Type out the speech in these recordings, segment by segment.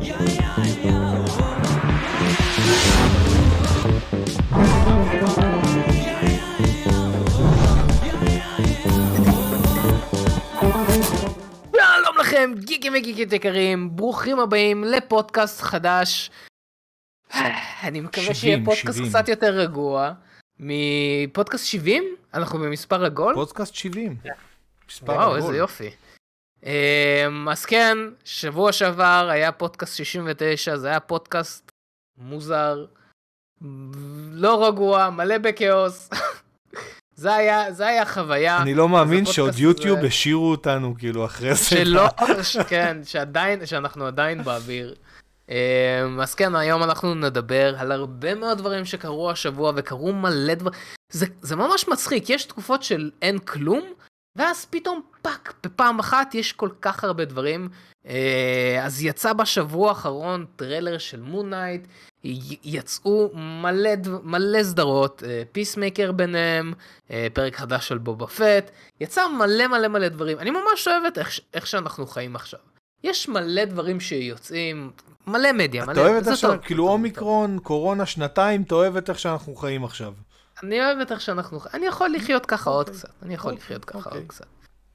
שלום לכם, גיקים וגיקית יקרים, ברוכים הבאים לפודקאסט חדש. אני מקווה שיהיה פודקאסט קצת יותר רגוע מפודקאסט 70, אנחנו במספר עגול. פודקאסט 70. וואו, איזה יופי. אז כן, שבוע שעבר היה פודקאסט 69, זה היה פודקאסט מוזר, לא רגוע, מלא בכאוס. זה היה חוויה. אני לא מאמין שעוד יוטיוב השאירו אותנו כאילו אחרי זה. שלא, כן, שאנחנו עדיין באוויר. אז כן, היום אנחנו נדבר על הרבה מאוד דברים שקרו השבוע, וקרו מלא דברים. זה ממש מצחיק, יש תקופות של אין כלום, ואז פתאום פאק, בפעם אחת יש כל כך הרבה דברים. אז יצא בשבוע האחרון טריילר של מון נייט, יצאו מלא סדרות, פיסמייקר ביניהם, פרק חדש של בובה פט, יצא מלא דברים. אני ממש אוהבת איך שאנחנו חיים עכשיו. יש מלא דברים שיוצאים, מלא מדיה, מלא. אתה אוהבת עכשיו, כאילו אומיקרון, קורונה, שנתיים, אתה אוהבת איך שאנחנו חיים עכשיו. אני אוהבת איך שאנחנו חיים, אני יכול לחיות ככה עוד קצת, עוד קצת.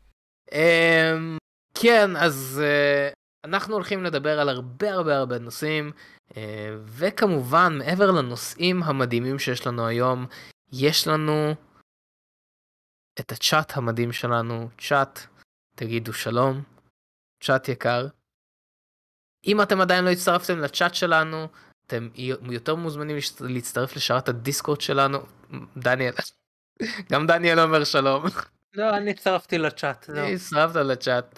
כן, אז אנחנו הולכים לדבר על הרבה נושאים, וכמובן, מעבר לנושאים המדהימים שיש לנו היום, יש לנו את הצ'אט המדהים שלנו, צ'אט, תגידו שלום, צ'אט יקר. אם אתם עדיין לא הצטרפתם לצ'אט שלנו, אתם יותר מוזמנים להצטרף לשרת הדיסקורד שלנו. דניאל, גם דניאל אומר שלום. לא, אני הצטרפתי לצ'אט. הצטרפת לצ'אט.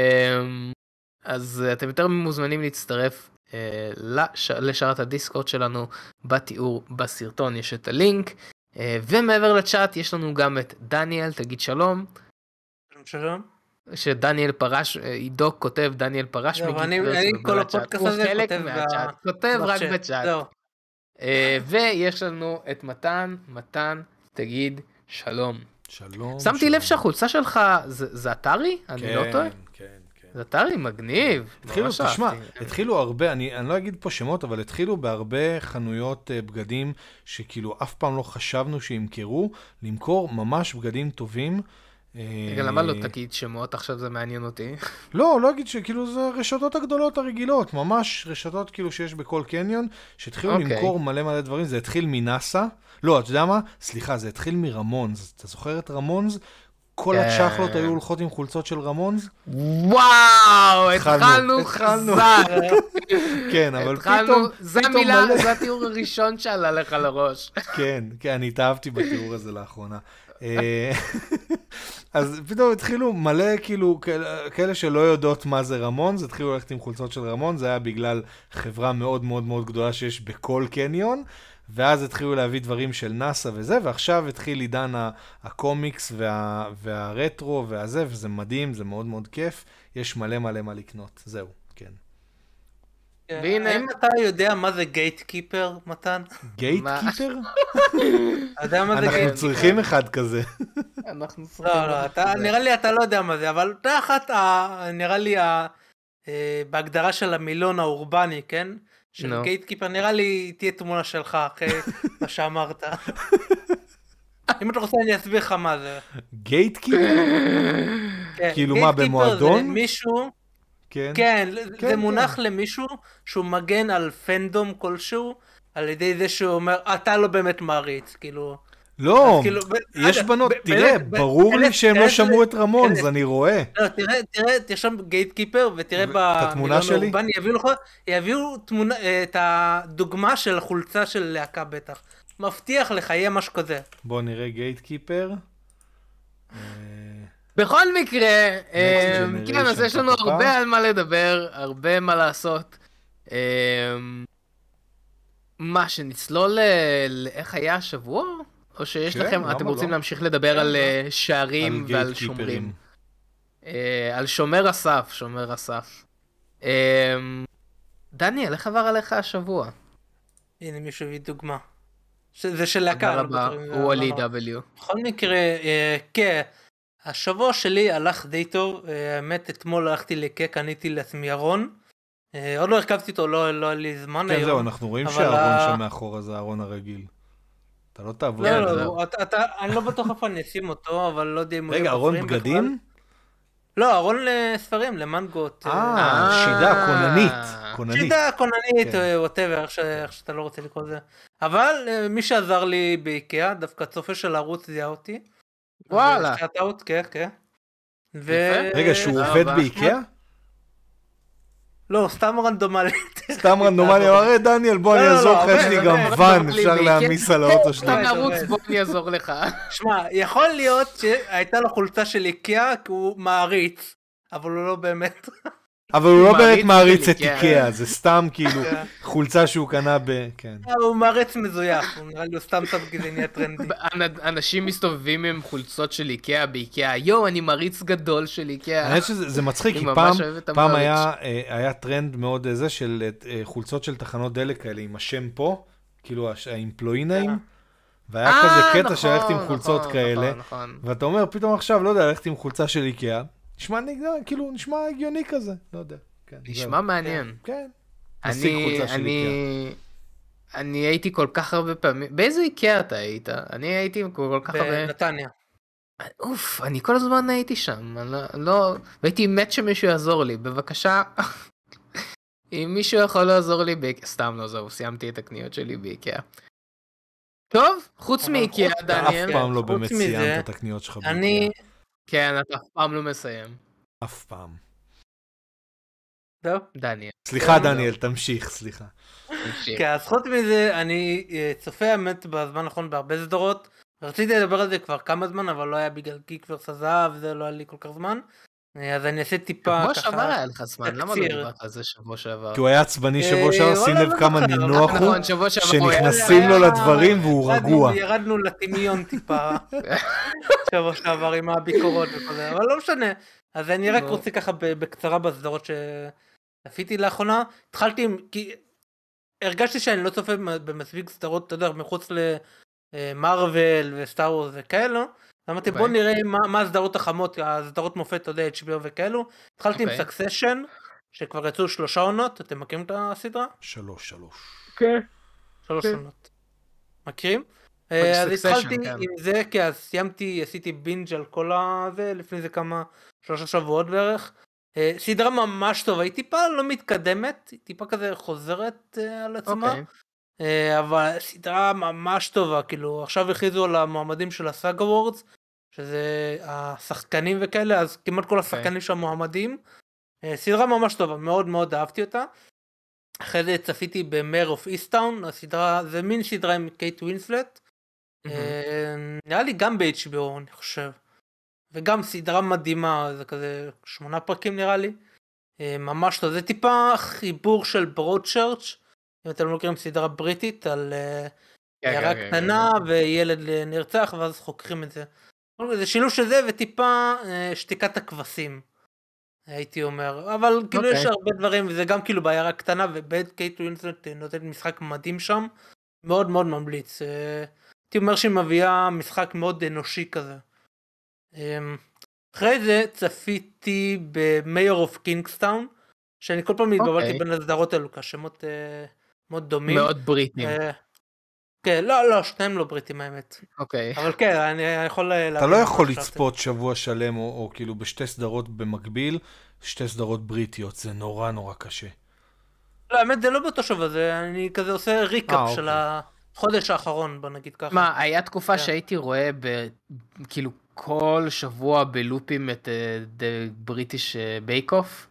אז אתם יותר מוזמנים להצטרף לשרת הדיסקורד שלנו בתיאור בסרטון, יש את הלינק. ומעבר לצ'אט יש לנו גם את דניאל, תגיד שלום. שלום. שדניאל פרש, עידו כותב דניאל פרש אני כל הפודקאסט הזה כותב רק בצ'אט. ויש לנו את מתן, תגיד שלום. שלום. שמתי לב שהחולצה שלך זה אתרי? אני לא טועה? כן. זה אתרי מגניב. התחילו הרבה, אני לא אגיד פה שמות, אבל התחילו בהרבה חנויות בגדים שכאילו אף פעם לא חשבנו שימכרו, למכור ממש בגדים טובים. למה לא תגיד שמות? עכשיו זה מעניין אותי. לא אגיד שכאילו זה הרשתות הגדולות הרגילות, ממש רשתות כאילו שיש בכל קניון, שהתחילו למכור מלא דברים. זה התחיל מנאסא, לא, אתה יודע מה? סליחה, זה התחיל מרמונס. אתה זוכר את רמונס? כל הצ'חלות היו הולכות עם חולצות של רמונס? וואו, התחלנו חזק. כן, אבל פתאום... זה המילה, זה התיאור הראשון שעלה לך לראש. כן, אני התאהבתי בתיאור הזה לאחרונה. אז פתאום התחילו מלא כאילו כאלה שלא יודעות מה זה רמונס, התחילו ללכת עם חולצות של רמונס, זה היה בגלל חברה מאוד גדולה שיש בכל קניון, ואז התחילו להביא דברים של נאסא וזה, ועכשיו התחיל עידן הקומיקס והרטרו והזה, וזה מדהים, זה מאוד כיף, יש מלא מה לקנות, זהו, כן. האם אתה יודע מה זה גייטקיפר, מתן? גייטקיפר? אתה יודע מה זה גייטקיפר? אנחנו צריכים אחד כזה. לא, נראה לי אתה לא יודע מה זה, אבל תחת, נראה לי, בהגדרה של המילון האורבני, כן? של גייטקיפר, נראה לי תהיה תמונה שלך אחרי מה שאמרת. אם אתה רוצה אני אסביר לך מה זה. גייטקיפר? כאילו מה, במועדון? גייטקיפר זה מישהו, כן, זה מונח למישהו שהוא מגן על פנדום כלשהו, על ידי זה שהוא אומר, אתה לא באמת מעריץ, כאילו... לא, יש בנות, תראה, ברור לי שהם לא שמעו את רמונס, אני רואה. לא, תראה, תרשם גייטקיפר, ותראה בתמונה שלי, יביאו את הדוגמה של החולצה של להקה בטח. מבטיח לך, יהיה משהו כזה. בוא נראה גייטקיפר. בכל מקרה, כן, אז יש לנו הרבה על מה לדבר, הרבה מה לעשות. מה, שנצלול לאיך היה השבוע? או שיש לכם, אתם רוצים להמשיך לדבר על שערים ועל שומרים? על שומר אסף. דניאל, איך עבר עליך השבוע? הנה מישהו הביא דוגמה. זה של להקה. הוא עלי W. בכל מקרה, כן, השבוע שלי הלך די טוב, האמת אתמול הלכתי לקק, קניתי לעצמי ארון, עוד לא הרכבתי אותו, לא היה לי זמן היום. כן, זהו, אנחנו רואים שהארון שם מאחורה זה הארון הרגיל. אתה לא תעבוד. לא, אני לא בטוח איפה אני אשים אותו, אבל לא יודע אם הוא... רגע, ארון בגדים? לא, ארון לספרים, למנגות. שידה, כוננית. שידה, כוננית, whatever, איך שאתה לא רוצה לקרוא זה. אבל מי שעזר לי באיקאה, דווקא צופה של הערוץ זיהה אותי. וואלה. כן. רגע, שהוא עובד באיקאה? לא, סתם רנדומלית. סתם רנדומלי, הרי דניאל, בוא אני אעזור לך, יש לי גם ואן, אפשר להעמיס על האוטו שלי. סתם נרוץ, בוא אני אעזור לך. שמע, יכול להיות שהייתה לו חולצה של איקאה, כי הוא מעריץ, אבל הוא לא באמת. אבל הוא לא באמת מעריץ את איקאה, זה סתם כאילו חולצה שהוא קנה כן. הוא מעריץ מזויף, הוא נראה לי הוא סתם סתם כזה נהיה טרנדי. אנשים מסתובבים עם חולצות של איקאה באיקאה, יו, אני מעריץ גדול של איקאה. אני חושב שזה מצחיק, כי פעם היה טרנד מאוד זה של חולצות של תחנות דלק כאלה עם השם פה, כאילו האמפלואי נעים, והיה כזה קטע שהלכת עם חולצות כאלה, ואתה אומר פתאום עכשיו, לא יודע, הלכת עם חולצה של איקאה, נשמע הגיוני כזה, לא יודע. נשמע מעניין. כן. אני הייתי כל כך הרבה פעמים, באיזה איקאה אתה היית? אני הייתי כל כך הרבה... בנתניה. אוף, אני כל הזמן הייתי שם, לא... והייתי מת שמישהו יעזור לי, בבקשה. אם מישהו יכול לעזור לי באיקאה, סתם לא זהו, סיימתי את הקניות שלי באיקאה. טוב, חוץ מאיקאה, דניאל. אף פעם לא באמת סיימת את הקניות שלך באיקאה. כן, אתה אף פעם לא מסיים. אף פעם. טוב. דניאל. סליחה, דניאל, תמשיך, סליחה. כן, אז חוץ מזה, אני צופה האמת בזמן האחרון בהרבה סדרות. רציתי לדבר על זה כבר כמה זמן, אבל לא היה בגלל גיק ורס הזהב, זה לא היה לי כל כך זמן. אז אני אעשה טיפה ככה... שבוע שעבר היה לך זמן, למה לא דיברת על זה שבוע שעבר? כי הוא היה עצבני שבוע שעבר, שים לב כמה נינוח הוא, שנכנסים לו לדברים והוא רגוע. ירדנו לטמיון טיפה שבוע שעבר עם הביקורות וכל אבל לא משנה. אז אני רק רוצה ככה בקצרה בסדרות שצפיתי לאחרונה. התחלתי כי הרגשתי שאני לא צופה במספיק סדרות, אתה יודע, מחוץ למרוול וסטאר וורס וכאלו. אמרתי בוא נראה מה הסדרות החמות, הסדרות מופת, אתה יודע, HBO וכאלו. התחלתי עם סקסשן, שכבר יצאו 3 עונות, אתם מכירים את הסדרה? 3. כן. 3 עונות. מכירים? אז התחלתי עם זה, כי אז סיימתי, עשיתי בינג' על כל הזה, לפני זה 3 שבועות בערך. סדרה ממש טובה, היא טיפה לא מתקדמת, היא טיפה כזה חוזרת על עצמה. אבל סדרה ממש טובה, כאילו עכשיו הכריזו על המועמדים של הסאגה וורדס, שזה השחקנים וכאלה, אז כמעט כל השחקנים שם מועמדים. סדרה ממש טובה, מאוד מאוד אהבתי אותה. אחרי זה צפיתי במר אוף איסטאון, הסדרה, זה מין סדרה עם קייט ווינסלט, נראה לי גם ב-HBO אני חושב, וגם סדרה מדהימה, זה כזה 8 פרקים נראה לי, ממש טוב, זה טיפה חיבור של ברודצ'רץ', אם אתם לא מכירים סדרה בריטית על עיירה קטנה וילד נרצח ואז חוקרים את זה. זה שילוב של זה וטיפה שתיקת הכבשים, הייתי אומר. אבל כאילו יש הרבה דברים, וזה גם כאילו בעיירה קטנה, ובית קייט ווינסלט נותנת משחק מדהים שם, מאוד מאוד ממליץ. הייתי אומר שהיא מביאה משחק מאוד אנושי כזה. אחרי זה צפיתי במייר אוף קינגסטאון, שאני כל פעם התבלבלתי בין הסדרות האלו, כשמות מאוד דומים. מאוד בריטים. כן, לא, שניהם לא בריטים האמת. אוקיי. אבל כן, אני יכול... אתה לא יכול לצפות שבוע שלם, או כאילו בשתי סדרות במקביל, 2 סדרות בריטיות, זה נורא נורא קשה. לא, האמת זה לא באותו שבוע, אני כזה עושה ריקאפ של החודש האחרון, בוא נגיד ככה. מה, היה תקופה שהייתי רואה כאילו כל שבוע בלופים את The British Bake Off?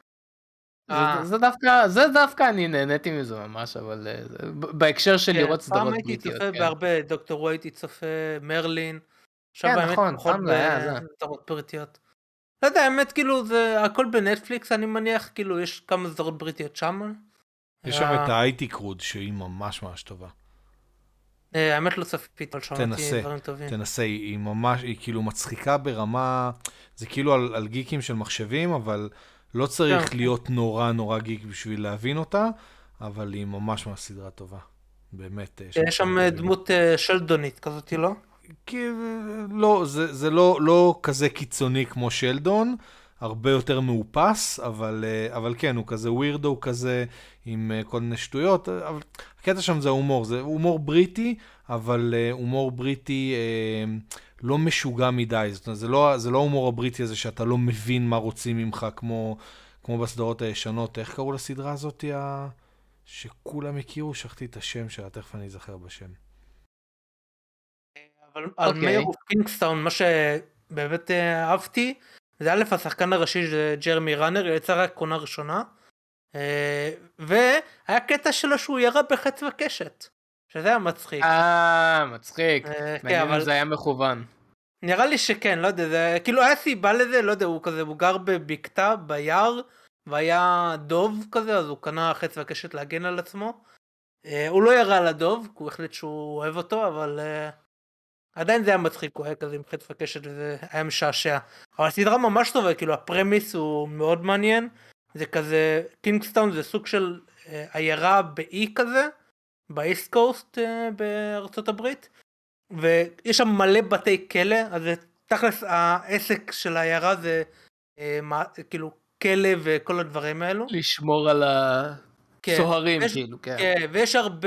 זה דווקא אני נהניתי מזה ממש, אבל בהקשר של לראות סדרות בריטיות. פעם הייתי צופה בהרבה, דוקטור הייתי צופה מרלין, עכשיו באמת פחות בסדרות בריטיות. לא יודע, האמת כאילו זה הכל בנטפליקס אני מניח, כאילו יש כמה סדרות בריטיות שם. יש שם את האייטי קרוד שהיא ממש ממש טובה. האמת לא צפיתי, אבל שמעתי דברים טובים. תנסה, היא ממש, היא כאילו מצחיקה ברמה, זה כאילו על גיקים של מחשבים, אבל לא צריך להיות נורא נורא גיק בשביל להבין אותה, אבל היא ממש ממש סדרה טובה. באמת. יש שם דמות שלדונית כזאת, לא? לא, זה לא כזה קיצוני כמו שלדון, הרבה יותר מאופס, אבל כן, הוא כזה ווירדו כזה, עם כל מיני שטויות, אבל הקטע שם זה הומור, זה הומור בריטי, אבל הומור בריטי לא משוגע מדי, זאת אומרת, זה לא הומור הבריטי הזה שאתה לא מבין מה רוצים ממך, כמו בסדרות הישנות. איך קראו לסדרה הזאת שכולם הכירו? שכחתי את השם שלה, תכף אני אזכר בשם. אבל על מייר אוף קינגסטאון, מה שבאמת אהבתי, זה א', השחקן הראשי זה ג'רמי ראנר, יצא רק עונה ראשונה, והיה קטע שלו שהוא ירה בחץ וקשת, שזה היה מצחיק. מצחיק. מעניין אם זה היה מכוון. נראה לי שכן, לא יודע, זה כאילו היה סיבה לזה, לא יודע, הוא גר בבקתה, ביער, והיה דוב כזה, אז הוא קנה חץ וקשת להגן על עצמו. הוא לא ירה על הדוב, הוא החליט שהוא אוהב אותו, אבל עדיין זה היה מצחיק, הוא היה כזה עם חץ וקשת, וזה היה משעשע. אבל הסדרה ממש טובה, כאילו הפרמיס הוא מאוד מעניין, זה כזה, קינגסטאון זה סוג של עיירה באי כזה, באיסט קוסט בארצות הברית, ויש שם מלא בתי כלא, אז תכלס העסק של העיירה זה כאילו כלא וכל הדברים האלו. לשמור על הסוהרים, כאילו, כן. כן, ויש הרבה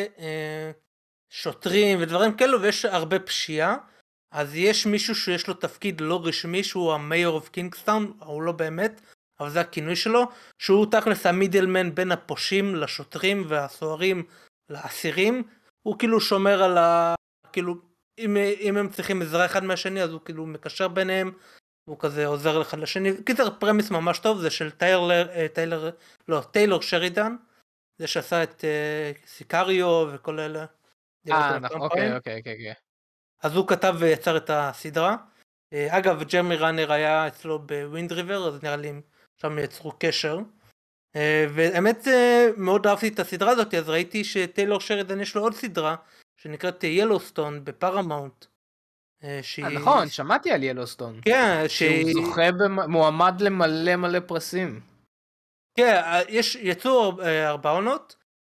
שוטרים ודברים כאלו, ויש הרבה פשיעה, אז יש מישהו שיש לו תפקיד לא רשמי, שהוא המייר אוף קינגסטאון, הוא לא באמת, אבל זה הכינוי שלו, שהוא תכלס המידלמן בין הפושעים לשוטרים והסוהרים לאסירים, הוא כאילו שומר על כאילו, אם הם צריכים עזרה אחד מהשני, אז הוא כאילו מקשר ביניהם, הוא כזה עוזר אחד לשני. קיצר, פרמיס ממש טוב, זה של טיילור שרידן, זה שעשה את סיקריו וכל אלה. אוקיי. אז הוא כתב ויצר את הסדרה. אגב, ג'רמי ראנר היה אצלו בווינד ריבר, אז נראה לי שם יצרו קשר. והאמת מאוד אהבתי את הסדרה הזאת, אז ראיתי שטיילור שרידן יש לו עוד סדרה, שנקראת ילוסטון בפרמאונט. נכון, שמעתי על ילוסטון. כן, שהוא זוכה מועמד למלא פרסים. כן, יצאו 4 עונות,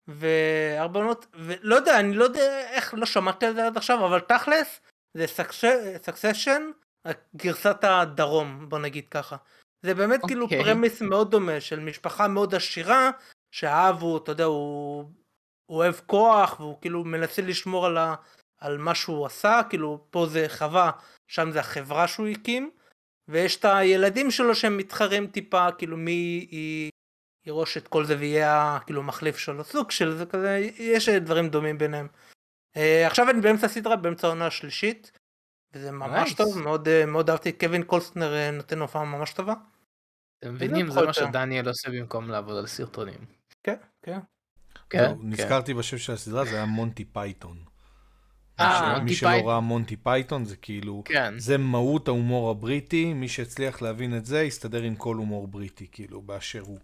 ולא יודע, אני לא יודע איך לא שמעתי על זה עד עכשיו, אבל תכלס, זה סקסשן, גרסת הדרום, בוא נגיד ככה. זה באמת כאילו פרמיס מאוד דומה, של משפחה מאוד עשירה, שהאב הוא, אתה יודע, הוא אוהב כוח, והוא כאילו מנסה לשמור על מה שהוא עשה, כאילו פה זה חווה, שם זה החברה שהוא הקים, ויש את הילדים שלו שהם מתחרים טיפה, כאילו מי ירוש את כל זה ויהיה כאילו מחליף שלו, סוג של זה כזה, יש דברים דומים ביניהם. עכשיו אני באמצע הסדרה, באמצע העונה השלישית, וזה ממש טוב, מאוד אהבתי, קווין קולסטנר נותן הופעה ממש טובה. אתם מבינים, זה מה שדניאל עושה במקום לעבוד על סרטונים. כן, כן. נזכרתי בשם של הסדרה, זה היה מונטי פייתון. מי שלא ראה מונטי פייתון, זה כאילו, זה מהות ההומור הבריטי, מי שהצליח להבין את זה, יסתדר עם כל הומור בריטי, כאילו, באשר הוא.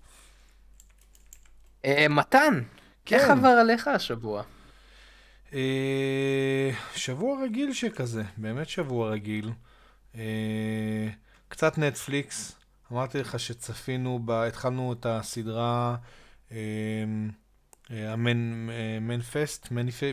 מתן, איך עבר עליך השבוע? שבוע רגיל שכזה, באמת שבוע רגיל. קצת נטפליקס, אמרתי לך שצפינו, התחלנו את הסדרה מניפסט.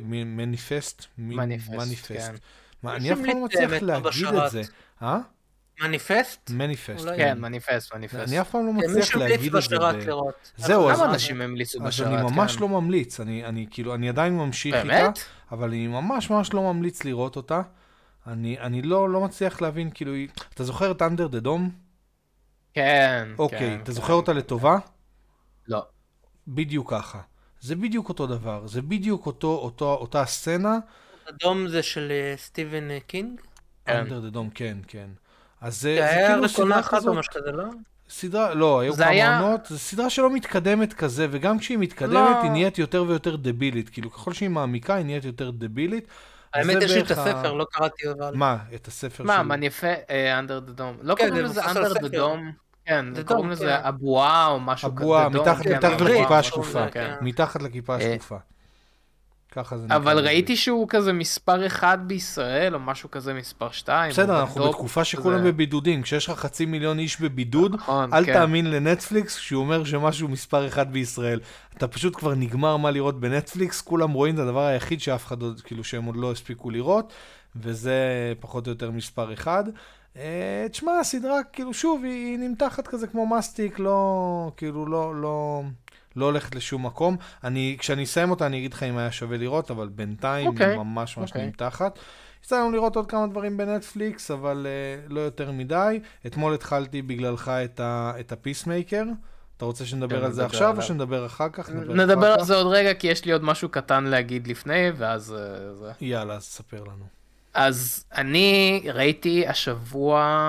אני אף פעם לא מצליח להגיד את זה. מניפסט? מניפסט. כן, מניפסט. אני אף פעם לא מצליח להגיד את זה. זהו, אז כמה אנשים המליצו בשרת? אז אני ממש לא ממליץ. אני עדיין ממשיך איתה, אבל אני ממש לא ממליץ לראות אותה. אני לא מצליח להבין, כאילו, אתה זוכר את אנדר דה דום? כן. אוקיי, אתה זוכר אותה לטובה? לא. בדיוק ככה. זה בדיוק אותו דבר, זה בדיוק אותה הסצנה. הדום זה של סטיבן קינג? אנדר דה דום, כן. אז זה כאילו סדרה כזאת. סדרה, לא, היו כמה עונות, זו סדרה שלא מתקדמת כזה, וגם כשהיא מתקדמת היא נהיית יותר ויותר דבילית, כאילו ככל שהיא מעמיקה היא נהיית יותר דבילית. האמת יש לי את הספר, לא קראתי אבל. מה, את הספר מה, מניפה אנדר דה דום? לא קוראים לזה אנדר דה דום? כן, קוראים לזה אבואה או משהו כזה. אבואה, מתחת לכיפה השקופה. מתחת לכיפה השקופה. ככה זה נקרא. אבל ראיתי שהוא כזה מספר 1 בישראל, או משהו כזה מספר 2. בסדר, אנחנו בתקופה שכולם בבידודים. כשיש לך 500,000 איש בבידוד, אל תאמין לנטפליקס כשהוא אומר שמשהו מספר 1 בישראל. אתה פשוט כבר נגמר מה לראות בנטפליקס, כולם רואים את הדבר היחיד שאף אחד, כאילו שהם עוד לא הספיקו לראות, וזה פחות או יותר מספר 1. תשמע, הסדרה, כאילו, שוב, היא נמתחת כזה כמו מסטיק, לא, כאילו, לא הולכת לשום מקום. כשאני אסיים אותה, אני אגיד לך אם היה שווה לראות, אבל בינתיים היא ממש נמתחת. יצא לנו לראות עוד כמה דברים בנטפליקס, אבל לא יותר מדי. אתמול התחלתי בגללך את הפיסמייקר. אתה רוצה שנדבר על זה עכשיו, או שנדבר אחר כך? נדבר על זה עוד רגע, כי יש לי עוד משהו קטן להגיד לפני, ואז זה. יאללה, אז ספר לנו. אז אני ראיתי השבוע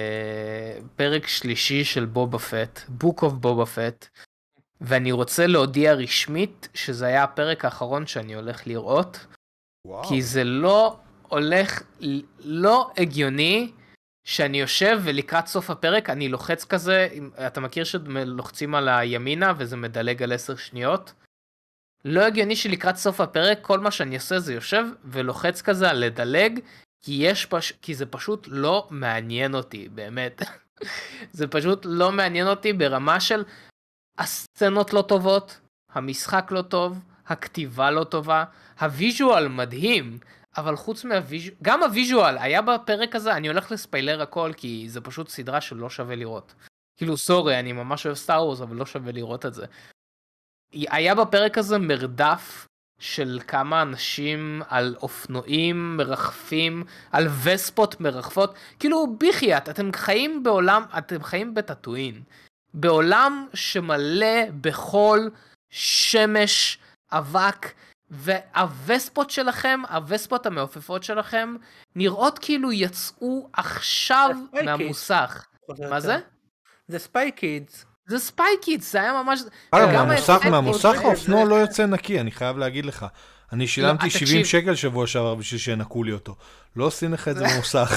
פרק שלישי של בובה פט, Book of בובה פט, ואני רוצה להודיע רשמית שזה היה הפרק האחרון שאני הולך לראות, כי זה לא הולך, לא הגיוני שאני יושב ולקראת סוף הפרק אני לוחץ כזה, אתה מכיר שלוחצים על הימינה וזה מדלג על 10 שניות? לא הגיוני שלקראת סוף הפרק כל מה שאני עושה זה יושב ולוחץ כזה על לדלג, כי זה פשוט לא מעניין אותי, באמת. זה פשוט לא מעניין אותי ברמה של הסצנות לא טובות, המשחק לא טוב, הכתיבה לא טובה, הוויז'ואל מדהים, אבל חוץ מהוויז'ואל, גם הוויז'ואל היה בפרק הזה, אני הולך לספיילר הכל, כי זה פשוט סדרה שלא שווה לראות. כאילו סורי, אני ממש אוהב סטאר וורס, אבל לא שווה לראות את זה. היה בפרק הזה מרדף של כמה אנשים על אופנועים מרחפים, על וספות מרחפות, כאילו בחייאת, אתם חיים בעולם, אתם חיים בטאטואין, בעולם שמלא בחול, שמש, אבק, והווספות שלכם, הווספות המעופפות שלכם, נראות כאילו יצאו עכשיו מהמוסך. מה זה? זה ספיי קידס. זה ספיי קידס, זה היה ממש... מהמוסך האופנוע לא יוצא נקי, אני חייב להגיד לך. אני שילמתי 70 שקל שבוע שעבר בשביל שינקו לי אותו. לא עושים לך את זה במוסך.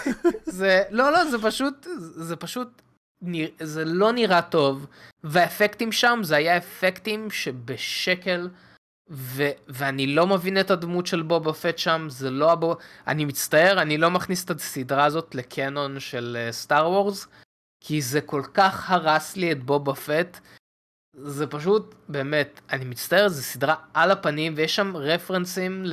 לא, זה פשוט, זה לא נראה טוב, והאפקטים שם, זה היה אפקטים שבשקל, ואני לא מבין את הדמות של בובה פט שם, זה לא... אני מצטער, אני לא מכניס את הסדרה הזאת לקנון של סטאר וורס, כי זה כל כך הרס לי את בובה פט, זה פשוט, באמת, אני מצטער, זה סדרה על הפנים, ויש שם רפרנסים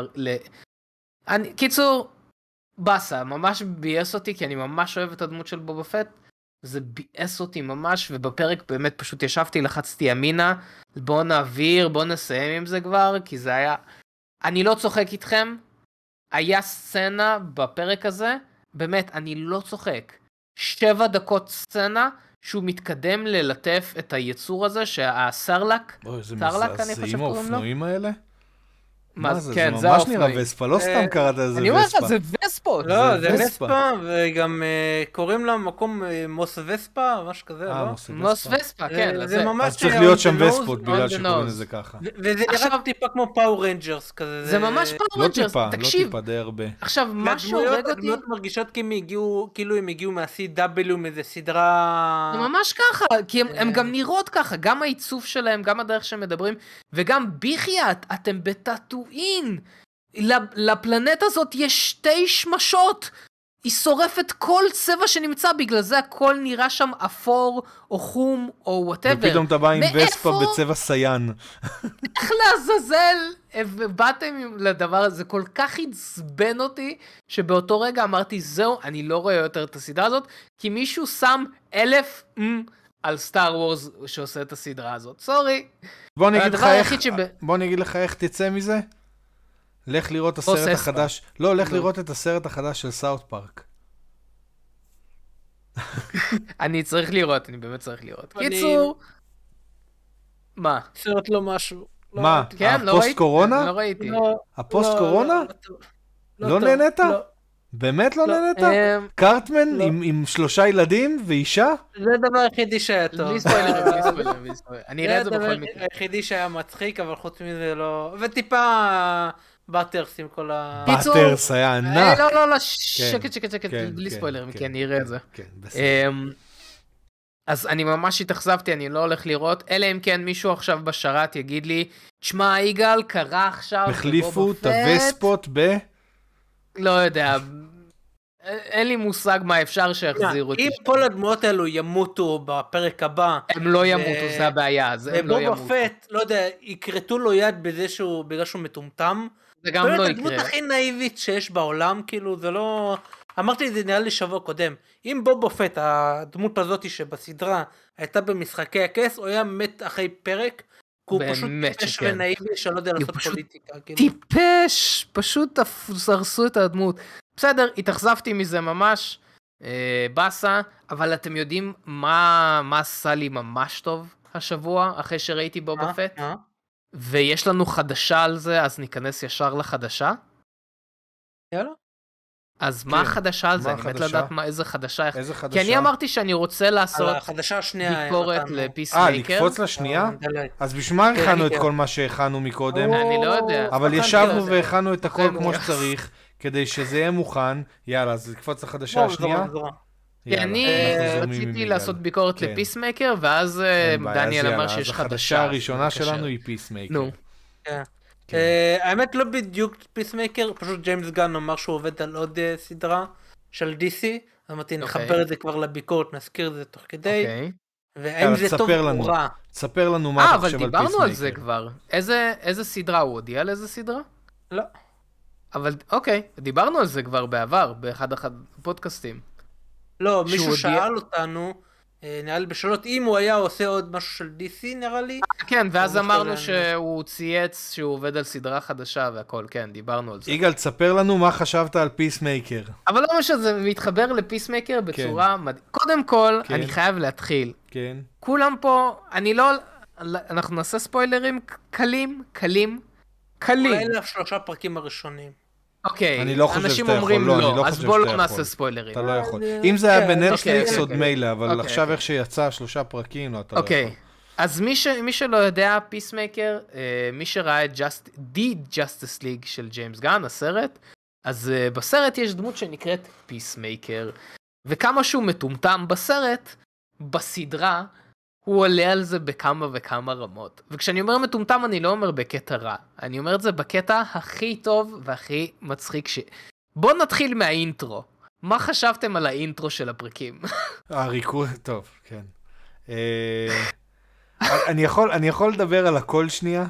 קיצור, בסה, ממש בייס אותי, כי אני ממש אוהב את הדמות של בובה פט, זה בייס אותי ממש, ובפרק באמת פשוט ישבתי, לחצתי ימינה, בוא נעביר, בוא נסיים עם זה כבר, כי זה היה... אני לא צוחק איתכם, היה סצנה בפרק הזה, באמת, אני לא צוחק. 7 דקות סצנה שהוא מתקדם ללטף את היצור הזה שהסרלק, סרלק אני חושב קוראים לו. האופנועים האלה? מה זה? כן, זה ממש נראה וספה, לא סתם קראת לזה וספה. אני אומר לך, זה וספות. לא, זה וספה, וגם קוראים לה מקום מוס וספה, או משהו כזה, לא? מוס וספה, כן. זה ממש... אז צריך להיות שם וספות, בגלל שקוראים לזה ככה. וזה נראה טיפה כמו פאור רנג'רס כזה. זה ממש פאור רנג'רס, תקשיב. לא טיפה, די הרבה. עכשיו, משהו הורג אותי... הדמויות מרגישות כאילו הם הגיעו מה-CW מאיזה סדרה... זה ממש ככה, כי הם גם נראות ככה, גם העיצוב שלהם, גם הדרך שהם מדברים, וגם בחייאת, אתם בטאטואין. לפלנטה הזאת יש 2 שמשות. היא שורפת כל צבע שנמצא, בגלל זה הכל נראה שם אפור, או חום, או וואטאבר. ופתאום אתה בא עם וספה בצבע סיין. איך לעזאזל באתם לדבר הזה? זה כל כך עצבן אותי, שבאותו רגע אמרתי, זהו, אני לא רואה יותר את הסדרה הזאת, כי מישהו שם 1000 על סטאר וורס שעושה את הסדרה הזאת. סורי. בוא אני אגיד לך איך תצא מזה. לך לראות את הסרט החדש. לא, לך לראות את הסרט החדש של סאוט פארק. אני צריך לראות, אני באמת צריך לראות. קיצור, מה? סרט לא משהו. מה? הפוסט קורונה? לא ראיתי. הפוסט קורונה? לא נהנית? באמת לא נהנית? קארטמן עם 3 ילדים ואישה? זה הדבר היחידי שהיה טוב. בלי ספוילרים. אני אראה את זה בכל מקרה. זה היחידי שהיה מצחיק, אבל חוץ מזה לא... וטיפה באטרס עם כל ה... באטרס היה ענק. לא, שקט, בלי ספוילרים, כי אני אראה את זה. אז אני ממש התאכזבתי, אני לא הולך לראות, אלא אם כן מישהו עכשיו בשרת יגיד לי, תשמע יגאל, קרה עכשיו... החליפו את הווספות ב... לא יודע, אין לי מושג מה אפשר שיחזירו אותי. אם כל הדמויות האלו ימותו בפרק הבא... הם לא ימותו, זה הבעיה, הם לא ימותו. ובובה פט, לא יודע, יקרטו לו יד בגלל שהוא מטומטם. זה גם לא יקרה. הדמות הכי נאיבית שיש בעולם, כאילו, זה לא... אמרתי את זה נראה לי שבוע קודם, אם בובה פט, הדמות הזאת שבסדרה הייתה במשחקי הכס, הוא היה מת אחרי פרק, כי הוא פשוט טיפש ונאיבי שלא יודע לעשות פוליטיקה. טיפש, פשוט הרסו את הדמות. בסדר, התאכזבתי מזה ממש, בסה, אבל אתם יודעים מה עשה לי ממש טוב השבוע, אחרי שראיתי בובה פט? ויש לנו חדשה על זה, אז ניכנס ישר לחדשה. יאללה. אז מה החדשה על זה? אני מת לדעת איזה חדשה. כי אני אמרתי שאני רוצה לעשות ביקורת לפיסמייקר. לקפוץ לשנייה? אז בשביל מה הכנו את כל מה שהכנו מקודם? אני לא יודע. אבל ישבנו והכנו את הכל כמו שצריך, כדי שזה יהיה מוכן. יאללה, אז לקפוץ לחדשה השנייה. כי אני רציתי לעשות ביקורת לפיסמייקר, ואז דניאל אמר שיש חדשה. החדשה הראשונה שלנו היא פיסמייקר. נו. האמת לא בדיוק פיסמייקר, פשוט ג'יימס גן אמר שהוא עובד על עוד סדרה של DC, אמרתי נחבר את זה כבר לביקורת, נזכיר את זה תוך כדי, והאם זה טוב או רע. תספר לנו מה אתה חושב על פיסמייקר. אבל דיברנו על זה כבר, איזה סדרה הוא הודיע על איזה סדרה? לא. אבל אוקיי, דיברנו על זה כבר בעבר, באחד הפודקאסטים. לא, מישהו שאל אותנו, נראה לי בשאלות, אם הוא היה עושה עוד משהו של DC נראה לי. כן, ואז אמרנו שהוא צייץ שהוא עובד על סדרה חדשה והכל, כן, דיברנו על זה. יגאל, תספר לנו מה חשבת על פיסמייקר. אבל לא משהו, זה מתחבר לפיסמייקר בצורה מדהימה. קודם כל, אני חייב להתחיל. כן. כולם פה, אנחנו נעשה ספוילרים קלים. אולי לשלושה פרקים הראשונים. אוקיי, אנשים אומרים לא, אז בואו לא נעשה ספוילרים. אתה לא יכול. אם זה היה בנטפליקס עוד מילא, אבל עכשיו איך שיצא 3 פרקים, לא, אתה לא יכול. אוקיי, אז מי שלא יודע, פיסמייקר, מי שראה את The Justice League של ג'יימס גן, הסרט, אז בסרט יש דמות שנקראת פיסמייקר, וכמה שהוא מטומטם בסרט, בסדרה, הוא עולה על זה בכמה וכמה רמות. וכשאני אומר מטומטם, אני לא אומר בקטע רע. אני אומר את זה בקטע הכי טוב והכי מצחיק בואו נתחיל מהאינטרו. מה חשבתם על האינטרו של הפרקים? הריקוד, טוב, כן. אני יכול לדבר על הכל שנייה?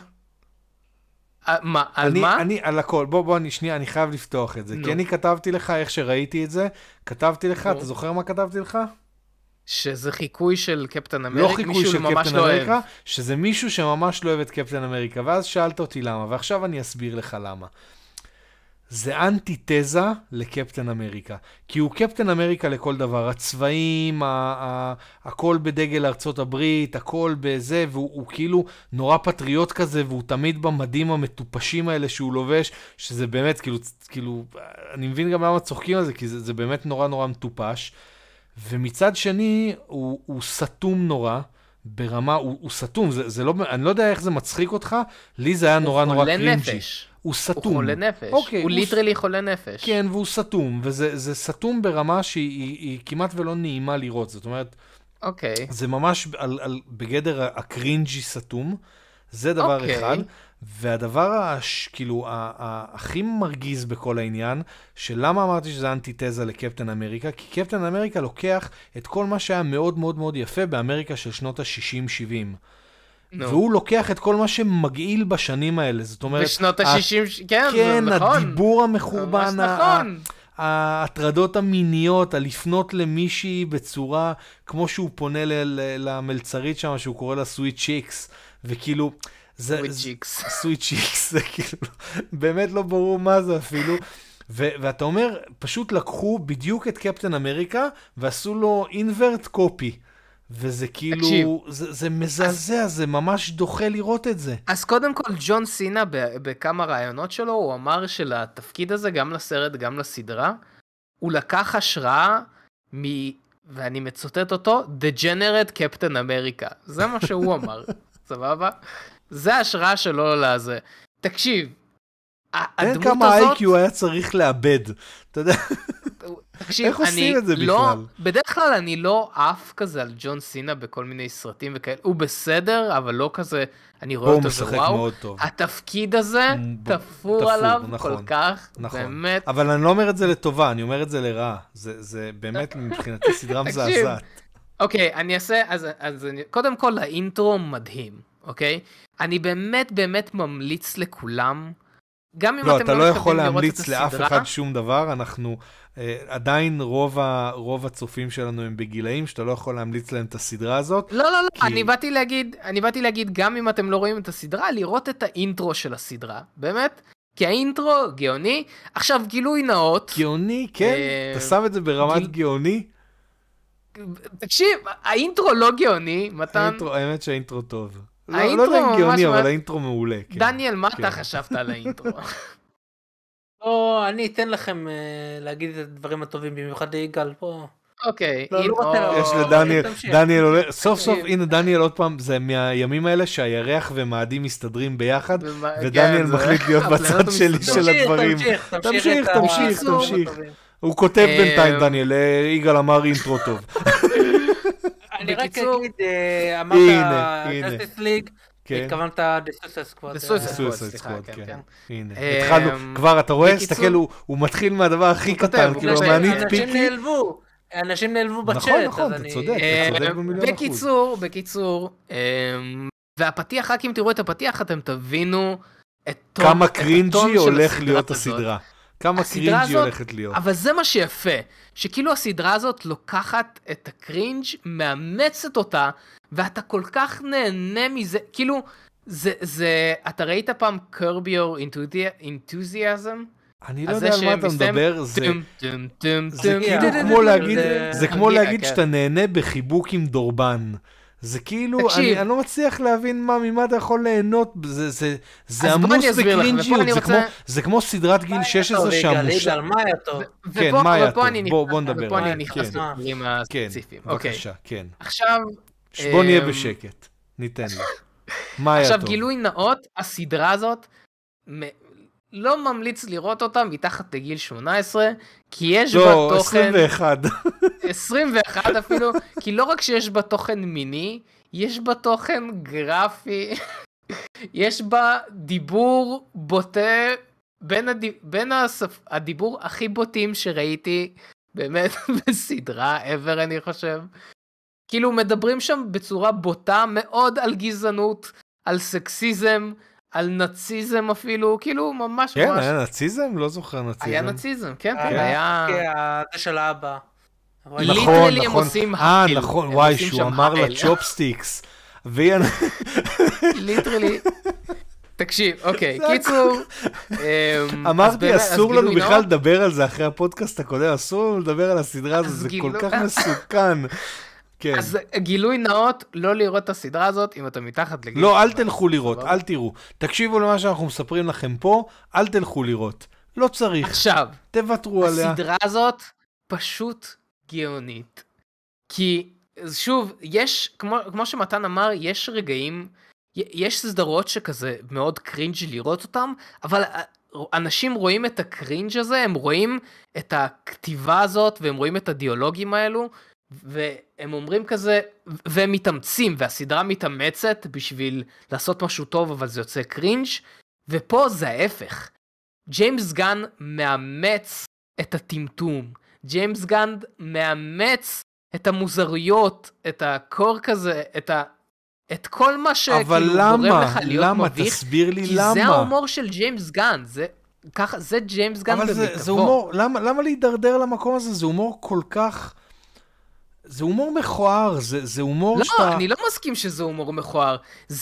מה? על מה? על הכל. בוא, שנייה, אני חייב לפתוח את זה. כי אני כתבתי לך איך שראיתי את זה. כתבתי לך, אתה זוכר מה כתבתי לך? שזה חיקוי של קפטן אמריקה, לא חיקוי של קפטן אמריקה, שזה מישהו שממש לא אוהב את קפטן אמריקה, ואז שאלת אותי למה, ועכשיו אני אסביר לך למה. זה אנטיתזה לקפטן אמריקה, כי הוא קפטן אמריקה לכל דבר, הצבעים, הכל בדגל ארצות הברית, הכל בזה, והוא כאילו נורא פטריוט כזה, והוא תמיד במדים המטופשים האלה שהוא לובש, שזה באמת כאילו, אני מבין גם למה צוחקים על זה, כי זה באמת נורא נורא מטופש, ומצד שני, הוא סתום נורא, ברמה, הוא סתום, אני לא יודע איך זה מצחיק אותך, לי זה היה נורא נורא קרינג'י. הוא סתום. הוא חולה נפש. הוא ליטרלי חולה נפש. כן, והוא סתום, וזה סתום ברמה שהיא כמעט ולא נעימה לראות, זאת אומרת, זה ממש בגדר הקרינג'י סתום, זה דבר אחד, והדבר כאילו הכי מרגיז בכל העניין, שלמה אמרתי שזה אנטיתזה לקפטן אמריקה, כי קפטן אמריקה לוקח את כל מה שהיה מאוד מאוד מאוד יפה באמריקה של שנות ה-60-70. והוא לוקח את כל מה שמגעיל בשנים האלה, זאת אומרת... בשנות ה-60, כן, זה נכון. הדיבור המחורבן, ההטרדות המיניות, הלפנות למישהי בצורה, כמו שהוא פונה למלצרית שם, שהוא קורא לה סוויט צ'יקס, וכאילו... סוויט צ'יקס, זה כאילו, באמת לא ברור מה זה אפילו. ואתה אומר, פשוט לקחו בדיוק את קפטן אמריקה, ועשו לו אינברט קופי. וזה כאילו, זה מזעזע, זה ממש דוחה לראות את זה. אז קודם כל, ג'ון סינה, בכמה רעיונות שלו, הוא אמר שלתפקיד הזה, גם לסרט, גם לסדרה, הוא לקח השראה ואני מצוטט אותו, Degenerate Captain America. זה מה שהוא אמר, סבבה? זה ההשראה שלו לזה. תקשיב, אין כמה איי-קיו היה צריך לאבד, אתה יודע? תקשיב, איך עושים את זה בכלל? בדרך כלל אני לא אף כזה על ג'ון סינה בכל מיני סרטים וכאלה, הוא בסדר, אבל לא כזה, אני רואה אותו וואו, התפקיד הזה תפור עליו כל כך, באמת. אבל אני לא אומר את זה לטובה, אני אומר את זה לרעה, זה באמת מבחינתי סדרה מזעזעת. אוקיי, אני אעשה, אז קודם כל האינטרו מדהים, אוקיי? אני באמת באמת ממליץ לכולם גם אם לא, אתם אתה לא מתכוונים יכול לראות את להמליץ לאף הסדרה, אחד שום דבר, אנחנו עדיין רוב הצופים שלנו הם בגילאים, שאתה לא יכול להמליץ להם את הסדרה הזאת. לא, כי- אני באתי להגיד, גם אם אתם לא רואים את הסדרה, לראות את האינטרו של הסדרה, באמת, כי האינטרו גאוני. עכשיו, גילוי נאות, גאוני, כן? אתה שם את זה ברמת גאוני? תקשיב, האינטרו לא גאוני, מתן, האמת שהאינטרו טוב. לא האינטרו יודע אם גאוני, ממש אבל האינטרו מעולה. כן. דניאל, מה כן. אתה חשבת על האינטרו? לא, אני אתן לכם להגיד את הדברים הטובים, במיוחד ליגאל פה. אוקיי, לא, לא רוצה יש או, לדניאל, תמשיך. דניאל עולה, סוף סוף, תקשיב. הנה דניאל עוד פעם, זה מהימים האלה שהירח ומאדים מסתדרים ביחד, ומה- ודניאל כן, זה- מחליט להיות בצד הפלנות שלי המסתדרות. של הדברים. תמשיך, תמשיך. הוא כותב בינתיים, דניאל, יגאל אמר אינטרו טוב. אני רק בקיצור- אגיד, הנה. אמרת Justice League, כן. התכוונת The Suicide Squad. The Suicide Suicide סליחה, Squad, כן, כן. כן. הנה, התחלנו, כבר אתה רואה, בקיצור- תסתכל, הוא מתחיל מהדבר הכי הוא כותב, קטן, הוא כאילו, כותב. המענית אנשים פיקי. נעלבו, אנשים נעלבו בצ'אט. נכון, אז אתה אני- צודק. אתה צודק במיליון אחוז. בקיצור, והפתיח, רק אם תראו את הפתיח, אתם תבינו את כמה הטון קרינג'י של הולך הסדרה להיות הזאת. הסדרה. כמה הסדרה קרינג'י הזאת- הולכת להיות. אבל זה מה שיפה, שכאילו הסדרה הזאת לוקחת את הקרינג', מאמצת אותה, ואתה כל כך נהנה מזה, כאילו, אתה ראית פעם Curb Your Enthusiasm? אני לא אז יודע זה על מה אתה שמסתיים- מדבר, זה זה כאילו כמו להגיד, זה כמו מגיע, להגיד כן. שאתה נהנה בחיבוק עם דורבן. זה כאילו, תקשיב. אני לא מצליח להבין ממה אתה יכול ליהנות, זה אז בוא עמוס אני אסביר לך, ופה בקרינג'יות, אני זה רוצה- זה כמו סדרת גיל 16 שהמושל... מה היה טוב? כן, ופה- מה היה ופה טוב? אני בוא נכנס- נדבר. ופה אני כן. נכנס לדברים כן, הספציפיים. אוקיי. בבקשה, כן. עכשיו, בוא נהיה אמ, בשקט, ניתן לי. מה היה עכשיו טוב? גילוי נאות, הסדרה הזאת, לא ממליץ לראות אותה מתחת לגיל 18, כי יש בה לא, תוכן, 21. 21 אפילו, כי לא רק שיש בה תוכן מיני, יש בה תוכן גרפי, יש בה דיבור בוטה, בין הדיבור הכי בוטים שראיתי, באמת בסדרה ever אני חושב. כאילו מדברים שם בצורה בוטה מאוד על גזענות, על סקסיזם, על נאציזם אפילו, כאילו ממש כן, ממש. היה נאציזם? לא זוכר נאציזם. היה נאציזם, כן, כן. היה... זה של האבא. נכון, נכון, ליטרלי הם נכון. עושים הייל. נכון, הם וואי, עושים שהוא שם אמר לה הייל. צ'ופסטיקס. והיא... ליטרלי. תקשיב, אוקיי, זה קיצור. אז אמרתי, באמת, אסור אז לנו גילוי בכלל נאות, לדבר על זה אחרי הפודקאסט הקודם, אסור לנו לדבר על הסדרה הזאת, אז זה גילו- כל כך מסוכן. כן. אז גילוי נאות, לא לראות את הסדרה הזאת אם אתה מתחת לגיל. לא, אל 18, תלכו לראות, סבבה? אל תראו. תקשיבו למה שאנחנו מספרים לכם פה, אל תלכו לראות. לא צריך, עכשיו, תוותרו עליה. הסדרה הזאת פשוט גאונית. כי, שוב, יש, כמו שמתן אמר, יש רגעים, יש סדרות שכזה מאוד קרינג' לראות אותם, אבל אנשים רואים את הקרינג' הזה, הם רואים את הכתיבה הזאת, והם רואים את הדיאלוגים האלו, והם אומרים כזה, והם מתאמצים, והסדרה מתאמצת בשביל לעשות משהו טוב, אבל זה יוצא קרינג', ופה זה ההפך. ג'יימס גן מאמץ את הטמטום. ג'יימס גן מאמץ את המוזרויות, את הקור כזה, את כל מה שכאילו גורם לך להיות למה? מביך. תסביר לי כי למה. זה ההומור של ג'יימס גן. ככה, זה ג'יימס גן אבל במיטבו. זה הומור, למה להידרדר למקום הזה? זה הומור כל כך... זה הומור מכוער, זה הומור לא, שאתה... אני לא מסכים שזה הומור מכוער.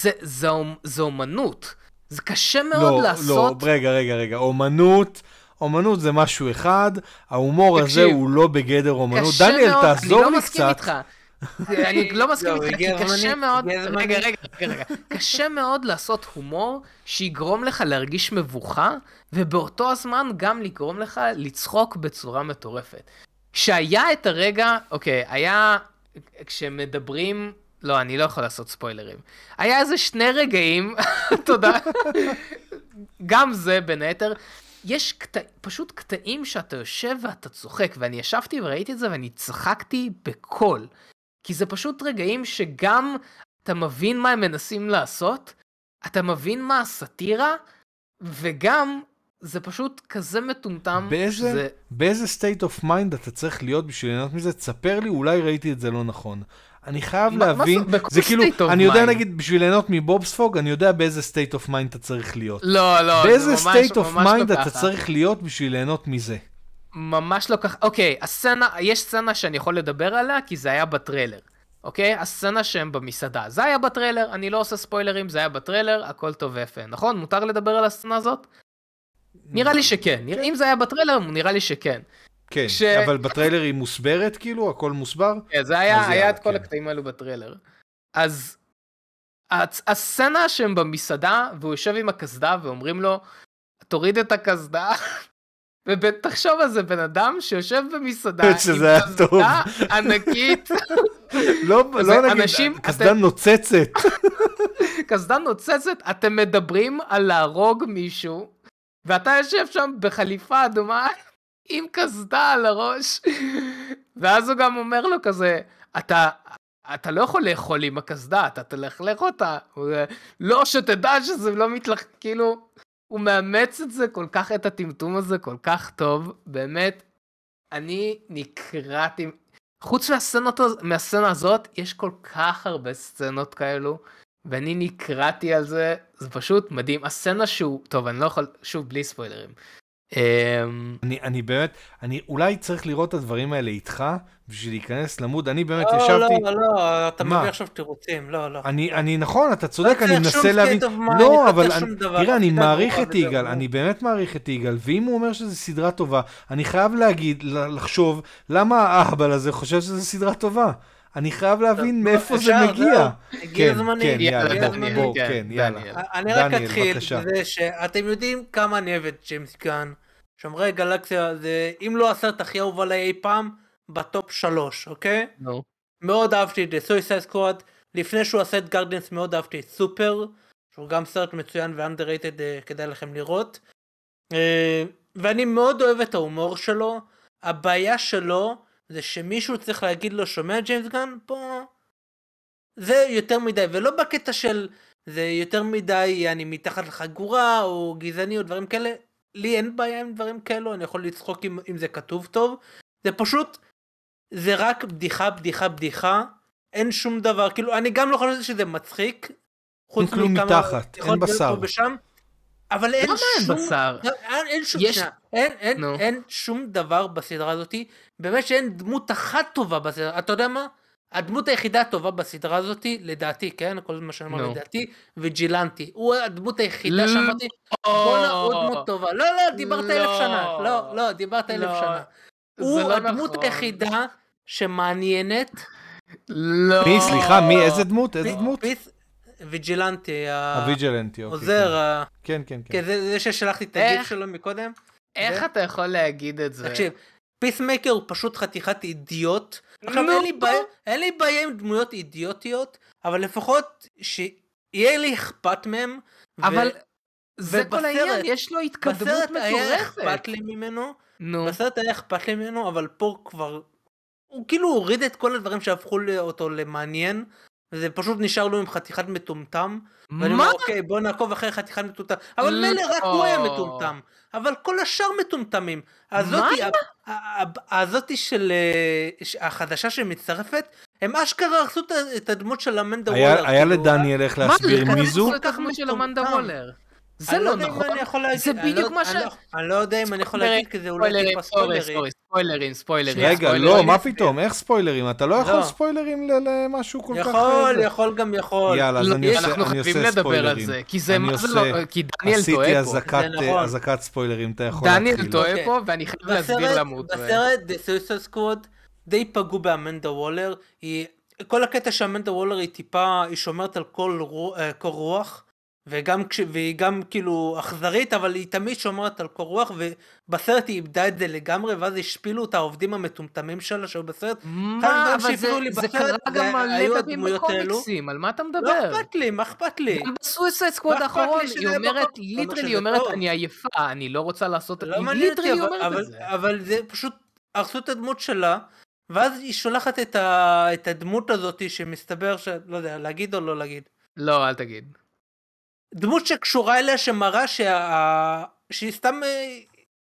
זה אומנות. זה קשה מאוד לעשות... לא, רגע. אומנות זה משהו אחד, ההומור הזה הוא לא בגדר אומנות. דניאל, תעזור לי קצת. אני לא מסכים איתך, כי הגיע קשה זמני, מאוד... הגיע זמני. רגע. קשה מאוד לעשות הומור שיגרום לך להרגיש מבוכה, ובאותו הזמן גם לגרום לך לצחוק בצורה מטורפת. שהיה את הרגע, אוקיי, היה... כשמדברים... לא, אני לא יכול לעשות ספוילרים. היה איזה 2 רגעים, תודה. גם זה בין היתר. יש פשוט קטעים שאתה יושב ואתה צוחק, ואני ישבתי וראיתי את זה ואני צחקתי בקול. כי זה פשוט רגעים שגם אתה מבין מה הם מנסים לעשות, אתה מבין מה הסאטירה, וגם זה פשוט כזה מטומטם. באיזה state of mind אתה צריך להיות בשביל ליהנות מזה? תספר לי, אולי ראיתי את זה לא נכון. אני חייב להבין, זה כאילו, אני יודע נגיד, בשביל ליהנות מבובספוג, אני יודע באיזה state of mind אתה צריך להיות. לא, באיזה state of mind אתה צריך להיות בשביל ליהנות מזה. ממש לא ככה. אוקיי, יש סצנה שאני יכול לדבר עליה, כי זה היה בטריילר. אוקיי? הסצנה שהם במסעדה. זה היה בטריילר, אני לא עושה ספוילרים, זה היה בטריילר, הכל טוב ויפה. נכון? מותר לדבר על הסצנה הזאת? נראה לי שכן. אם זה היה בטריילר, נראה לי שכן. כן, אבל בטריילר היא מוסברת כאילו? הכל מוסבר? כן, זה היה את כל הקטעים האלו בטריילר. אז הסצנה שהם במסעדה, והוא יושב עם הקסדה ואומרים לו, תוריד את הקסדה, ותחשוב על זה, בן אדם שיושב במסעדה עם קסדה ענקית. לא נגיד, קסדה נוצצת. קסדה נוצצת, אתם מדברים על להרוג מישהו, ואתה יושב שם בחליפה אדומה, עם קסדה על הראש, ואז הוא גם אומר לו כזה, אתה לא יכול לאכול עם הקסדה, אתה תלכלך אותה, לא שתדע שזה לא כאילו, הוא מאמץ את זה כל כך, את הטמטום הזה כל כך טוב, באמת, אני נקראתי, חוץ מהסצנה הזאת, יש כל כך הרבה סצנות כאלו, ואני נקראתי על זה, זה פשוט מדהים, הסצנה שהוא, טוב, אני לא יכול, שוב, בלי ספוילרים, אני באמת, אני אולי צריך לראות את הדברים האלה איתך, בשביל להיכנס למוד, אני באמת ישבתי... לא, אתה מביא עכשיו תירוצים, לא. אני נכון, אתה צודק, אני מנסה להבין... לא, אבל תראה, אני מעריך את יגאל, אני באמת מעריך את יגאל, ואם הוא אומר שזו סדרה טובה, אני חייב להגיד, לחשוב, למה האהבל הזה חושב שזו סדרה טובה? אני חייב להבין מאיפה זה מגיע. הגיע זמני. כן, יאללה. אני רק אתחיל בזה שאתם יודעים כמה אני אוהב את ג'יימס גן. שומרי גלקסיה זה, אם לא הסרט הכי אהוב עליי אי פעם, בטופ 3, אוקיי? נו. מאוד אהבתי את Suicide Squad. לפני שהוא עשה את גארדיאנס מאוד אהבתי את סופר, שהוא גם סרט מצוין ו-underrated, כדאי לכם לראות. ואני מאוד אוהב את ההומור שלו. הבעיה שלו זה שמישהו צריך להגיד לו, שומע ג'יימס גן? פה זה יותר מדי, ולא בקטע של זה יותר מדי, אני מתחת לחגורה או גזעני או דברים כאלה. לי אין בעיה עם דברים כאלו, אני יכול לצחוק אם זה כתוב טוב. זה פשוט, זה רק בדיחה, אין שום דבר, כאילו אני גם לא יכול לדעת שזה מצחיק, חוץ מכמה, מתחת, אין בשר. אבל אין שום בשר. אין שום דבר בסדרה הזאת, באמת שאין דמות אחת טובה בסדרה, אתה יודע מה? הדמות היחידה הטובה בסדרה הזאת, לדעתי, כן? כל מה שאני אומר לדעתי, וג'ילנטי. הוא הדמות היחידה שאמרתי, בונה עוד דמות טובה. לא, דיברת 1000 שנה. לא, דיברת 1000 שנה. הוא הדמות היחידה שמעניינת. לא. מי, סליחה, מי? איזה דמות? ויג'ילנטי. הוויג'ילנטי, עוזר. כן. זה ששלחתי את הגיל שלו מקודם. איך אתה יכול להגיד את זה? תקשיב, פיסמייקר הוא פשוט חתיכת אידיוט. עכשיו אין לי בעיה עם דמויות אידיוטיות, אבל לפחות שיהיה לי אכפת מהם. אבל זה כל העניין, יש לו התקדמות מטורפת. בסרט היה אכפת לי ממנו, אבל פה כבר, הוא כאילו הוריד את כל הדברים שהפכו אותו למעניין, וזה פשוט נשאר לו עם חתיכת מטומטם. ואני אומר, אוקיי, בוא נעקוב אחרי חתיכת מטומטם. אבל מלא רק הוא היה מטומטם. אבל כל השאר מטומטמים. הזאתי של החדשה שמצטרפת, הם אשכרה הרסו את הדמות של אמנדה וולר. היה לדניאל איך להסביר מי זו? מה? את הדמות של אמנדה וולר. זה לא נכון. זה בדיוק מה ש... אני לא יודע אם אני יכול להגיד, כי זה אולי טיפה ספוילרים. ספוילרים. רגע, לא, מה פתאום? איך ספוילרים? אתה לא יכול ספוילרים למשהו כל כך... יכול. יאללה, אז אני עושה אנחנו חייבים לדבר על זה, כי זה מה זה לא... כי דניאל טועה פה. עשיתי הזקת ספוילרים, אתה יכול להתחיל. דניאל טועה פה, ואני חייב להסביר למה הוא טועה. בסרט, The Suicide Squad, די פגעו באמנדה וולר. כל הקטע שאמנדה וולר היא טיפה, היא שומרת על כל רוח. והיא גם כאילו אכזרית, אבל היא תמיד שומרת על קור רוח, ובסרט היא איבדה את זה לגמרי, ואז השפילו את העובדים המטומטמים שלה שהיו בסרט. מה? אבל זה קרה גם על פעמים בקומיקסים, על מה אתה מדבר? מה אכפת לי? גם בסויסייד סקוואד האחרון, היא אומרת, ליטרלי, היא אומרת, אני עייפה, אני לא רוצה לעשות, ליטרלי היא אומרת את זה. אבל זה פשוט, הרסו את הדמות שלה, ואז היא שולחת את הדמות הזאת, שמסתבר, לא יודע, להגיד או לא להגיד? לא, אל תגיד. דמות שקשורה אליה שמראה שהיא סתם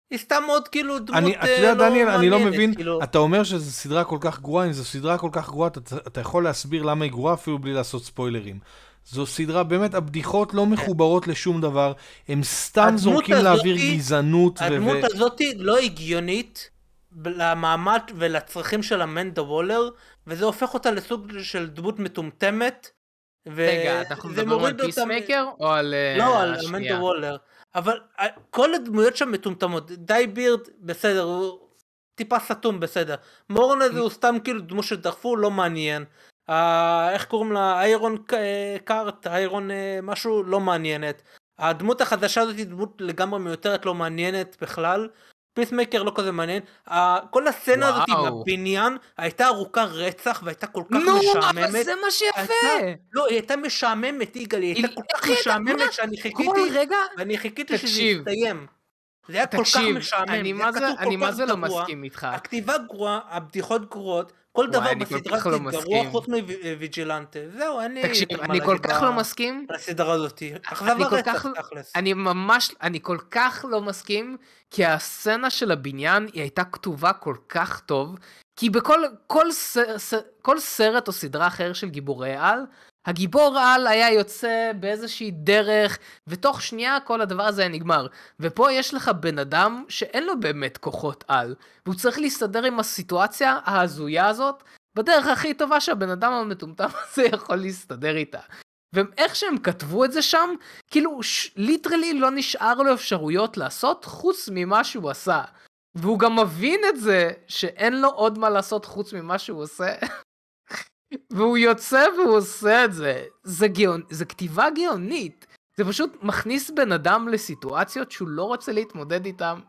היא סתם עוד כאילו דמות אתה יודע, דניאל, אני לא מעניינת, מבין, כאילו. אתה אומר שזו סדרה כל כך גרועה, אם זו סדרה כל כך גרועה, אתה יכול להסביר למה היא גרועה אפילו בלי לעשות ספוילרים. זו סדרה, באמת, הבדיחות לא מחוברות לשום דבר, הם סתם זורקים לאוויר גזענות. הדמות הזאת לא הגיונית למעמד ולצרכים של אמנדה וולר, וזה הופך אותה לסוג של דמות מטומטמת. רגע, אנחנו מדברים על פיסמייקר או על לא, על אמנדה וולר. אבל כל הדמויות שם מטומטמות. די בירד, בסדר, הוא טיפה סתום, בסדר. מורן הזה הוא סתם כאילו דמות שדחפו, לא מעניין. איך קוראים לה? איירון קארט, איירון משהו, לא מעניינת. הדמות החדשה הזאת היא דמות לגמרי מיותרת, לא מעניינת בכלל. פיסמייקר לא כזה מעניין. כל הסצנה הזאת עם הבניין הייתה ארוכה רצח והייתה כל כך משעממת. נו, אבל זה מה שיפה. לא, היא הייתה משעממת, יגאל, היא הייתה כל כך משעממת שאני חיכיתי שזה יסתיים. זה היה כל כך משעמם. אני מה זה לא מסכים איתך. הכתיבה גרועה, הבדיחות גרועות, כל דבר בסדרה הזאת גרוע חוץ מוויג'ילנטה. זהו, אין לי תקשיב, אני כל כך לא מסכים. לסדרה הזאת. אכזב הרצח, תכלס. אני כל כך לא מסכים, כי הסצנה של הבניין היא הייתה כתובה כל כך טוב, כי בכל סרט או סדרה אחר של גיבורי על, הגיבור על היה יוצא באיזושהי דרך, ותוך שנייה כל הדבר הזה היה נגמר. ופה יש לך בן אדם שאין לו באמת כוחות על, והוא צריך להסתדר עם הסיטואציה ההזויה הזאת, בדרך הכי טובה שהבן אדם המטומטם הזה יכול להסתדר איתה. ואיך שהם כתבו את זה שם, כאילו ליטרלי לא נשאר לו אפשרויות לעשות חוץ ממה שהוא עשה. והוא גם מבין את זה שאין לו עוד מה לעשות חוץ ממה שהוא עושה. והוא יוצא והוא עושה את זה. זה כתיבה גאונית. זה פשוט מכניס בן אדם לסיטואציות שהוא לא רוצה להתמודד איתם.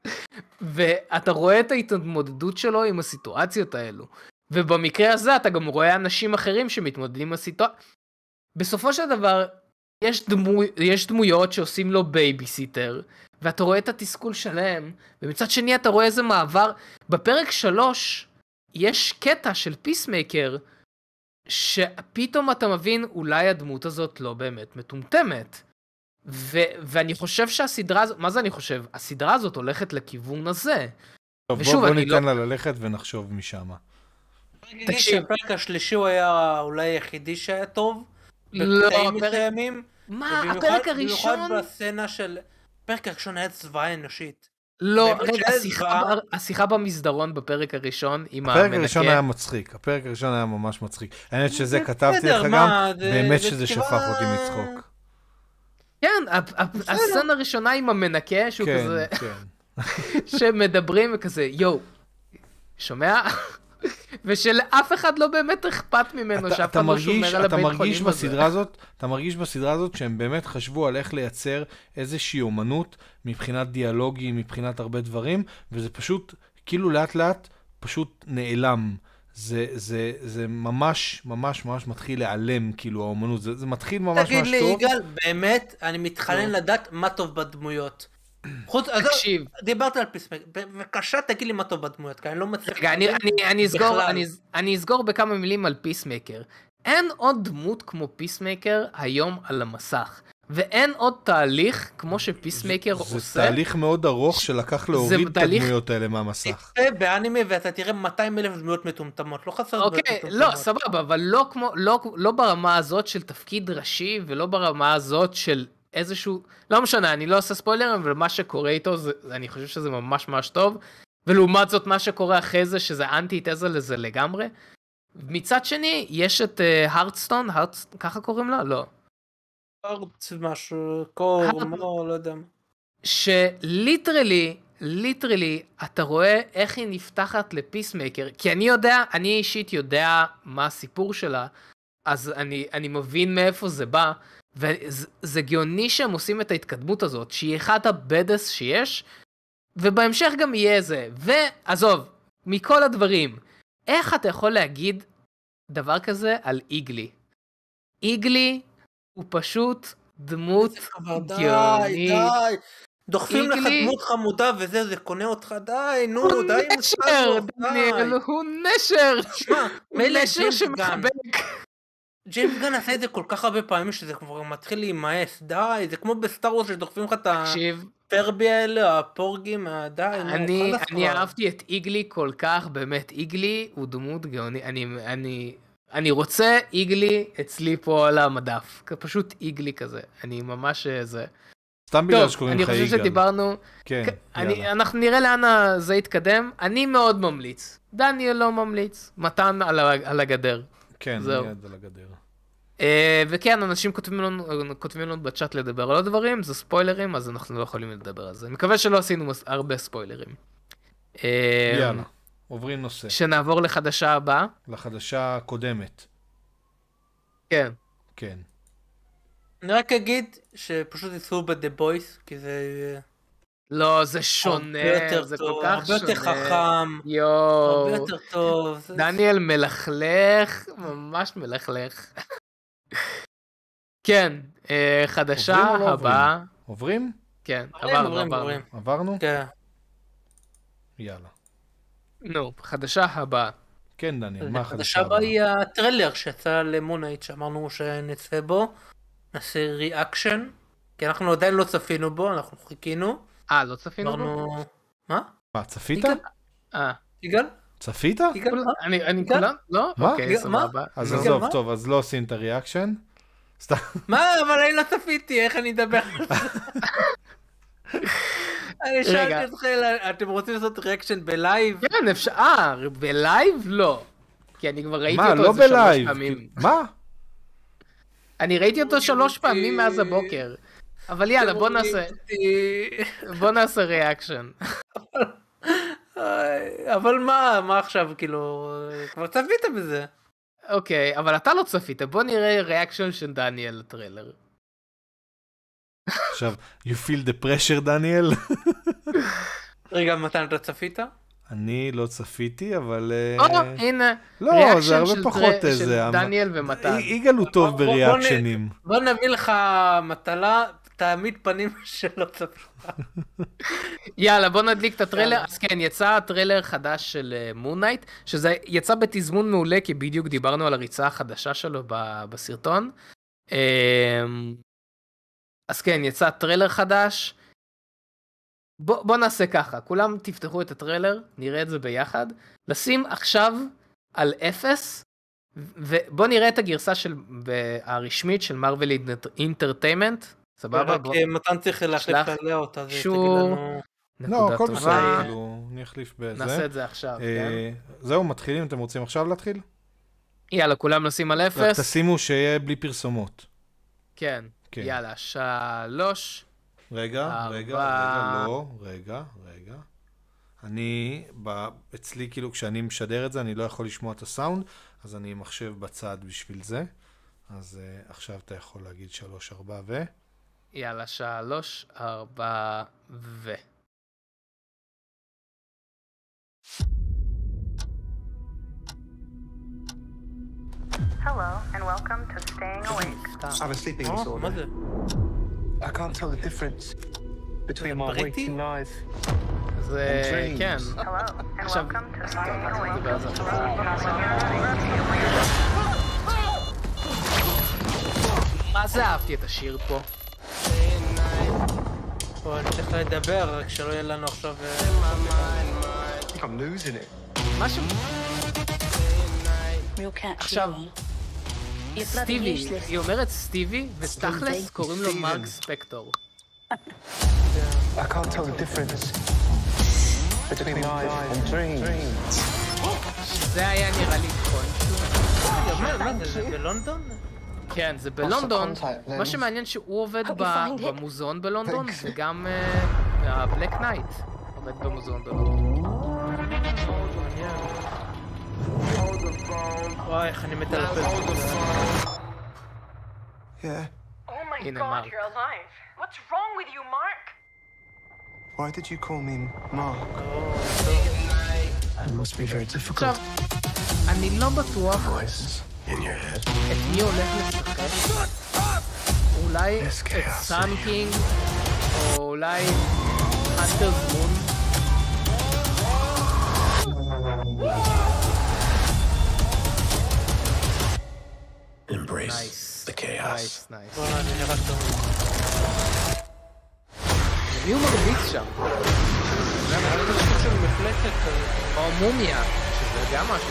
ואתה רואה את ההתמודדות שלו עם הסיטואציות האלו. ובמקרה הזה אתה גם רואה אנשים אחרים שמתמודדים עם הסיטואציות. בסופו של דבר, יש דמויות שעושים לו בייביסיטר, ואתה רואה את התסכול שלהם, ומצד שני אתה רואה איזה מעבר. בפרק 3 יש קטע של פיסמייקר, שפתאום אתה מבין אולי הדמות הזאת לא באמת מטומטמת. ואני חושב שהסדרה הזאת, מה זה אני חושב? הסדרה הזאת הולכת לכיוון הזה. טוב, בוא ניתן לה ללכת ונחשוב משם. תקשיב, הפרק השלישי הוא היה אולי היחידי שהיה טוב. לא, מסוימים. מה? הפרק הראשון? במיוחד בסצנה של... הפרק הראשון היה צבא אנושית. לא, רגע, השיחה במסדרון בפרק הראשון עם המנקה. הפרק הראשון היה מצחיק, הפרק הראשון היה ממש מצחיק. האמת שזה כתבתי לך גם, באמת שזה שפך אותי מצחוק. כן, הסצנה הראשונה עם המנקה, שהוא כזה... שמדברים וכזה, יו, שומע? ושלאף אחד לא באמת אכפת ממנו, שאף אחד לא שומר על הבית חולים הזה. אתה מרגיש בסדרה הזאת שהם באמת חשבו על איך לייצר איזושהי אומנות מבחינת דיאלוגי, מבחינת הרבה דברים, וזה פשוט, כאילו לאט לאט, פשוט נעלם. זה ממש ממש ממש מתחיל להיעלם, כאילו האומנות, זה מתחיל ממש ממש טוב. תגיד לי, יגאל, באמת, אני מתחנן לדעת מה טוב בדמויות. תקשיב. דיברת על פיסמייקר, בבקשה תגיד לי מה טוב בדמויות, כי אני לא מצליח... רגע, אני אסגור בכמה מילים על פיסמייקר. אין עוד דמות כמו פיסמייקר היום על המסך. ואין עוד תהליך כמו שפיסמייקר עושה. זה תהליך מאוד ארוך שלקח להוריד את הדמויות האלה מהמסך. תצא באנימה ואתה תראה 200,000 דמויות מטומטמות, לא חסר דמויות מטומטמות. אוקיי, לא, סבבה, אבל לא ברמה הזאת של תפקיד ראשי, ולא ברמה הזאת של איזשהו, לא משנה, אני לא עושה ספוילרים, אבל מה שקורה איתו, אני חושב שזה ממש ממש טוב, ולעומת זאת מה שקורה אחרי זה, שזה אנטי-תזה לזה לגמרי. מצד שני, יש את הרדסטון, ככה קוראים לה? לא. משהו, קורם, לא יודע. שליטרלי, אתה רואה איך היא נפתחת לפיסמייקר, כי אני אישית יודע מה הסיפור שלה, אז אני מבין מאיפה זה בא, וזה גאוני שהם עושים את ההתקדמות הזאת, שהיא אחת הבדס שיש, ובהמשך גם יהיה זה. ועזוב, מכל הדברים, איך אתה יכול להגיד דבר כזה על איגלי? איגלי הוא פשוט דמות גאונית. די. דוחפים לך דמות חמודה וזה, זה קונה אותך, די, נו, די. הוא נשר. הוא נשר שמחבק. ג'יימס גן עשה את זה כל כך הרבה פעמים שזה כבר מתחיל להימאס, די, זה כמו בסטאר וורס שדוחפים לך את הפרבי האלה, הפורגים, עדיין. אני אהבתי את איגלי כל כך, באמת, איגלי הוא דמות גאוני, אני רוצה איגלי אצלי פה על המדף, פשוט איגלי כזה, אני ממש זה. סתם בגלל שקוראים לך איגל. אני חושב שדיברנו, כן, אנחנו נראה לאן זה יתקדם, אני מאוד ממליץ, דניאל לא ממליץ, מתן על הגדר. כן, מיד על הגדר. וכן, אנשים כותבים לנו בצ'אט לדבר על עוד דברים, זה ספוילרים, אז אנחנו לא יכולים לדבר על זה. מקווה שלא עשינו הרבה ספוילרים. יאללה, עוברים נושא. שנעבור לחדשה הבאה. לחדשה הקודמת. כן. כן. אני רק אגיד שפשוט יצאו ב-The Boys, כי זה... לא, זה שונה, זה כל כך שונה. הרבה יותר חכם, יואו. הרבה יותר טוב. דניאל מלכלך, ממש מלכלך. כן, חדשה הבאה. עוברים? כן, עברנו? כן. יאללה. נו, חדשה הבאה. כן, דניאל, מה החדשה החדשה הבאה היא הטריילר שיצא למונייט, שאמרנו שנצא בו, נעשה ריאקשן, כי אנחנו עדיין לא צפינו בו, אנחנו חיכינו. לא צפינו בו? מה, צפית? יגאל? צפית? אני כולם? לא? אוקיי, סבבה. אז עזוב, טוב, אז לא עושים את הריאקשן. מה? אבל אני לא צפיתי, איך אני אדבר על זה? אני שאלתי אתכם, אתם רוצים לעשות ריאקשן בלייב? כן, אפשר. בלייב? לא. כי אני כבר ראיתי אותו לא איזה 3 בלייב? פעמים. מה? אני ראיתי אותו 3 פעמים מאז הבוקר. אבל יאללה, בוא נעשה ריאקשן. אבל מה עכשיו, כאילו, כבר צפית בזה. אוקיי, אבל אתה לא צפית, בוא נראה ריאקשן של דניאל לטריילר. עכשיו, you feel the pressure, דניאל? רגע, מתן, אתה צפית? אני לא צפיתי, אבל... הנה, לא, זה הרבה פחות איזה... של דניאל ומתן. יגאל הוא טוב בריאקשנים. בוא נביא לך מטלה, תעמיד פנים שלא צפית. יאללה, בוא נדליק את הטריילר. אז כן, יצא טריילר חדש של מונייט, שזה יצא בתזמון מעולה, כי בדיוק דיברנו על הריצה החדשה שלו בסרטון. אז כן, יצא טריילר חדש. בוא נעשה ככה, כולם תפתחו את הטריילר, נראה את זה ביחד. לשים עכשיו על 0, ובוא נראה את הגרסה הרשמית של מרוול אינטרטיימנט. סבבה? רק מתן צריך להחליף עליה אותה, זה תגיד לנו... לא, הכל בסדר, אני אחליף בזה. נעשה את זה עכשיו, כן? זהו, מתחילים, אתם רוצים עכשיו להתחיל? יאללה, כולם נשים על 0. רק תשימו שיהיה בלי פרסומות. כן, יאללה, 3. רגע, לא, רגע. אצלי כאילו כשאני משדר את זה, אני לא יכול לשמוע את הסאונד, אז אני מחשב בצד בשביל זה. אז עכשיו אתה יכול להגיד 3, 4 ו... יאללה, 3, 4 ו... Hello and welcome to Staying Awake. I have a sleeping disorder. I can't tell the difference between my waking life and dreams. כן. Hello and welcome to Staying Awake. מה זה אהבתי את השיר פה? פה אני צריך לדבר, רק שלא יהיה לנו עכשיו... I think I'm losing it. משהו? עכשיו, סטיבי, היא אומרת סטיבי, ותכלס קוראים לו מרק ספקטור. I can't tell the difference between life and dreams. זה היה נראה לי מה זה בלונדון? כן, זה בלונדון. מה שמעניין שהוא עובד במוזיאון בלונדון, וגם הבלק נייט עובד במוזיאון בלונדון. וואי, איך אני מת על הפלט. Yeah. Oh my God, you're alive. What's wrong with you, Mark? Why did you call me Mark? It must be very difficult. עכשיו, אני לא בטוח Voices in your head. את מי הולך לשחק. אולי את סאן קינג, או אולי הנטרס מון. Embrace the chaos. נייס. בוא נראה טוב. מי הוא מרביץ שם? זה משהו של מפלצת או מומיה, שזה גם משהו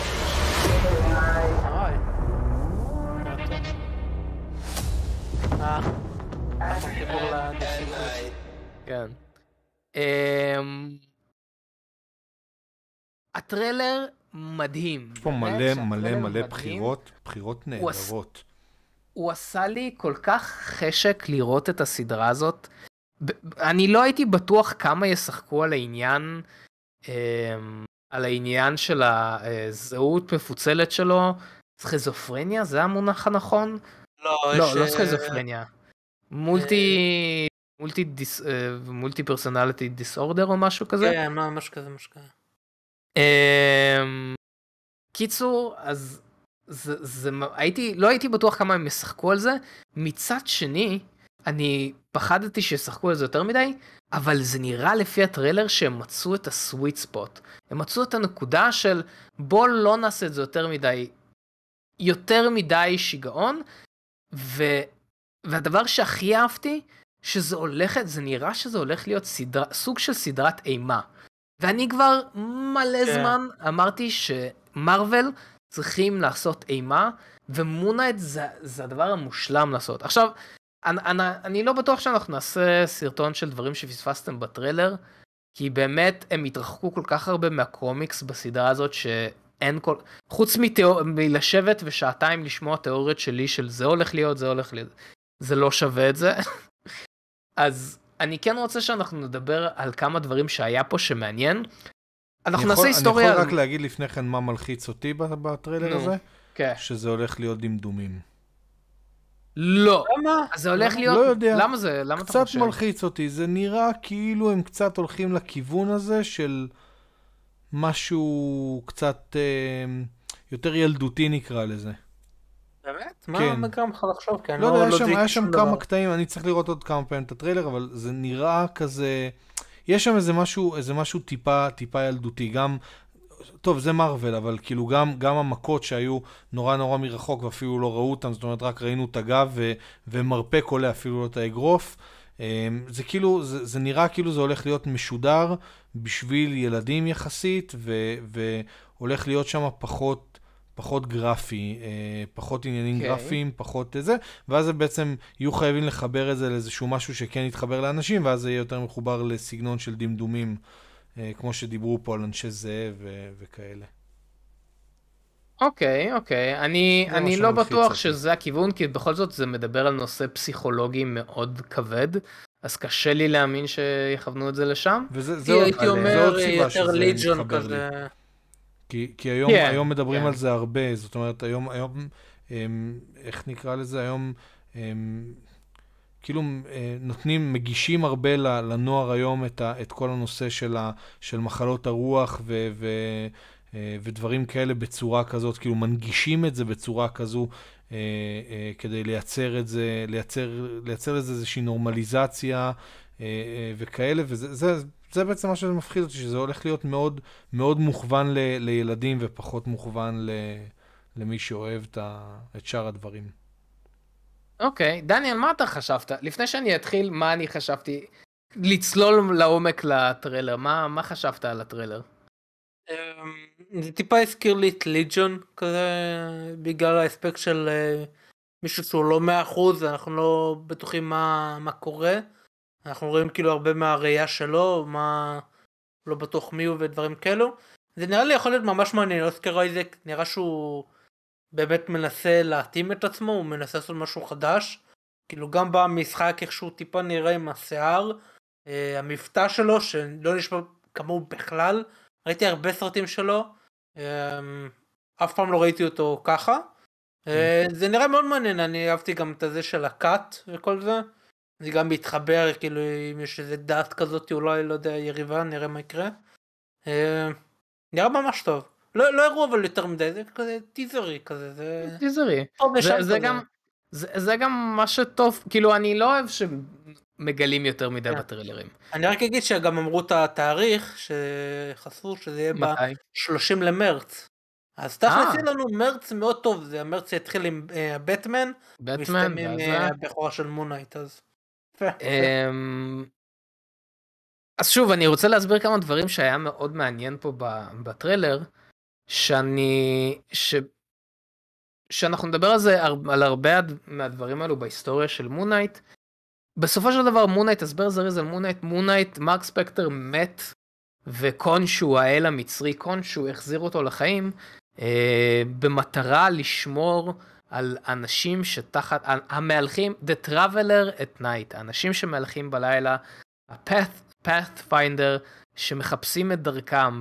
חיבור לדיסים. כן. הטריילר מדהים. יש פה מלא בחירות נהדרות. הוא עשה לי כל כך חשק לראות את הסדרה הזאת. אני לא הייתי בטוח כמה ישחקו על העניין של הזהות מפוצלת שלו. סכיזופרניה, זה המונח הנכון? לא סכיזופרניה. מולטי פרסונליטי דיסאורדר או משהו כזה? כן, משהו כזה. קיצור, אז לא הייתי בטוח כמה הם ישחקו על זה. מצד שני, אני פחדתי שישחקו על זה יותר מדי, אבל זה נראה לפי הטריילר שהם מצאו את הסוויט ספוט. הם מצאו את הנקודה של בוא לא נעשה את זה יותר מדי שיגעון, והדבר שהכי אהבתי, זה נראה שזה הולך להיות סוג של סדרת אימה. ואני כבר מלא זמן אמרתי שמרוול צריכים לעשות אימה, ומונייט זה הדבר המושלם לעשות. עכשיו, אני לא בטוח שאנחנו נעשה סרטון של דברים שפספסתם בטריילר, כי באמת הם התרחקו כל כך הרבה מהקומיקס בסדרה הזאת, שאין חוץ מלשבת ושעתיים לשמוע תיאוריות שלי של זה הולך להיות, זה לא שווה את זה. אז אני כן רוצה שאנחנו נדבר על כמה דברים שהיה פה שמעניין. אנחנו נעשה היסטוריה. אני יכול רק להגיד לפני כן מה מלחיץ אותי בטריילר הזה? כן. שזה הולך להיות דמדומים. לא. למה? אז זה הולך להיות... לא יודע. למה זה? למה אתה חושב? קצת מלחיץ אותי. זה נראה כאילו הם קצת הולכים לכיוון הזה של משהו קצת יותר ילדותי נקרא לזה. באמת? כן. מה גרם לך לחשוב? לא יודע, היה שם כמה קטעים, אני צריך לראות עוד כמה פעמים את הטריילר, אבל זה נראה כזה, יש שם איזה משהו טיפה ילדותי, גם, טוב זה מרוול, אבל כאילו גם המכות שהיו נורא מרחוק ואפילו לא ראו אותם, זאת אומרת רק ראינו את הגב ומרפק עולה אפילו לא את האגרוף, זה כאילו, זה נראה כאילו זה הולך להיות משודר בשביל ילדים יחסית, והולך להיות שם פחות גרפי, פחות עניינים גרפיים, פחות זה, ואז בעצם יהיו חייבים לחבר את זה לאיזשהו משהו שכן יתחבר לאנשים, ואז זה יהיה יותר מחובר לסגנון של דמדומים, כמו שדיברו פה על אנשי זאב וכאלה. אוקיי. אני לא בטוח שזה הכיוון, כי בכל זאת זה מדבר על נושא פסיכולוגי מאוד כבד, אז קשה לי להאמין שיכוונו את זה לשם. הייתי אומר יותר ליג'ון כזה. כי היום מדברים על זה הרבה, זאת אומרת, היום, איך נקרא לזה? היום, כאילו, מגישים הרבה לנוער היום את כל הנושא של מחלות הרוח ודברים כאלה בצורה כזאת, כאילו, מנגישים את זה בצורה כזו, כדי לייצר את זה, לייצר לזה איזושהי נורמליזציה וכאלה, זה בעצם מה שזה מפחיד אותי, שזה הולך להיות מאוד, מאוד מוכוון לילדים ופחות מוכוון למי שאוהב את שאר הדברים. אוקיי, דניאל, מה אתה חשבת? לפני שאני אתחיל, מה אני חשבתי? לצלול לעומק לטריילר, מה חשבת על הטריילר? זה טיפה הזכיר לי את ליג'ון, כזה, בגלל האספקט של מישהו שהוא לא 100%, אנחנו לא בטוחים מה קורה. אנחנו רואים כאילו הרבה מהראייה שלו, מה לא בטוח מי הוא ודברים כאלו. זה נראה לי יכול להיות ממש מעניין, אוסקר אייזק נראה שהוא באמת מנסה להתאים את עצמו, הוא מנסה לעשות משהו חדש. כאילו גם במשחק איכשהו טיפה נראה עם השיער, המבטא שלו שלא נשמע כמוהו בכלל, ראיתי הרבה סרטים שלו, אף פעם לא ראיתי אותו ככה. זה נראה מאוד מעניין, אני אהבתי גם את זה של הקאט וכל זה. זה גם מתחבר, כאילו, אם יש איזה דעת כזאת, אולי, לא יודע, יריבה, נראה מה יקרה. נראה ממש טוב. לא הראו אבל יותר מדי, זה כזה טיזרי כזה, זה... טיזרי. זה גם מה שטוב, כאילו, אני לא אוהב שמגלים יותר מדי בטריילרים. אני רק אגיד שגם אמרו את התאריך, שחשפו שזה יהיה ב-30 למרץ. אז תכנסי לנו מרץ מאוד טוב, זה המרץ יתחיל עם בטמן, מסתיים עם הבכורה של מונייט, אז... אז שוב, אני רוצה להסביר כמה דברים שהיה מאוד מעניין פה בטריילר, שאנחנו נדבר על זה, על הרבה מהדברים האלו בהיסטוריה של מונייט. בסופו של דבר מונייט, הסבר זריז על מונייט, מרק ספקטר מת, וקונשו, האל המצרי קונשו, החזיר אותו לחיים, במטרה לשמור על אנשים שתחת, המהלכים, the traveler at night, האנשים שמהלכים בלילה, pathfinder, שמחפשים את דרכם.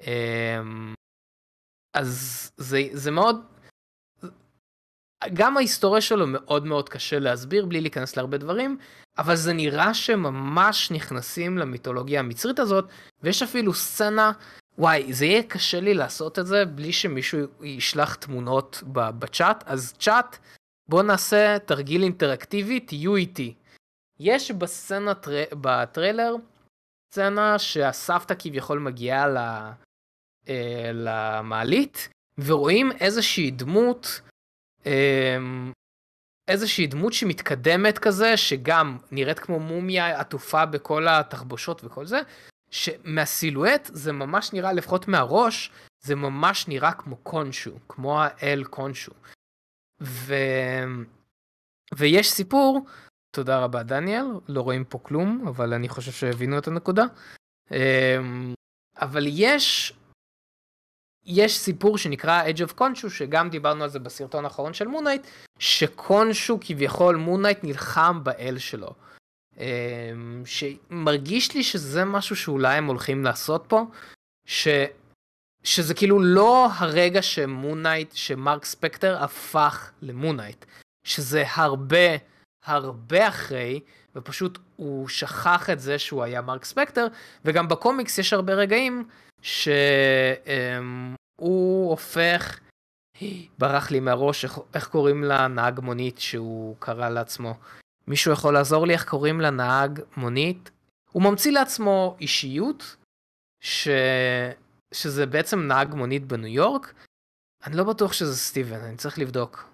אז זה מאוד, גם ההיסטוריה שלו מאוד מאוד קשה להסביר בלי להיכנס להרבה דברים, אבל זה נראה שממש נכנסים למיתולוגיה המצרית הזאת, ויש אפילו סצנה, וואי, זה יהיה קשה לי לעשות את זה בלי שמישהו ישלח תמונות בצ'אט, אז צ'אט, בוא נעשה תרגיל אינטראקטיבי, תהיו איתי. יש בסצנה בטריילר, סצנה שהסבתא כביכול מגיעה למעלית, ורואים איזושהי דמות שמתקדמת כזה, שגם נראית כמו מומיה עטופה בכל התחבושות וכל זה, שמהסילואט זה ממש נראה, לפחות מהראש, זה ממש נראה כמו קונשו, כמו האל קונשו. ויש סיפור, תודה רבה דניאל, לא רואים פה כלום, אבל אני חושב שהבינו את הנקודה. אבל יש סיפור שנקרא Age of Khonshu, שגם דיברנו על זה בסרטון האחרון של מונייט, שקונשו כביכול מונייט נלחם באל שלו. שמרגיש לי שזה משהו שאולי הם הולכים לעשות פה, שזה כאילו לא הרגע שמונייט, שמרק ספקטר הפך למונייט, שזה הרבה אחרי, ופשוט הוא שכח את זה שהוא היה מרק ספקטר, וגם בקומיקס יש הרבה רגעים שהוא הופך, ברח לי מהראש, איך קוראים לנהג מונית שהוא קרא לעצמו? מישהו יכול לעזור לי איך קוראים לנהג מונית? הוא ממציא לעצמו אישיות, שזה בעצם נהג מונית בניו יורק. אני לא בטוח שזה סטיבן, אני צריך לבדוק.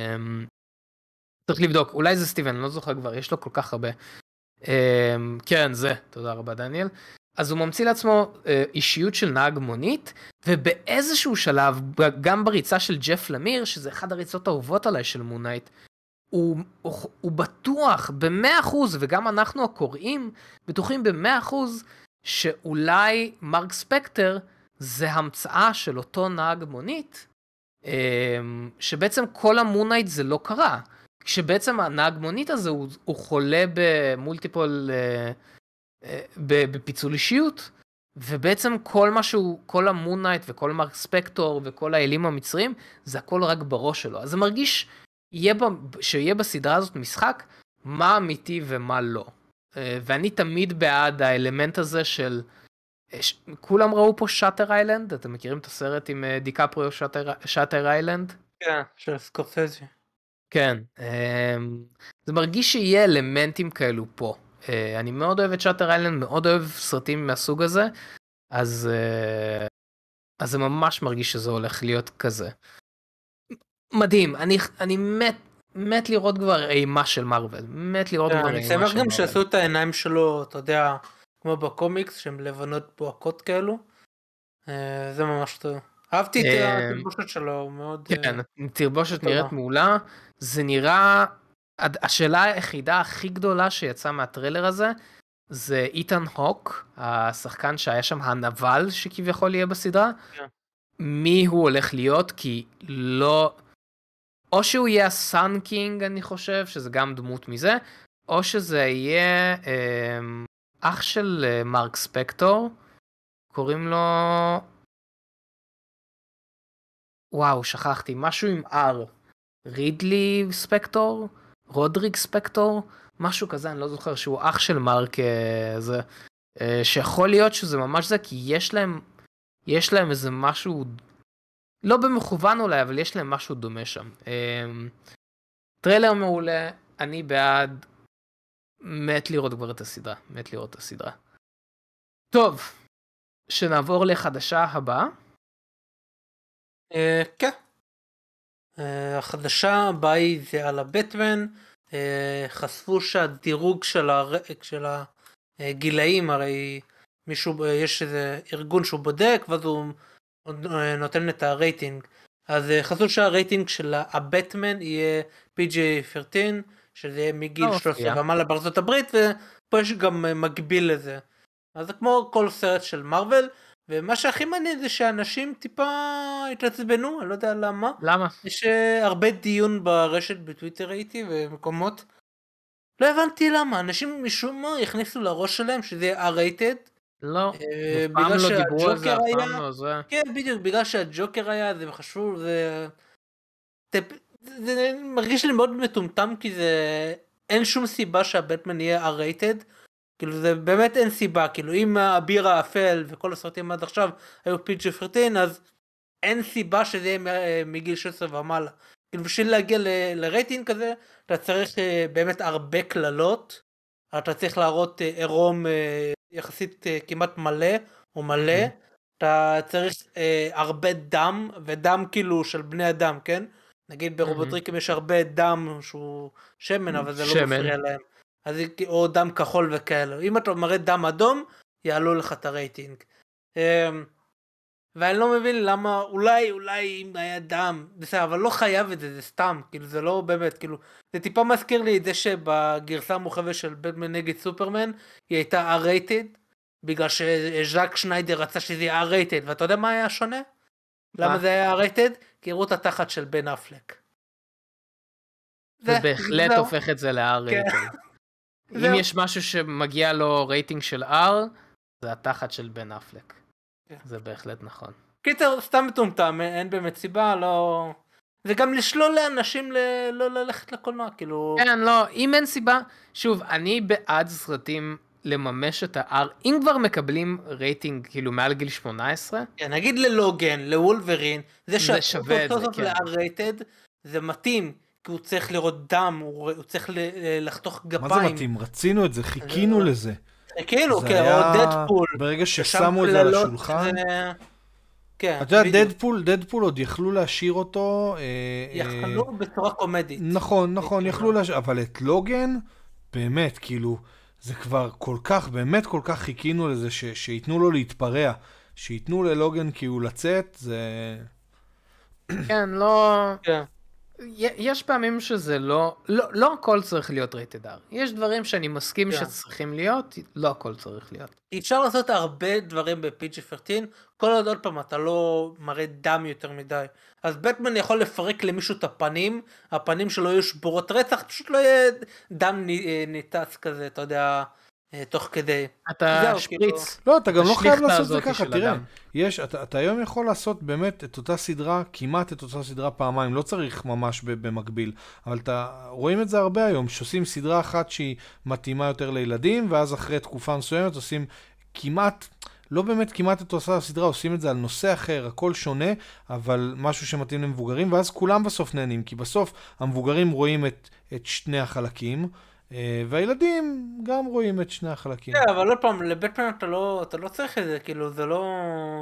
אולי זה סטיבן, אני לא זוכר כבר, יש לו כל כך הרבה. כן, זה, תודה רבה דניאל. אז הוא ממציא לעצמו אישיות של נהג מונית, ובאיזשהו שלב, גם בריצה של ג'ף למיר, שזה אחד הריצות האהובות עליי של מונייט, הוא בטוח ב100%, וגם אנחנו הקוראים בטוחים ב100%, שאולי מרק ספקטר זה המצאה של אותו נהג מונית, שבעצם כל המונייט זה לא קרה. כשבעצם הנהג מונית הזה הוא חולה במולטיפול, בפיצול אישיות, ובעצם כל המונייט וכל מרק ספקטור וכל האלים המצרים, זה הכל רק בראש שלו. אז זה מרגיש שיהיה בסדרה הזאת משחק מה אמיתי ומה לא. ואני תמיד בעד האלמנט הזה של, כולם ראו פה שאטר איילנד? אתם מכירים את הסרט עם דיקפריו שאטר איילנד? כן, של סקורסזה. כן, זה מרגיש שיהיה אלמנטים כאלו פה. אני מאוד אוהב את שאטר איילנד, מאוד אוהב סרטים מהסוג הזה, אז זה ממש מרגיש שזה הולך להיות כזה. מדהים, אני מת לראות כבר אימה של מרוול, מת לראות כבר אימה של מרוול. אני שמח גם שעשו את העיניים שלו, אתה יודע, כמו בקומיקס, שהן לבנות בוהקות כאלו, זה ממש טוב. אהבתי את התלבושת שלו, מאוד... כן, תלבושת נראית מעולה, זה נראה, השאלה היחידה הכי גדולה שיצאה מהטריילר הזה, זה איתן הוק, השחקן שהיה שם הנבל שכביכול יהיה בסדרה, מי הוא הולך להיות, כי לא, או שהוא יהיה הסאן קינג אני חושב, שזה גם דמות מזה, או שזה יהיה אח של מרק ספקטור, קוראים לו, וואו שכחתי, משהו עם R, רידלי ספקטור, רודריג ספקטור, משהו כזה, אני לא זוכר, שהוא אח של מרק, זה, שיכול להיות שזה ממש זה, כי יש להם איזה משהו, לא במכוון אולי, אבל יש להם משהו דומה שם. טריילר מעולה, אני בעד, מת לראות כבר את הסדרה, טוב, שנעבור לחדשה הבאה. כן. החדשה הבאה היא זה על הבטמן, חשפו שהדירוג של גילאים, הרי יש איזה ארגון שהוא בודק, ואז הוא נותן את הרייטינג. אז חשוב שהרייטינג של הבטמן יהיה PG-13, שזה יהיה מגיל 13 ומעלה בארצות הברית, ופה יש גם מקביל לזה. אז זה כמו כל סרט של מארוול, ומה שהכי מעניין זה שאנשים טיפה התעצבנו, אני לא יודע למה. למה? יש הרבה דיון ברשת בטוויטר ראיתי ומקומות. לא הבנתי למה, אנשים משום מה הכניסו לראש שלהם שזה יהיה R-rated. לא, פעם לא דיברו על זה, פעם לא זה. כן, בדיוק, בגלל שהג'וקר היה, זה חשוב, זה מרגיש לי מאוד מטומטם, כי אין שום סיבה שהבטמן יהיה R-rated. כאילו זה באמת אין סיבה, כאילו אם הביר האפל וכל הסרטים עד עכשיו היו PG-13, אז אין סיבה שזה יהיה מגיל 16 ומעלה. כאילו בשביל להגיע לרייטינג כזה, אתה צריך באמת הרבה כללות, אתה צריך להראות עירום יחסית כמעט מלא או מלא, אתה צריך הרבה דם, ודם כאילו של בני אדם, כן? נגיד ברובוטריקים יש הרבה דם שהוא שמן, אבל זה לא מפריע להם. אז או דם כחול וכאלה. אם אתה מראה דם אדום, יעלו לך את הרייטינג. ואני לא מבין למה, אולי אם היה דם, בסדר, אבל לא חייב את זה, זה סתם, כאילו זה לא באמת, כאילו, זה טיפה מזכיר לי את זה שבגרסה המורחבת של בטמן נגד סופרמן, היא הייתה R-rated, בגלל שז'אק שניידר רצה שזה יהיה R-rated, ואתה יודע מה היה שונה? למה זה היה R-rated? כי הראו את התחת של בן אפלק. זה בהחלט הופך את זה ל-R-rated. אם יש משהו שמגיע לו רייטינג של R, זה התחת של בן אפלק. זה בהחלט נכון. קיצר, סתם מטומטם, אין באמת סיבה, לא... זה גם לשלול לאנשים לא ללכת לקולנוע, כאילו... כן, לא, אם אין סיבה, שוב, אני בעד סרטים לממש את ה-R, אם כבר מקבלים רייטינג כאילו מעל גיל 18. כן, נגיד ללוגן, לוולברין, זה שווה את זה, כן. ל-R-rated, זה מתאים. כי הוא צריך לראות דם, הוא צריך לחתוך גפיים. מה זה מתאים? רצינו את זה, חיכינו לזה. חיכינו, כן, או דדפול. ברגע ששמו את זה על השולחן. כן, אתה יודע, דדפול עוד יכלו להשאיר אותו. יכלו בצורה קומדית. נכון, יכלו להשאיר, אבל את לוגן, באמת, כאילו, זה כבר כל כך, באמת כל כך חיכינו לזה, שיתנו לו להתפרע, שיתנו ללוגן כאילו לצאת, זה... כן, לא... כן. יש פעמים שזה לא הכל צריך להיות rated R. יש דברים שאני מסכים שצריכים להיות, לא הכל צריך להיות. אפשר לעשות הרבה דברים ב-PG-13, כל עוד פעם אתה לא מראה דם יותר מדי. אז בטמן יכול לפרק למישהו את הפנים שלו יהיו שבורות רצח, פשוט לא יהיה דם ניטס כזה, אתה יודע, תוך כדי. אתה שפריץ. לא, אתה גם לא חייב לעשות את זה ככה, תראה. אתה היום יכול לעשות באמת את אותה סדרה, כמעט את אותה סדרה פעמיים, לא צריך ממש במקביל, אבל רואים את זה הרבה היום, שעושים סדרה אחת שהיא מתאימה יותר לילדים, ואז אחרי תקופה מסוימת עושים כמעט, לא באמת כמעט את אותה סדרה, עושים את זה על נושא אחר, הכל שונה, אבל משהו שמתאים למבוגרים, ואז כולם בסוף נהנים, כי בסוף המבוגרים רואים את שני החלקים, והילדים גם רואים את שני החלקים. כן, אבל לא פעם, לבטמן אתה לא צריך את זה, כאילו זה לא...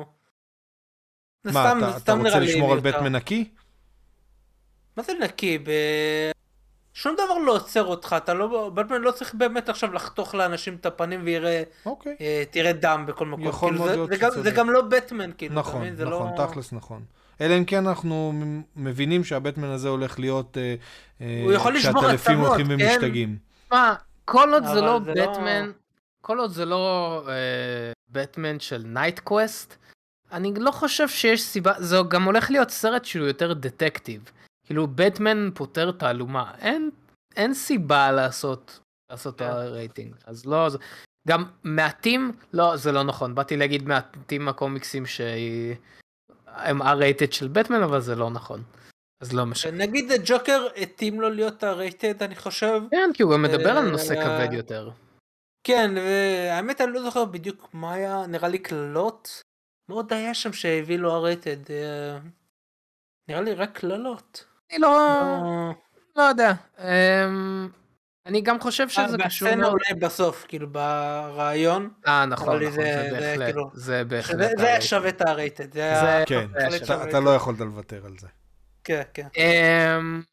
מה, אתה רוצה לשמור על בטמן נקי? מה זה נקי? שום דבר לא עוצר אותך, בטמן לא צריך באמת עכשיו לחתוך לאנשים את הפנים ויראה, תראה דם בכל מקום. זה גם לא בטמן, כאילו. נכון, תכלס נכון. אלא אם כן אנחנו מבינים שהבטמן הזה הולך להיות, כשהטלפים הולכים ומשתגעים. מה, כל עוד זה לא בטמן, כל עוד זה לא בטמן של נייט קווסט, אני לא חושב שיש סיבה, זה גם הולך להיות סרט שהוא יותר דטקטיב. כאילו בטמן פותר תעלומה, אין סיבה לעשות הרייטינג, אז לא, גם מעטים, לא, זה לא נכון, באתי להגיד מעטים הקומיקסים שהם R-rated של בטמן, אבל זה לא נכון. אז לא משנה. נגיד ג'וקר התאים לו להיות R-rated, אני חושב. כן, כי הוא גם מדבר על נושא כבד יותר. כן, והאמת אני לא זוכר בדיוק מה היה, נראה לי כללות. מאוד היה שם שהביא לו R-rated. נראה לי רק כללות. אני לא יודע. אני גם חושב שזה קשור בסצנה אולי בסוף, כאילו ברעיון. נכון, זה בהחלט. זה היה שווה את R-rated. כן, אתה לא יכולת לוותר על זה. כן, כן.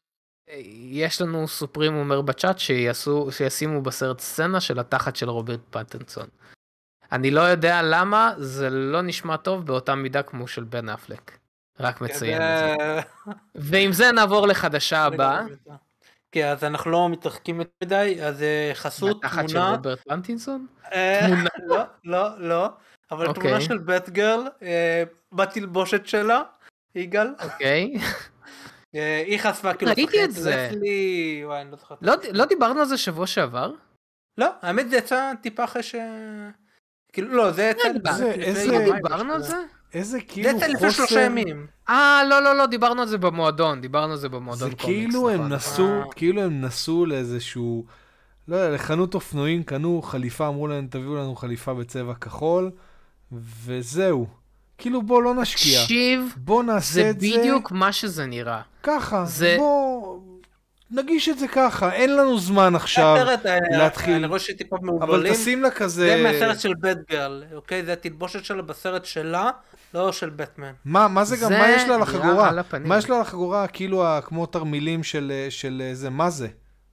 יש לנו סופרים אומר בצ'אט שישימו בסרט סצנה של התחת של רוברט פטינסון. אני לא יודע למה, זה לא נשמע טוב באותה מידה כמו של בן אפלק. רק מציין את זה. ועם זה נעבור לחדשה הבאה. כן, אז אנחנו לא מתרחקים מדי, אז חסות תמונה... התחת של רוברט פטינסון? לא, אבל תמונה של בט גרל, בתלבושת שלה, יגאל. אוקיי. היא חשפה כאילו... ראיתי את זה. לא דיברנו על זה שבוע שעבר? לא, האמת זה יצא טיפה אחרי ש... כאילו, לא, זה יצא... לא דיברנו על זה? איזה כאילו חוסר... זה יצא לפני 3 ימים. לא, דיברנו על זה במועדון, זה כאילו הם נסו לאיזשהו... לא יודע, לחנות אופנועים, קנו חליפה, אמרו להם, תביאו לנו חליפה בצבע כחול, וזהו. כאילו בוא לא נשקיע. בוא נעשה את זה. זה בדיוק מה שזה נראה. ככה, בוא... נגיש את זה ככה, אין לנו זמן עכשיו להתחיל. אני רואה שהיא טיפה מעובלים. אבל תשים לה כזה... זה מהסרט של בט גרל, אוקיי? זה התלבושת שלה בסרט שלה, לא של בטמן. מה זה גם, מה יש לה לחגורה? מה יש לה לחגורה? כאילו כמו תרמילים של זה, מה זה?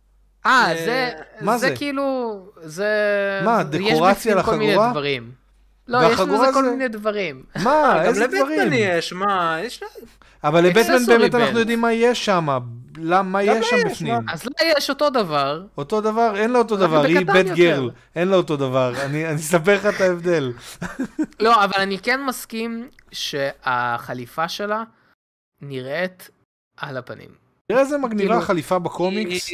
זה כאילו... מה, דקורציה לחגורה? לא, יש לזה כל מיני דברים. מה, איזה דברים? גם לבטמן יש, מה? יש לה... אבל לבטמן באמת אנחנו יודעים מה יש שם. מה יש שם בפנים? אז לה יש אותו דבר. אותו דבר? אין לה אותו דבר, היא בט גרל. אין לה אותו דבר, אני אספר לך את ההבדל. לא, אבל אני כן מסכים שהחליפה שלה נראית על הפנים. תראה איזה מגניבה החליפה בקומיקס.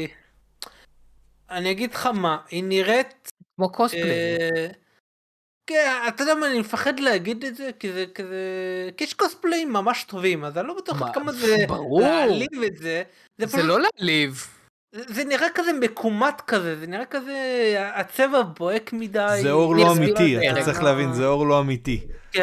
אני אגיד לך מה, היא נראית... כמו קוספליי. כן, אתה יודע מה, אני מפחד להגיד את זה, כי זה כזה... כי יש קוספליים ממש טובים, אז אני לא בטוח עד כמה זה להעליב את זה. זה לא להעליב. זה נראה כזה מקומט כזה, זה נראה כזה... הצבע בוהק מדי. זה אור לא אמיתי, אתה צריך להבין, זה אור לא אמיתי. כן,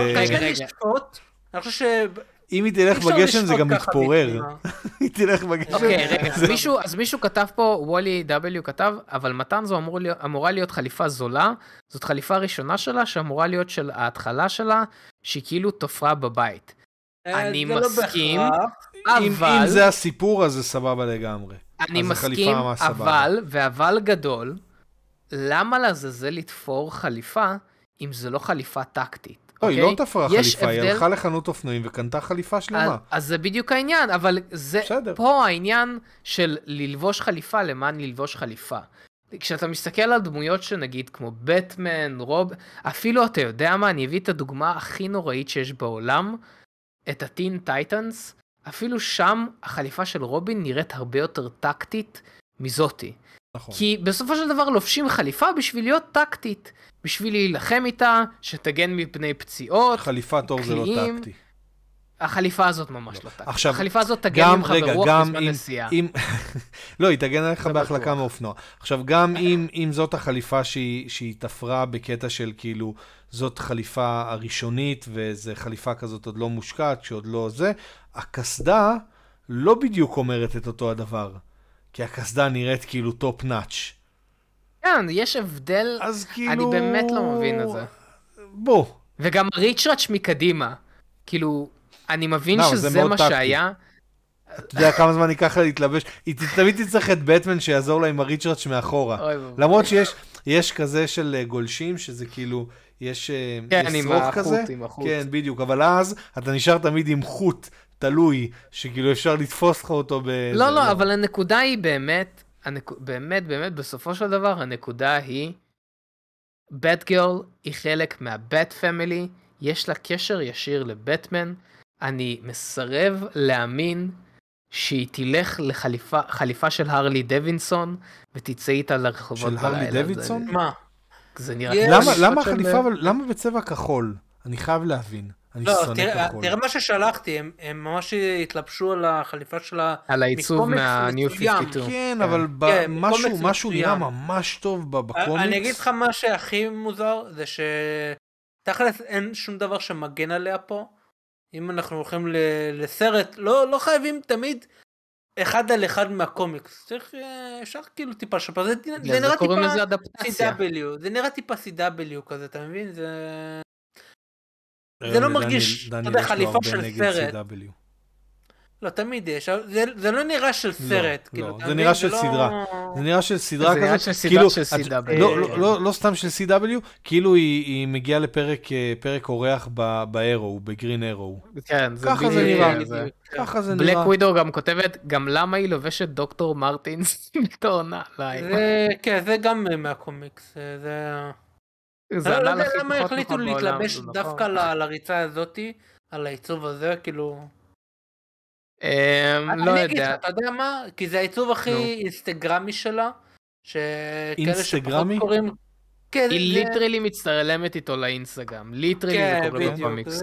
אני חושב ש... אם היא תלך בגשם זה גם מתפורר. היא תלך בגשם. אוקיי, רגע, אז מישהו כתב פה, וולי W כתב, אבל מתן זו אמורה להיות חליפה זולה, זאת חליפה ראשונה שלה, שאמורה להיות של ההתחלה שלה, שהיא כאילו תופרה בבית. אני מסכים, אבל... אם זה הסיפור, אז זה סבבה לגמרי. אני מסכים, אבל גדול, למה לזה לתפור חליפה, אם זה לא חליפה טקטית? היא לא תפרה חליפה, היא הלכה לחנות אופנועים וקנתה חליפה שלמה. אז זה בדיוק העניין, אבל זה פה העניין של ללבוש חליפה, למען ללבוש חליפה. כשאתה מסתכל על דמויות שנגיד כמו בטמן, רוב, אפילו אתה יודע מה, אני אביא את הדוגמה הכי נוראית שיש בעולם, את הטין טייטנס, אפילו שם החליפה של רובין נראית הרבה יותר טקטית מזאתי. נכון. כי בסופו של דבר לובשים חליפה בשביל להיות טקטית. בשביל להילחם איתה, שתגן מפני פציעות, חליפת אור זה לא טקטי. החליפה הזאת ממש לא טקטית. החליפה הזאת תגן ממך ברוח בזמן נסיעה. לא, היא תגן עליך בהחלקה מאופנוע. עכשיו, גם אם זאת החליפה שהיא תפרה בקטע של כאילו, זאת חליפה הראשונית, וזו חליפה כזאת עוד לא מושקעת, שעוד לא זה, הקסדה לא בדיוק אומרת את אותו הדבר. כי הקסדה נראית כאילו טופ נאץ'. כן, יש הבדל, כאילו... אני באמת לא מבין את זה. בוא. וגם ריצ'ראץ' מקדימה, כאילו, אני מבין שזה מה שהיה. אתה יודע כמה זמן ייקח לה להתלבש? היא תמיד תצטרך את בטמן שיעזור לה עם הריצ'ראץ' מאחורה. למרות שיש כזה של גולשים, שזה כאילו, יש שרוך כזה. כן, בדיוק, אבל אז אתה נשאר תמיד עם חוט תלוי, שכאילו אפשר לתפוס לך אותו באיזה... לא, אבל הנקודה היא באמת, באמת, בסופו של דבר, הנקודה היא, בט גרל היא חלק מהבט פמילי, יש לה קשר ישיר לבטמן, אני מסרב להאמין שהיא תלך לחליפה של הרלי דווינסון, ותצא איתה לרחובות בלילה. של הרלי דווינסון? מה? זה נראה... למה בצבע כחול? אני חייב להבין. לא, תראה מה ששלחתי, הם ממש התלבשו על החליפה שלה. על העיצוב מה-New 52. כן, אבל משהו נראה ממש טוב בקומיקס. אני אגיד לך מה שהכי מוזר, זה שתכלס אין שום דבר שמגן עליה פה. אם אנחנו הולכים לסרט, לא חייבים תמיד אחד על אחד מהקומיקס. צריך, אפשר כאילו טיפה שפה. זה נראה טיפה CW. זה נראה טיפה CW כזה, אתה מבין? זה לא מרגיש, אתה יודע, חליפה של סרט. לא, תמיד יש, זה לא נראה של סרט. לא, זה נראה של סדרה. זה נראה של סדרה כזאת. זה נראה של סדרה של CW. לא סתם של CW, כאילו היא מגיעה לפרק אורח באירו, בגרין אירו. כן, ככה זה נראה. ככה זה נראה. בלק ווידו גם כותבת, גם למה היא לובשת דוקטור מרטינס בתור נעליים. כן, זה גם מהקומיקס. לא יודע למה החליטו להתלבש דווקא לריצה הזאתי, על העיצוב הזה, כאילו... לא יודע. אתה יודע מה? כי זה העיצוב הכי אינסטגרמי שלה. אינסטגרמי? היא ליטרלי מצטלמת איתו לאינסטגרם. ליטרלי זה קורה בקומיקס.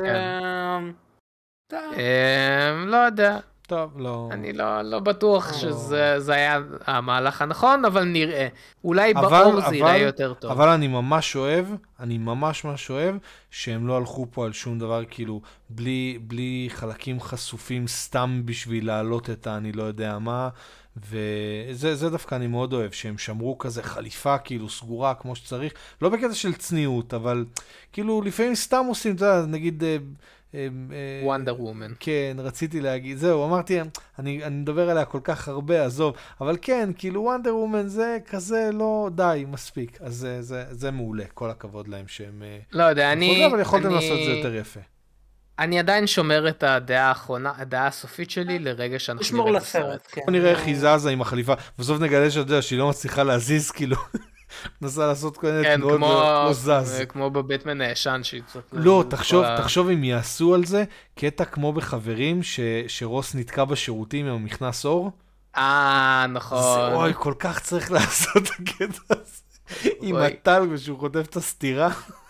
לא יודע. טוב, לא. אני לא בטוח שזה היה המהלך הנכון, אבל נראה. אולי באור זה יראה יותר טוב. אבל אני ממש אוהב, אני ממש אוהב, שהם לא הלכו פה על שום דבר, כאילו, בלי חלקים חשופים סתם בשביל להעלות את אני לא יודע מה, וזה דווקא אני מאוד אוהב, שהם שמרו כזה חליפה, כאילו, סגורה כמו שצריך, לא בקטע של צניעות, אבל כאילו, לפעמים סתם עושים, אתה יודע, נגיד... וונדר וומן. כן, רציתי להגיד, זהו, אמרתי, אני מדבר עליה כל כך הרבה, עזוב, אבל כן, כאילו וונדר וומן זה כזה לא די, מספיק, אז זה מעולה, כל הכבוד להם שהם... לא יודע, אבל יכולתם לעשות את זה יותר יפה. אני עדיין שומר את הדעה האחרונה, הדעה הסופית שלי לרגע שאנחנו נשמור לסרט, כן. בוא נראה איך היא זזה עם החליפה, בסוף נגלה שהיא לא מצליחה להזיז, כאילו... נסה לעשות כל מיני תנועות לא זז. כמו בבטמן הישן שיצטרך... לא, תחשוב אם יעשו על זה, קטע כמו בחברים שרוס נתקע בשירותים עם המכנס אור. נכון. אוי, כל כך צריך לעשות את הקטע הזה. עם הטל ושהוא חוטף את הסתירה.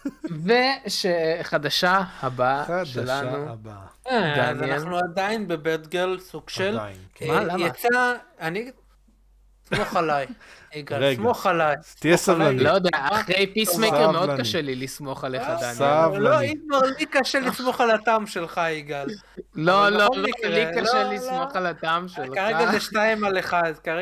ושחדשה הבאה שלנו. חדשה הבאה. אז אנחנו עדיין בבטגרל, סוג של... מה, למה? יצא, סמוך עליי. סמוך עליי. תהיה סבלני. לא יודע, אחרי פיסמקר מאוד קשה לי לסמוך עליך, דניאל. סבלני. לא, לי קשה לסמוך על הטעם שלך, יגאל. לא, לי קשה לסמוך על הטעם שלך. כרגע זה 2-1,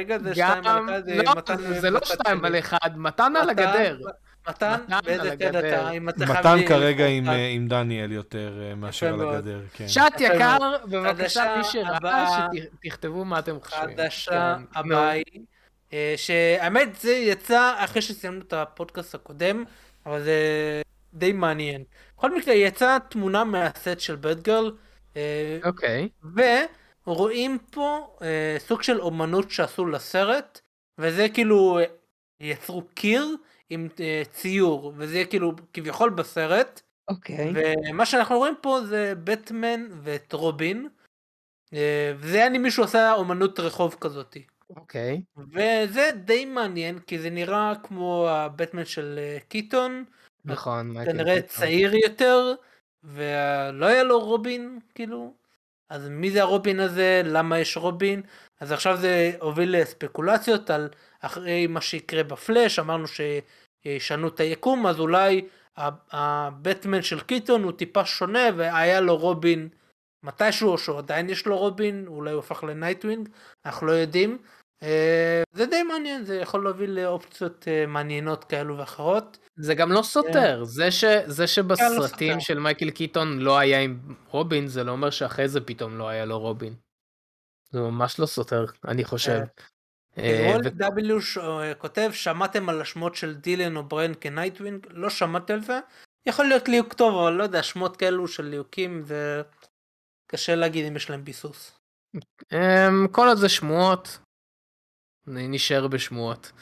זה לא 2-1, מתן על הגדר. מתן, באיזה צד אתה? מתן כרגע עם דניאל יותר מאשר על הגדר. שעת יקר, בבקשה מי שראה, שתכתבו מה אתם חושבים. חדשה הבאה היא, שהאמת זה יצא אחרי שסיימנו את הפודקאסט הקודם, אבל זה די מעניין. בכל מקרה יצאה תמונה מהסט של בטגרל, אוקיי. ורואים פה סוג של אומנות שעשו לסרט, וזה כאילו יצרו קיר, עם ציור, וזה יהיה כאילו כביכול בסרט. אוקיי. ומה שאנחנו רואים פה זה בטמן ואת רובין, וזה אני מישהו עושה אומנות רחוב כזאת. אוקיי. וזה די מעניין, כי זה נראה כמו הבטמן של קיטון. נכון. זה נראה צעיר יותר, ולא היה לו רובין, כאילו. אז מי זה הרובין הזה? למה יש רובין? אז עכשיו זה הוביל לספקולציות על אחרי מה שיקרה בפלש, אמרנו שישנו את היקום, אז אולי הבטמן של קיטון הוא טיפה שונה, והיה לו רובין מתישהו, או שעדיין יש לו רובין, אולי הוא הפך לנייטווינג, אנחנו לא יודעים. זה די מעניין, זה יכול להוביל לאופציות מעניינות כאלו ואחרות. זה גם לא סותר, זה שבסרטים של מייקל קיטון לא היה עם רובין, זה לא אומר שאחרי זה פתאום לא היה לו רובין. זה ממש לא סותר, אני חושב. רול W כותב, שמעתם על השמות של דילן או בריין כנייטווינג? לא שמעתי על זה. יכול להיות ליהוק טוב, אבל לא יודע, שמות כאלו של ליהוקים, זה קשה להגיד אם יש להם ביסוס. כל עוד זה שמועות, נשאר בשמועות.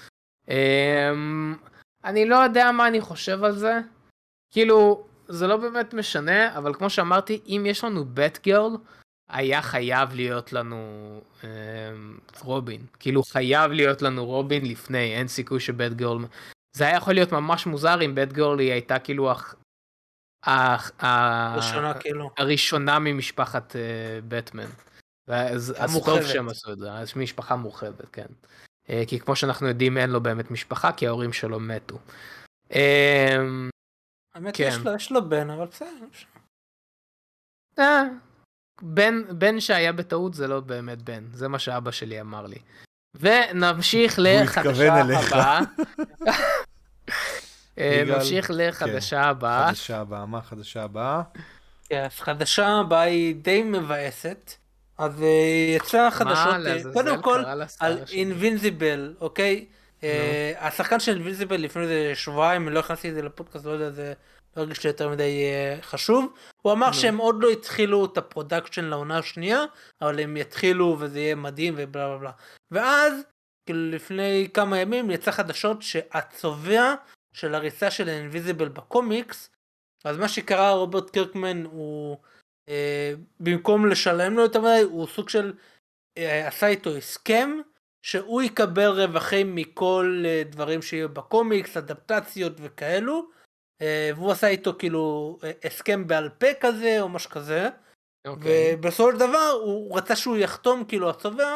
אני לא יודע מה אני חושב על זה. כאילו, זה לא באמת משנה, אבל כמו שאמרתי, אם יש לנו בטגרל, היה חייב להיות לנו רובין. כאילו חייב להיות לנו רובין לפני, אין סיכוי שבטגרל... זה היה יכול להיות ממש מוזר אם בטגרל היא הייתה כאילו הראשונה ממשפחת בטמן. אז טוב שהם עשו את זה, אז משפחה מורחבת, כן. כי כמו שאנחנו יודעים אין לו באמת משפחה, כי ההורים שלו מתו. האמת יש לו בן, אבל בסדר. בן שהיה בטעות זה לא באמת בן, זה מה שאבא שלי אמר לי. ונמשיך לחדשה הבאה. נמשיך לחדשה הבאה. חדשה הבאה, מה חדשה הבאה? אז חדשה הבאה היא די מבאסת, אז יצא חדשות, קודם כל, על אינבינזיבל, אוקיי? השחקן של אינבינזיבל לפני איזה שבועיים, לא הכנסתי את זה לפודקאסט, לא יודע, זה לא הרגיש לי יותר מדי חשוב. הוא אמר שהם עוד לא התחילו את הפרודקשן לעונה השנייה, אבל הם יתחילו וזה יהיה מדהים ובלה בלה בלה. ואז, כאילו לפני כמה ימים, יצא חדשות שהצובע של הריצה של אינבינזיבל בקומיקס, אז מה שקרה, רוברט קירקמן הוא, במקום לשלם לו יותר מדי, הוא סוג של, עשה איתו הסכם, שהוא יקבל רווחים מכל דברים שיהיו בקומיקס, אדפטציות וכאלו, והוא עשה איתו כאילו הסכם בעל פה כזה או משהו כזה, ובסופו של דבר הוא רצה שהוא יחתום כאילו הצובע,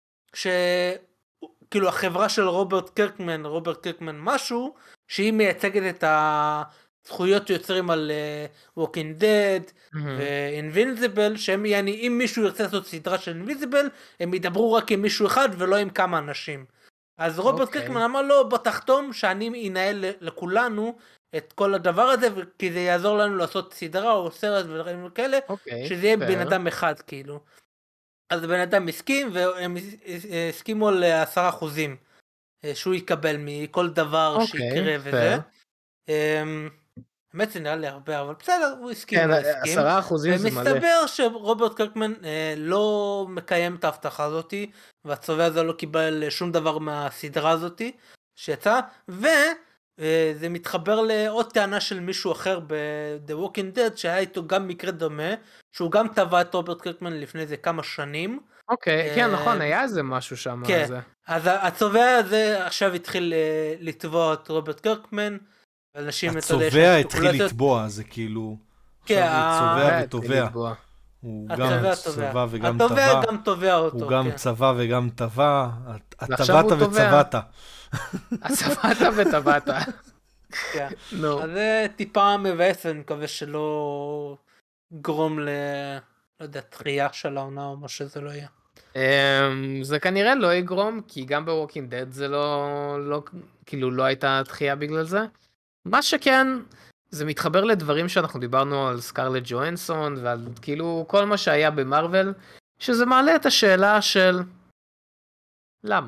כאילו החברה של רוברט קירקמן משהו, שהיא מייצגת את הזכויות יוצרים על Walking Dead ו-Invincible, שהם יעני, אם מישהו ירצה לעשות סדרה של Invincible, הם ידברו רק עם מישהו אחד ולא עם כמה אנשים. אז רוברט קירקמן אמר לו, בוא תחתום שאני אנהל לכולנו את כל הדבר הזה, כי זה יעזור לנו לעשות סדרה או סרט ודברים כאלה, שזה יהיה בן אדם אחד כאילו. אז בן אדם הסכים, והם הסכימו על 10% שהוא יקבל מכל דבר שיקרה וזה. באמת זה נראה לי הרבה, אבל בסדר, הוא הסכים. 10% זה מלא. ומסתבר שרוברט קירקמן לא מקיים את ההבטחה הזאת, והצובע הזה לא קיבל שום דבר מהסדרה הזאת שיצא, וזה מתחבר לעוד טענה של מישהו אחר ב-The Walking Dead, שהיה איתו גם מקרה דומה, שהוא גם טבע את רוברט קירקמן לפני איזה כמה שנים. אוקיי, כן, נכון, היה איזה משהו שם. כן, אז הצובע הזה עכשיו התחיל לתבוע את רוברט קירקמן, הצובע התחיל לתבוע, זה כאילו, צובע ותובע. הוא גם צבע וגם טבע. התובע גם תובע אותו. הוא גם צבע וגם טבע. הטבעת וצבעת. הצבעת וטבעת. אז זה טיפה מבאס, אני מקווה שלא גרום ל... לא יודע, תחייה של העונה או מה שזה לא יהיה. זה כנראה לא יגרום, כי גם ב-Walking Dead זה לא, כאילו לא הייתה תחייה בגלל זה. מה שכן, זה מתחבר לדברים שאנחנו דיברנו על סקרלט ג'ואנסון, ועל כאילו כל מה שהיה במרוול, שזה מעלה את השאלה של למה?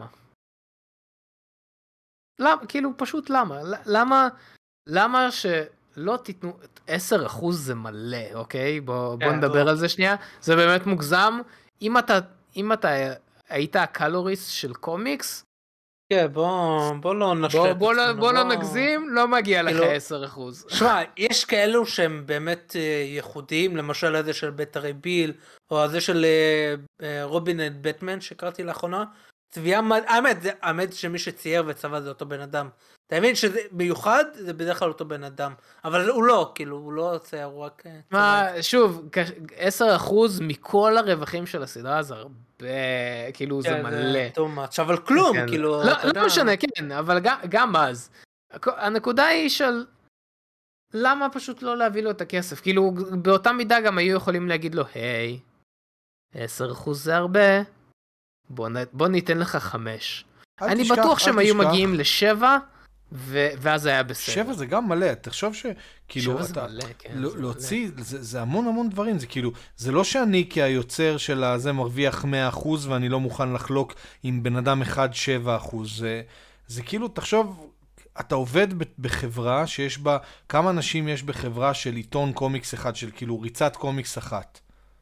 כאילו פשוט למה שלא תיתנו, 10% זה מלא, אוקיי? בוא נדבר על זה שנייה, זה באמת מוגזם. אם אתה היית הקלוריסט של קומיקס, כן, בוא לא נשת את עצמנו. בוא לא נגזים, לא מגיע לך 10%. שמע, יש כאלו שהם באמת ייחודיים, למשל הזה של בטרי ביל, או הזה של רובין את בטמן שקראתי לאחרונה, צביעה, האמת שמי שצייר וצבע זה אותו בן אדם. אתה מבין שזה מיוחד, זה בדרך כלל אותו בן אדם, אבל הוא לא, כאילו, הוא לא צייר, הוא רק... שוב, 10% מכל הרווחים של הסדרה זה הרבה, כאילו זה מלא. אבל כלום, כאילו... לא משנה, כן, אבל גם אז. הנקודה היא של... למה פשוט לא להביא לו את הכסף? כאילו, באותה מידה גם היו יכולים להגיד לו, היי, 10% זה הרבה, בוא ניתן לך 5. אני בטוח שהם היו מגיעים ל7, ואז היה בסדר. 7 זה גם מלא, תחשוב שכאילו, להוציא, זה המון דברים, זה כאילו, זה לא שאני כהיוצר של הזה מרוויח 100% ואני לא מוכן לחלוק עם בן אדם אחד 7%, זה כאילו, תחשוב, אתה עובד בחברה שיש בה, כמה אנשים יש בחברה של עיתון קומיקס אחד, של כאילו ריצת קומיקס אחת?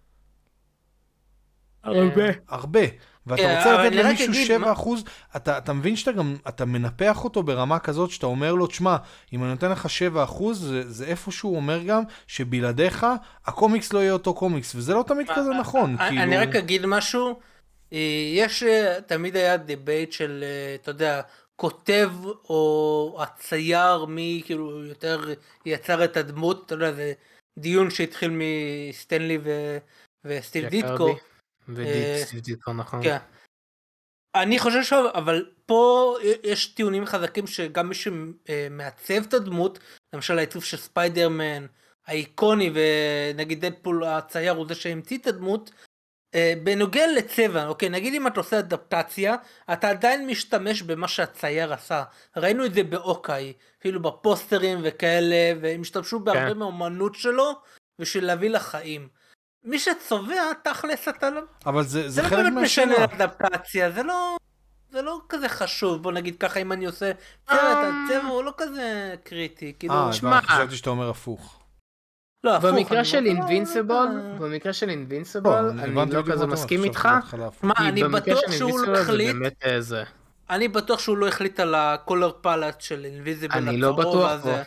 הרבה. ואתה רוצה לתת למישהו 7%, אתה מבין שאתה גם, אתה מנפח אותו ברמה כזאת שאתה אומר לו, תשמע, אם אני נותן לך 7%, זה איפשהו אומר גם שבלעדיך הקומיקס לא יהיה אותו קומיקס, וזה לא תמיד כזה נכון. אני רק אגיד משהו, יש תמיד היה דיבייט של, אתה יודע, כותב או הצייר מי כאילו יותר יצר את הדמות, אתה יודע, זה דיון שהתחיל מסטנלי וסטיב דיטקו. סטיב דיטקו, נכון. כן. אני חושב שוב, אבל פה יש טיעונים חזקים שגם מי שמעצב את הדמות, למשל העיצוב של ספיידרמן, האיקוני, ונגיד דדפול הצייר הוא זה שהמציא את הדמות, בנוגע לצבע, אוקיי, נגיד אם אתה עושה אדפטציה, אתה עדיין משתמש במה שהצייר עשה. ראינו את זה באוקיי, אפילו בפוסטרים וכאלה, והם השתמשו בהרבה מהאומנות שלו, בשביל להביא לחיים. מי שצובע, תכלס אתה לא... אבל זה לא חלק באמת מהשאלה. משנה אדפטציה, זה לא כזה חשוב, בוא נגיד ככה, אם אני עושה הצבע הוא לא כזה קריטי, כאילו... שמע, חשבתי שאתה אומר הפוך. לא, הפוך, במקרה אני של לא- אינבינסיבול, אני לא כזה מסכים איתך. מה, כי אני במקרה בטוח של שהוא לא Invincible זה החליט, באמת זה. אני בטוח שהוא לא החליט על הקולר פלט של אינביזיבל. אני לא בטוח פה.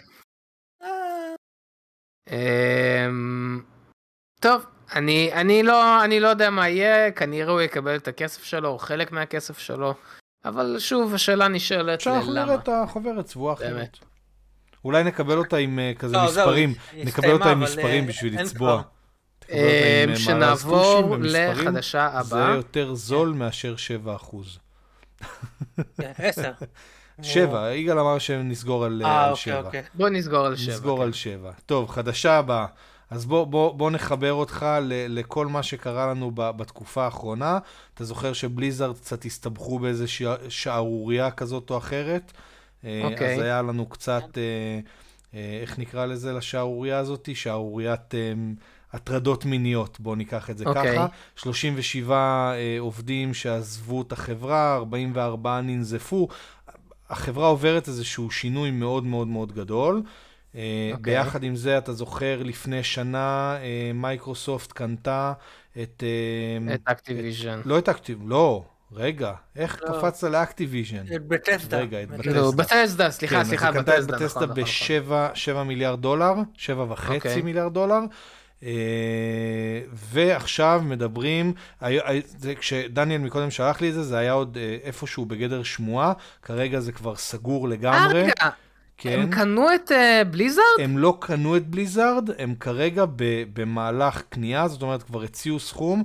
טוב, אני לא יודע מה יהיה, כנראה הוא יקבל את הכסף שלו, או חלק מהכסף שלו, אבל שוב, השאלה נשאלת שאנחנו למה. נראה את החוברת, צבועה אחרת. באמת. אולי נקבל אותה עם כזה לא, זהו, מספרים, היא נקבל הסתיימה, אותה עם אבל, מספרים אין בשביל כבר. לצבוע. תקבל אותה עם מארז שנעבור טושים ומספרים, לחדשה זה הבאה. יותר זול מאשר 7%. 10. 7, יגאל אמר שנסגור על 7. אוקיי. בוא נסגור על 7. נסגור על 7. טוב, חדשה הבאה. אז בוא נחבר אותך לכל מה שקרה לנו בתקופה האחרונה. אתה זוכר שבליזארד קצת הסתבכו באיזה שערוריה כזאת או אחרת. אוקיי. אז היה לנו קצת, איך נקרא לזה לשערוריה הזאת? שערוריית הטרדות מיניות, בוא ניקח את זה ככה. 37 עובדים שעזבו את החברה, 44 ננזפו. החברה עוברת איזשהו שינוי מאוד מאוד מאוד גדול. ביחד עם זה, אתה זוכר, לפני שנה, מייקרוסופט קנתה את... את אקטיביז'ן. לא את אקטיביז'ן, לא. רגע, איך קפצת לאקטיביז'ן? את בטסדה. רגע, את בטסדה, סליחה, בטסדה. בטסדה ב$7 מיליארד, 7.5 מיליארד דולר. ועכשיו מדברים, כשדניאל מקודם שלח לי את זה, זה היה עוד איפשהו בגדר שמועה, כרגע זה כבר סגור לגמרי. רגע, הם קנו את בליזארד? הם לא קנו את בליזארד, הם כרגע במהלך קנייה, זאת אומרת כבר הציעו סכום,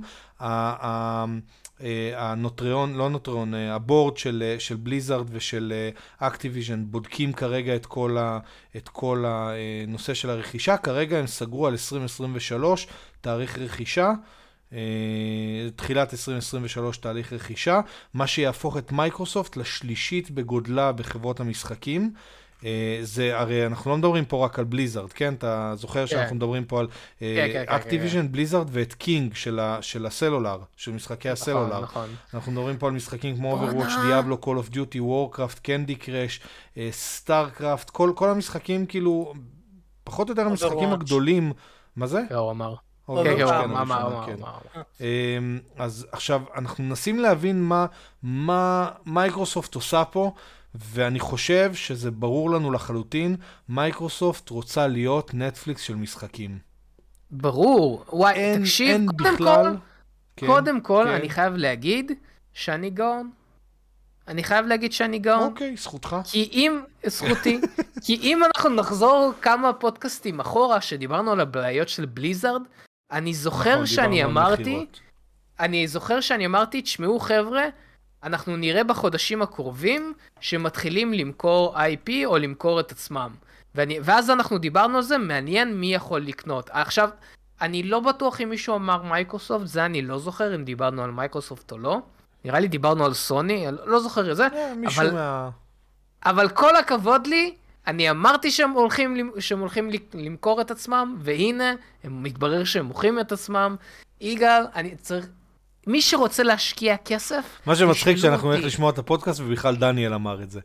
הנוטריון, לא נוטריון, הבורד של בליזארד ושל אקטיביז'ן בודקים כרגע את כל הנושא של הרכישה, כרגע הם סגרו על 2023 תאריך רכישה, תחילת 2023 תהליך רכישה, מה שיהפוך את מייקרוסופט לשלישית בגודלה בחברות המשחקים. זה, הרי אנחנו לא מדברים פה רק על בליזארד, כן? אתה זוכר שאנחנו מדברים פה על אקטיביז'ן, בליזארד ואת קינג של הסלולר, של משחקי הסלולר. אנחנו מדברים פה על משחקים כמו Overwatch, Diablo, Call of Duty, Warcraft, Candy Crush, StarCraft, כל המשחקים כאילו, פחות או יותר המשחקים הגדולים. מה זה? הוא אמר. אז עכשיו אנחנו מנסים להבין מה מייקרוסופט עושה פה, ואני חושב שזה ברור לנו לחלוטין, מייקרוסופט רוצה להיות נטפליקס של משחקים. ברור. וואי, תקשיב, קודם כל, אני חייב להגיד שאני גאון. אוקיי, זכותך. כי אם אנחנו נחזור כמה פודקאסטים אחורה, שדיברנו על הבעיות של בליזארד, אני זוכר שאני אמרתי, תשמעו חבר'ה, אנחנו נראה בחודשים הקרובים שמתחילים למכור IP או למכור את עצמם. ואז אנחנו דיברנו על זה, מעניין מי יכול לקנות. עכשיו, אני לא בטוח אם מישהו אמר מייקרוסופט, זה אני לא זוכר אם דיברנו על מייקרוסופט או לא. נראה לי דיברנו על סוני, לא זוכר את זה. אבל כל הכבוד לי, אני אמרתי שהם הולכים למכור את עצמם, והנה, מתברר שהם מוכרים את עצמם. יגאל, אני צריך... מי שרוצה להשקיע כסף... מה שמצחיק שאנחנו הולכים לשמוע את הפודקאסט, ובכלל דניאל אמר את זה.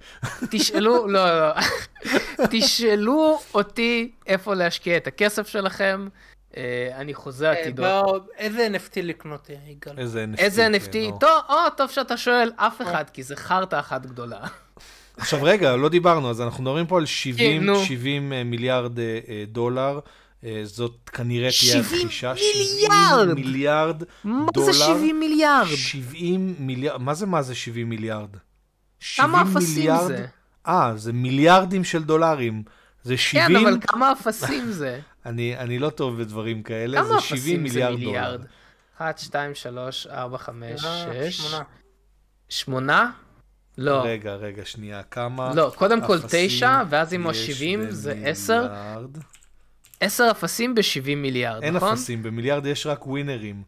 תשאלו אותי איפה להשקיע את הכסף שלכם. אני חוזר עתידות. איזה NFT לקנות, יגאל? איזה NFT? טוב שאתה שואל אף אחד, כי זה חרטה אחת גדולה. עכשיו רגע, לא דיברנו, אז אנחנו מדברים פה על 70 מיליארד דולר. זאת כנראה תהיה רכישה. 70 מיליארד מה דולר. זה 70 מיליארד? 70 מיליארד, מה זה 70 מיליארד? כמה אפסים זה? זה מיליארדים של דולרים. זה 70... כן, אבל כמה אפסים זה? אני לא טוב בדברים כאלה, זה 70 מיליארד דולר. 1, 2, 3, 4, 5, 6... 8? לא. רגע, שנייה, כמה... לא, קודם כל 9, ואז עם ה-70 זה 10. 10 אפסים ב-70 מיליארד, נכון? אין אפסים, במיליארד יש רק ווינרים.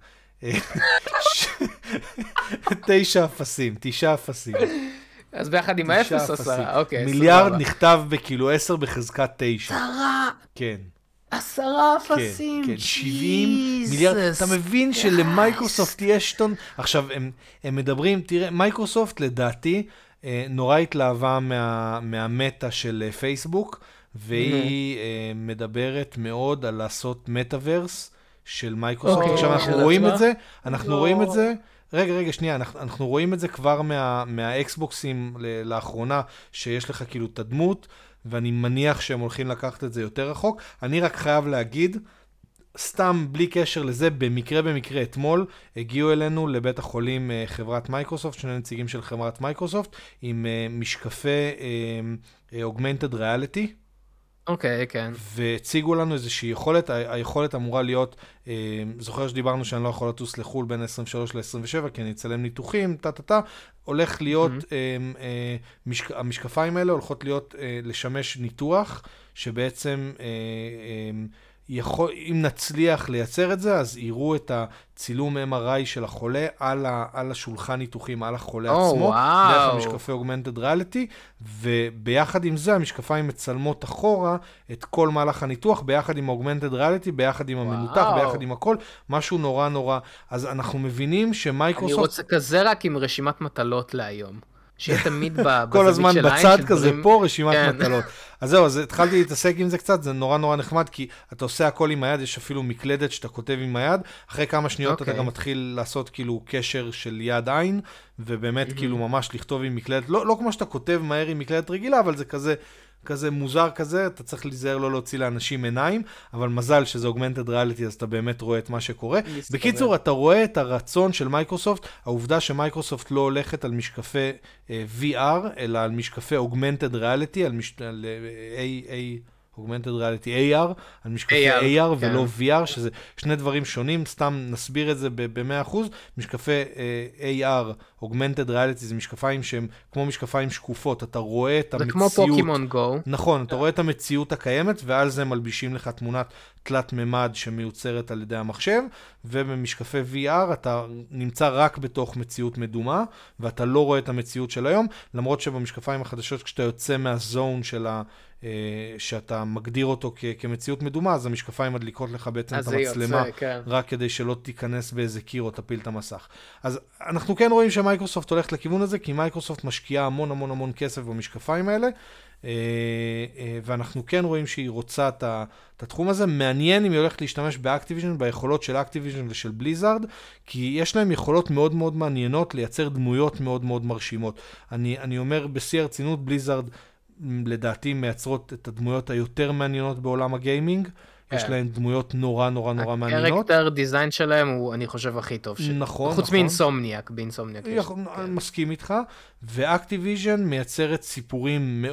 9 אפסים, 9 אפסים. אז ביחד עם האפס 10, אוקיי. מיליארד נכתב בכאילו 10 בחזקת 9. צרה. כן. 10 אפסים, כן, 70 מיליארד. אתה מבין שלמייקרוסופט יש טון... עכשיו, הם מדברים, תראה, מייקרוסופט לדעתי נורא התלהבה מהמטה של פייסבוק, והיא מדברת מאוד על לעשות מטאברס של מייקרוסופט. עכשיו אנחנו רואים את זה, רגע, שנייה, אנחנו רואים את זה כבר מהאקסבוקסים לאחרונה, שיש לך כאילו את הדמות, ואני מניח שהם הולכים לקחת את זה יותר רחוק. אני רק חייב להגיד, סתם בלי קשר לזה, במקרה אתמול, הגיעו אלינו לבית החולים חברת מייקרוסופט, שני נציגים של חברת מייקרוסופט, עם משקפי Augmented Reality. אוקיי, כן. והציגו לנו איזושהי יכולת, היכולת אמורה להיות, זוכר שדיברנו שאני לא יכול לטוס לחול בין 23 ל-27, כי אני אצלם ניתוחים, הולך להיות, המשקפיים האלה הולכות להיות לשמש ניתוח, שבעצם אם נצליח לייצר את זה, אז יראו את הצילום MRI של החולה על השולחן ניתוחים, על החולה עצמו, דרך המשקפי Augmented Reality, וביחד עם זה, המשקפיים מצלמות אחורה את כל מהלך הניתוח, ביחד עם Augmented Reality, ביחד עם המנותח, ביחד עם הכל, משהו נורא. אז אנחנו מבינים שמייקרוסופט... אני רוצה כזה רק עם רשימת מטלות להיום. שיהיה תמיד בזווית של העין. כל הזמן בצד כזה פה, רשימת מטלות. אז זהו, אז התחלתי להתעסק עם זה קצת, זה נורא נחמד, כי אתה עושה הכל עם היד, יש אפילו מקלדת שאתה כותב עם היד, אחרי כמה שניות אתה גם מתחיל לעשות כאילו קשר של יד עין, ובאמת כאילו ממש לכתוב עם מקלדת, לא כמו שאתה כותב מהר עם מקלדת רגילה, אבל זה כזה מוזר כזה, אתה צריך להיזהר לא להוציא לאנשים עיניים, אבל מזל שזה Augmented Reality, אז אתה באמת רואה את מה שקורה. בקיצור, אתה רואה את הרצון של מייקרוסופט, העובדה שמייקרוסופט לא הולכת על משקפי VR, אלא על משקפי Augmented Reality, על Augmented Reality AR, על משקפי AR ולא VR, שזה שני דברים שונים, סתם נסביר את זה ב-100%, משקפי AR, Augmented Reality, זה משקפיים שהם כמו משקפיים שקופות, אתה רואה את המציאות. זה כמו פוקימון גו. נכון, אתה רואה את המציאות הקיימת, ועל זה מלבישים לך תמונת תלת ממד שמיוצרת על ידי המחשב, ובמשקפי VR אתה נמצא רק בתוך מציאות מדומה, ואתה לא רואה את המציאות של היום, למרות שבמשקפיים החדשות, כשאתה יוצא מהזון של שאתה מגדיר אותו כמציאות מדומה, אז המשקפיים מדליקות לך בעצם את המצלמה, רק כדי שלא תיכנס באיזה קיר או תפיל את המסך. אז אנחנו כן רואים שמייקרוסופט הולכת לכיוון הזה, כי מייקרוסופט משקיעה המון כסף במשקפיים האלה, ואנחנו כן רואים שהיא רוצה את התחום הזה. מעניין אם היא הולכת להשתמש באקטיביז'ן, ביכולות של אקטיביז'ן ושל בליזארד, כי יש להם יכולות מאוד מעניינות לייצר דמויות מאוד מרשימות. אני אומר בשיא הרצינות, בליזארד לדעתי מייצרות את הדמויות היותר מעניינות בעולם הגיימינג, יש להם דמויות נורא מעניינות. הקרקטר דיזיין שלהם הוא, אני חושב, הכי טוב. נכון. חוץ מאינסומניאק, באינסומניאק. מסכים איתך, ואקטיביז'ן מייצרת סיפורים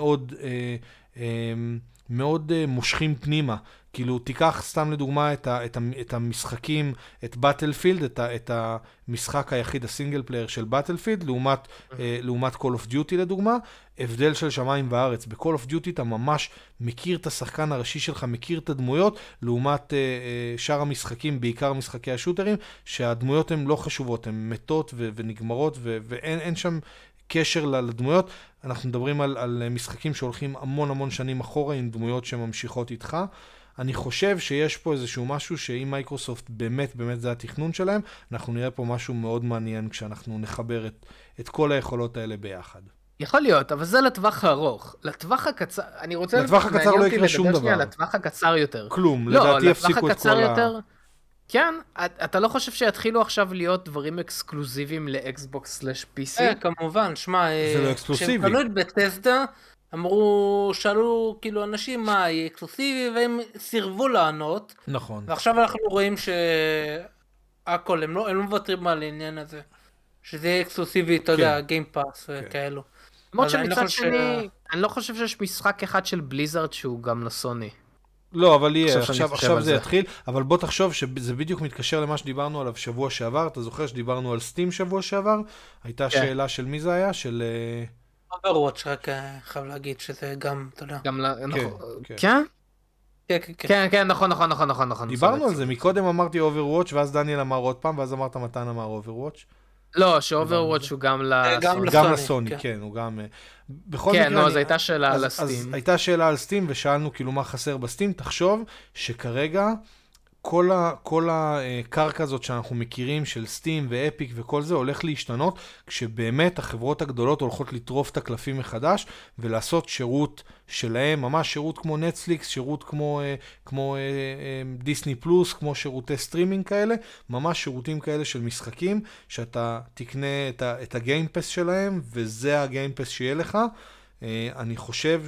מאוד מושכים פנימה. כאילו, תיקח סתם לדוגמה את המשחקים, את באטלפילד, את המשחק היחיד, הסינגל פלייר של באטלפילד, לעומת Call of Duty לדוגמה, הבדל של שמיים וארץ. ב-Call of Duty אתה ממש מכיר את השחקן הראשי שלך, מכיר את הדמויות, לעומת שאר המשחקים, בעיקר משחקי השוטרים, שהדמויות הן לא חשובות, הן מתות ונגמרות, ואין שם קשר לדמויות. אנחנו מדברים על משחקים שהולכים המון שנים אחורה, עם דמויות שממשיכות איתך. אני חושב שיש פה איזשהו משהו שאם מייקרוסופט באמת זה התכנון שלהם, אנחנו נראה פה משהו מאוד מעניין כשאנחנו נחבר את כל היכולות האלה ביחד. יכול להיות, אבל זה לטווח הארוך. לטווח הקצר, אני רוצה... לטווח הקצר לא יקרה שום דבר. לטווח הקצר יותר. כלום, לדעתי יפסיקו את כל כן, אתה לא חושב שיתחילו עכשיו להיות דברים אקסקלוזיביים לאקסבוקס/PC? כמובן, שמע, זה לא אקסקלוסיבי. כשהם קנו את בטסדה, שאלו כאילו אנשים מה יהיה אקסקלוסיבי, והם סירבו לענות. נכון. ועכשיו אנחנו רואים שהכל, הם לא מוותרים על העניין הזה. שזה יהיה אקסקלוסיבי, אתה יודע, גיימפאס וכאלו. למרות שמצד שני, אני לא חושב שיש משחק אחד של בליזארד שהוא גם לסוני. לא, אבל יהיה, עכשיו זה יתחיל, אבל בוא תחשוב שזה בדיוק מתקשר למה שדיברנו עליו שבוע שעבר, אתה זוכר שדיברנו על סטים שבוע שעבר? הייתה שאלה של מי זה היה? של... Overwatch, רק חייב להגיד שזה גם, אתה יודע. גם כן? כן, נכון. דיברנו על זה, מקודם אמרתי Overwatch, ואז דניאל אמר עוד פעם, ואז אמרת מתן אמר Overwatch. לא, שאוברוואץ' הוא גם לסוני. גם לסוני, כן, הוא גם... כן, נו, אז הייתה שאלה על הסטים. אז הייתה שאלה על סטים, ושאלנו כאילו מה חסר בסטים. תחשוב שכרגע כל הקרקע הזאת שאנחנו מכירים של סטים ואפיק וכל זה הולך להשתנות, כשבאמת החברות הגדולות הולכות לטרוף את הקלפים מחדש, ולעשות שירות שלהם, ממש שירות כמו נטפליקס, שירות כמו דיסני פלוס, כמו שירותי סטרימינג כאלה, ממש שירותים כאלה של משחקים, שאתה תקנה את הגיימפס שלהם, וזה הגיימפס שיהיה לך. אני חושב...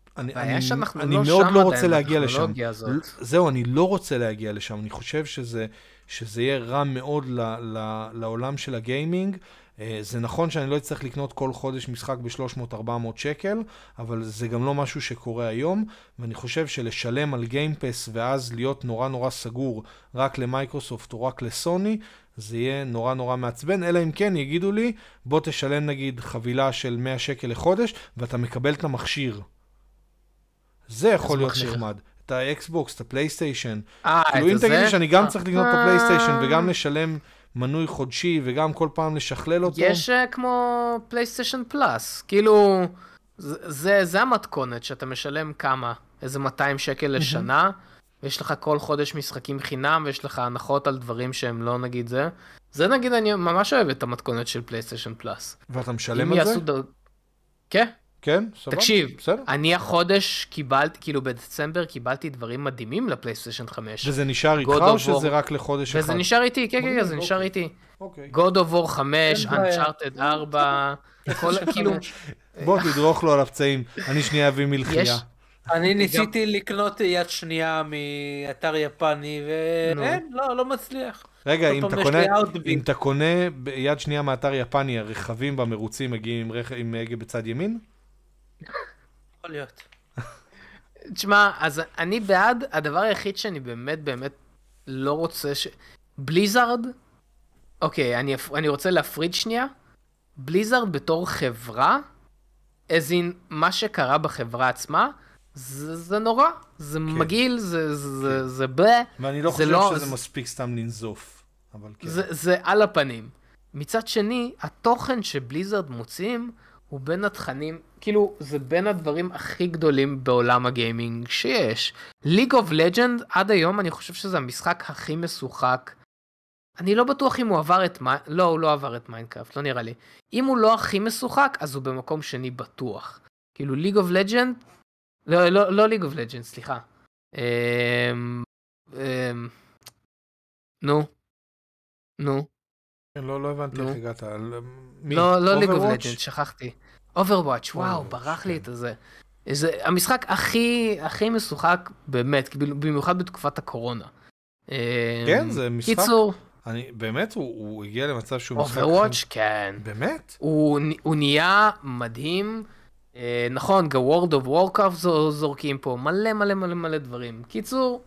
אני מאוד לא רוצה להגיע לשם. זהו, אני לא רוצה להגיע לשם. אני חושב שזה יהיה רע מאוד לעולם של הגיימינג. זה נכון שאני לא אצטרך לקנות כל חודש משחק ב-300-400 שקל, אבל זה גם לא משהו שקורה היום, ואני חושב שלשלם על גיימפס ואז להיות נורא נורא סגור רק למייקרוסופט או רק לסוני, זה יהיה נורא נורא מעצבן, אלא אם כן יגידו לי, בוא תשלם נגיד חבילה של 100 שקל לחודש, ואתה מקבל את המכשיר. זה יכול להיות נחמד. את האקסבוקס, את הפלייסטיישן. כאילו אם תגיד לי שאני גם צריך לקנות את הפלייסטיישן וגם לשלם מנוי חודשי וגם כל פעם לשכלל אותו. יש כמו פלייסטיישן פלאס. כאילו, זה המתכונת שאתה משלם כמה? איזה 200 שקל לשנה, ויש לך כל חודש משחקים חינם, ויש לך הנחות על דברים שהם לא נגיד זה. זה נגיד אני ממש אוהב את המתכונת של פלייסטיישן פלאס. ואתה משלם על זה? כן. כן, סבבה. תקשיב, אני החודש קיבלתי, כאילו בדצמבר קיבלתי דברים מדהימים לפלייסטיישן 5. וזה נשאר איתך או שזה רק לחודש אחד? וזה נשאר איתי, כן, זה נשאר איתי. God of War 5, Uncharted 4, כאילו... בוא תדרוך לו על הפצעים, אני שנייה אביא מלחייה. אני ניסיתי לקנות יד שנייה מאתר יפני, ואין, לא מצליח. רגע, אם אתה קונה יד שנייה מאתר יפני, הרכבים במרוצים מגיעים עם הגה בצד ימין? יכול להיות. תשמע, אז אני בעד, הדבר היחיד שאני באמת באמת לא רוצה בליזארד, אוקיי, אני רוצה להפריד שנייה, בליזארד בתור חברה, אז in מה שקרה בחברה עצמה, זה נורא, זה מגעיל, זה ואני לא חושב שזה מספיק סתם לנזוף, אבל כן. זה על הפנים. מצד שני, התוכן שבליזארד מוצאים, הוא בין התכנים, כאילו, זה בין הדברים הכי גדולים בעולם הגיימינג שיש. League of Legends, עד היום אני חושב שזה המשחק הכי משוחק. אני לא בטוח אם הוא עבר את לא, הוא לא עבר את מיינקראפט, לא נראה לי. אם הוא לא הכי משוחק, אז הוא במקום שני בטוח. כאילו, League of Legends, לא League of Legends, סליחה. נו. לא הבנתי איך הגעת. לא League of Legends, שכחתי. Overwatch, וואו, ברח לי את זה. זה המשחק הכי משוחק באמת, במיוחד בתקופת הקורונה. כן, זה משחק. קיצור. באמת, הוא הגיע למצב שהוא משחק. Overwatch, כן. באמת? הוא נהיה מדהים. נכון, גם World of Warcraft זורקים פה, מלא דברים. קיצור,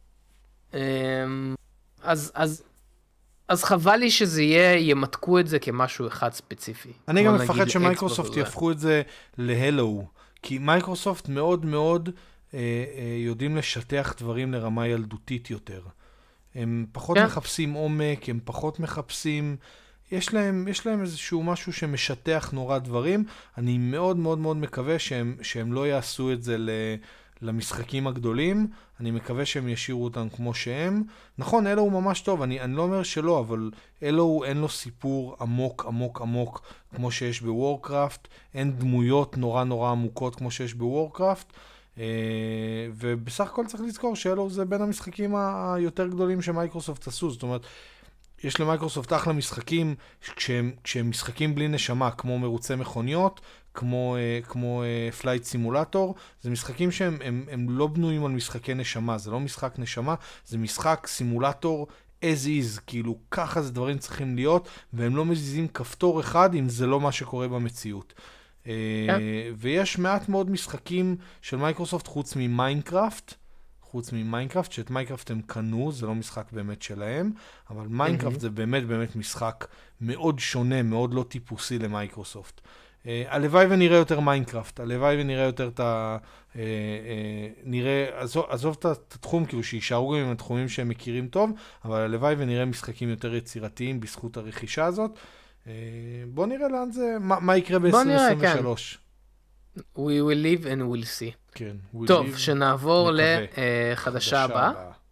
אז חבל לי שזה ימתקו את זה כמשהו אחד ספציפי. אני גם מפחד שמייקרוסופט יהפכו את זה להלו, כי מייקרוסופט מאוד מאוד יודעים לשטח דברים לרמה ילדותית יותר. הם פחות מחפשים עומק, הם פחות מחפשים... יש להם איזשהו משהו שמשטח נורא דברים. אני מאוד מאוד מאוד מקווה שהם לא יעשו את זה למשחקים הגדולים. אני מקווה שהם ישאירו אותם כמו שהם. נכון, אלו הוא ממש טוב, אני לא אומר שלא, אבל אלו אין לו סיפור עמוק כמו שיש בוורקראפט. אין דמויות נורא נורא עמוקות כמו שיש בוורקראפט. ובסך הכל צריך לזכור שאלו זה בין המשחקים היותר גדולים שמייקרוסופט עשו. זאת אומרת, יש למייקרוסופט אחלה משחקים, כשהם משחקים בלי נשמה, כמו מרוצי מכוניות, כמו פלייט סימולטור, זה משחקים שהם לא בנויים על משחקי נשמה, זה לא משחק נשמה, זה משחק סימולטור as is, כאילו ככה זה דברים צריכים להיות, והם לא מזיזים כפתור אחד אם זה לא מה שקורה במציאות. ויש מעט מאוד משחקים של מייקרוסופט חוץ ממיינקראפט, שאת מיינקראפט הם קנו, זה לא משחק באמת שלהם, אבל מיינקראפט זה באמת משחק מאוד שונה, מאוד לא טיפוסי למייקרוסופט. הלוואי ונראה יותר מיינקראפט, הלוואי ונראה יותר את ה... עזוב את התחום, כאילו שישארו גם עם התחומים שהם מכירים טוב, אבל הלוואי ונראה משחקים יותר יצירתיים בזכות הרכישה הזאת. בוא נראה לאן זה, מה יקרה ב-2023. We will live and we'll see. כן. טוב, שנעבור לחדשה הבאה.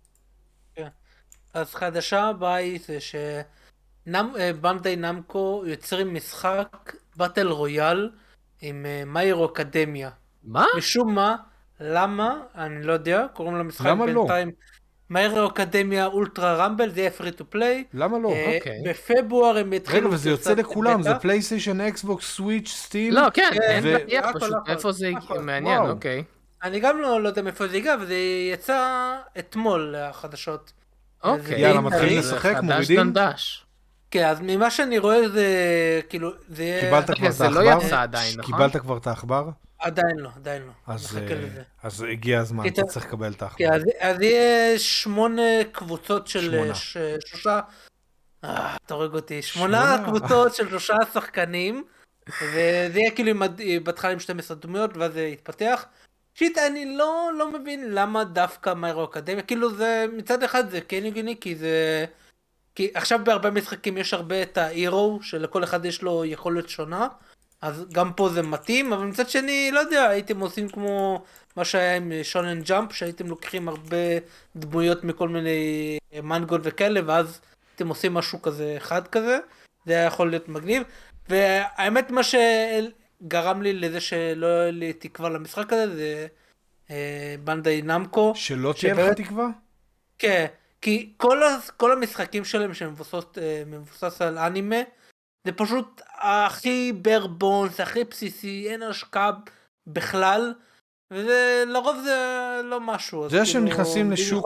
אז חדשה הבאה היא זה שבנדאי נמקו יוצרים משחק באטל רויאל עם מיירו אקדמיה. מה? משום מה, למה? אני לא יודע, קוראים למשחק בינתיים מיירו אקדמיה אולטרה רמבל, זה יהיה פרי טו פליי. למה לא? בפברואר הם התחילו... רגע, וזה יוצא לכולם, זה פלייסטיישן, אקסבוקס, סוויץ', סטים. לא, כן, אין בעיה פשוט, איפה זה מעניין, אוקיי. אני גם לא יודע מאיפה זה יגע, וזה יצא אתמול החדשות. אוקיי. יאללה, מתחילים לשחק, מורידים. כן, אז ממה שאני רואה זה כאילו, זה יהיה... קיבלת כבר את זה לא יצא עדיין, נכון? קיבלת כבר את העכבר? עדיין לא. אז הגיע הזמן, אתה צריך לקבל את העכבר. כן, אז יהיה 8 קבוצות של 3... תורג אותי. 8 קבוצות של 3 שחקנים, וזה יהיה כאילו בהתחלה עם 12 דמויות, ואז זה יתפתח. שיט, אני לא מבין למה דווקא מיירו אקדמיה, כאילו זה מצד אחד זה כן הגיוני, כי עכשיו בהרבה משחקים יש הרבה את ההירו, שלכל אחד יש לו יכולת שונה, אז גם פה זה מתאים, אבל מצד שני, לא יודע, הייתם עושים כמו מה שהיה עם שונן ג'אמפ, שהייתם לוקחים הרבה דמויות מכל מיני מנגות וכאלה, ואז אתם עושים משהו כזה, אחד כזה, זה היה יכול להיות מגניב, והאמת מה גרם לי לזה שלא היה לי תקווה למשחק הזה, זה בנדאי נמקו. שלא תהיה לך תקווה? כן, כי כל המשחקים שלהם שמבוסס על אנימה, זה פשוט הכי ברבונס, הכי בסיסי, אין השקעה בכלל, ולרוב זה לא משהו. זה שהם נכנסים לשוק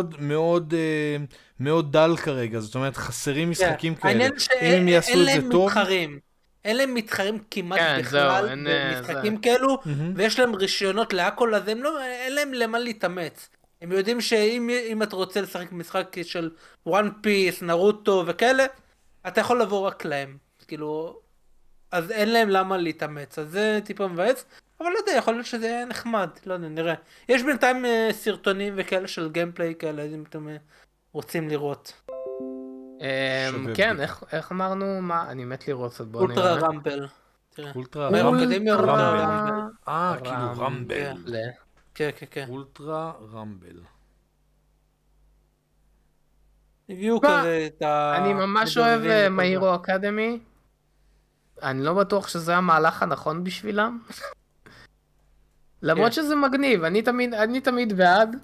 מאוד דל כרגע, זאת אומרת חסרים משחקים כאלה. אם הם יעשו את זה טוב... אין להם מתחרים כמעט בכלל במשחקים כאלו, ויש להם רישיונות להכל, אז אין להם למה להתאמץ. הם יודעים שאם אתה רוצה לשחק משחק של וואן פיס, נרוטו וכאלה, אתה יכול לבוא רק להם. כאילו, אז אין להם למה להתאמץ. אז זה טיפה מבאס, אבל לא יודע, יכול להיות שזה יהיה נחמד, לא יודע, נראה. יש בינתיים סרטונים וכאלה של גיימפליי כאלה, אם אתם רוצים לראות. כן, איך אמרנו? מה? אני מת לראות קצת, בוא נראה. אולטרה רמבל. אולטרה רמבל. כאילו רמבל. כן. אולטרה רמבל. הביאו כזה את ה... אני ממש אוהב מיירו אקדמי. אני לא בטוח שזה המהלך הנכון בשבילם. למרות שזה מגניב, אני תמיד בעד.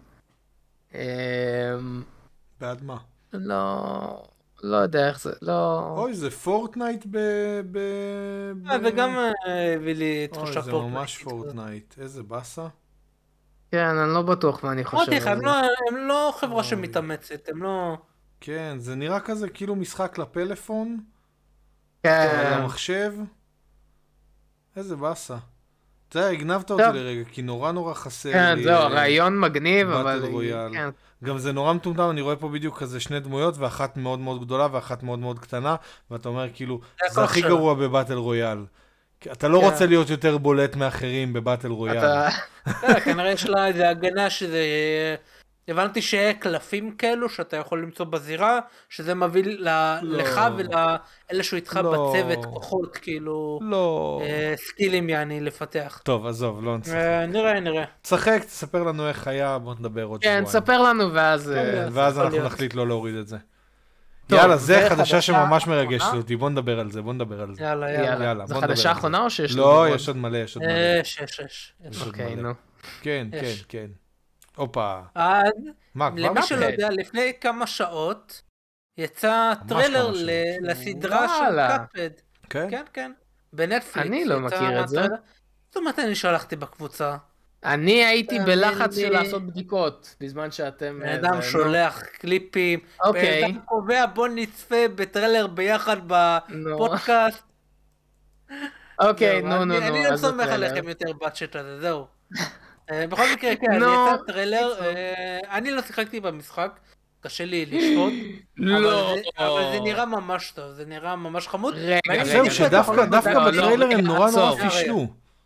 בעד מה? לא יודע איך זה, לא... אוי, זה פורטנייט זה גם הביא לי תחושה פורטנייט. אוי, זה ממש פורטנייט. איזה בסה. כן, אני לא בטוח מה אני חושב. הם לא חברה שמתאמצת, הם לא... כן, זה נראה כזה כאילו משחק לפלאפון. כן. על המחשב. איזה בסה. אתה הגנבת אותי לרגע, כי נורא חסר לי... כן, זהו, הרעיון מגניב, אבל... גם זה נורא מטומטם, אני רואה פה בדיוק כזה 2 דמויות, ואחת מאוד מאוד גדולה, ואחת מאוד מאוד קטנה, ואתה אומר כאילו, זה הכי גרוע בבטל רויאל. אתה לא רוצה להיות יותר בולט מאחרים בבטל רויאל. כנראה יש לה איזו הגנה שזה... הבנתי שיהיה קלפים כאלו שאתה יכול למצוא בזירה, שזה מביא לך ולאלה שהוא איתך בצוות כוחות, כאילו, סקילים יעני לפתח. טוב, עזוב, לא נצטרך. נראה. תשחק, תספר לנו איך היה, בוא נדבר עוד שבועיים. כן, תספר לנו ואז אנחנו נחליט לא להוריד את זה. יאללה, זה חדשה שממש מרגשת אותי, בוא נדבר על זה. יאללה. זה חדשה האחרונה או שיש? לא, יש עוד מלא. יש. אוקיי, נו. כן. אופה. אז, למי שלא יודע, לפני כמה שעות יצא טריילר לסדרה של קאפד. כן. בנטפליקס. אני לא מכיר את זה. זאת אומרת, אני שלחתי בקבוצה. אני הייתי בלחץ של לעשות בדיקות, בזמן שאתם... אדם שולח קליפים. אוקיי. אדם קובע, בוא נצפה בטריילר ביחד בפודקאסט. אוקיי, נו. אני לא סומך עליכם יותר בצ'ט הזה, זהו. בכל מקרה, כן, יצא טריילר, אני לא שיחקתי במשחק, קשה לי לשפוט, אבל זה נראה ממש טוב, זה נראה ממש חמוד. זהו, שדווקא בטריילר הם נורא פישלו.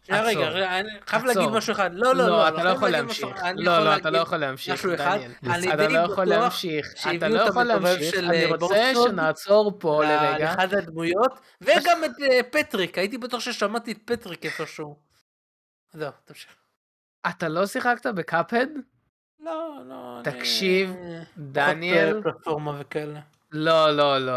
רגע, אני חייב להגיד משהו אחד. לא, אתה לא יכול להמשיך. לא, אתה לא יכול להמשיך, דניאל. אתה לא יכול להמשיך. אתה לא יכול להמשיך. אני רוצה שנעצור פה לרגע. לאחד הדמויות, וגם את פטריק. הייתי בטוח ששמעתי את פטריק איפשהו. זהו, תמשיך. אתה לא שיחקת בקאפהד? לא. תקשיב, דניאל. פלטפורמה וכאלה. לא.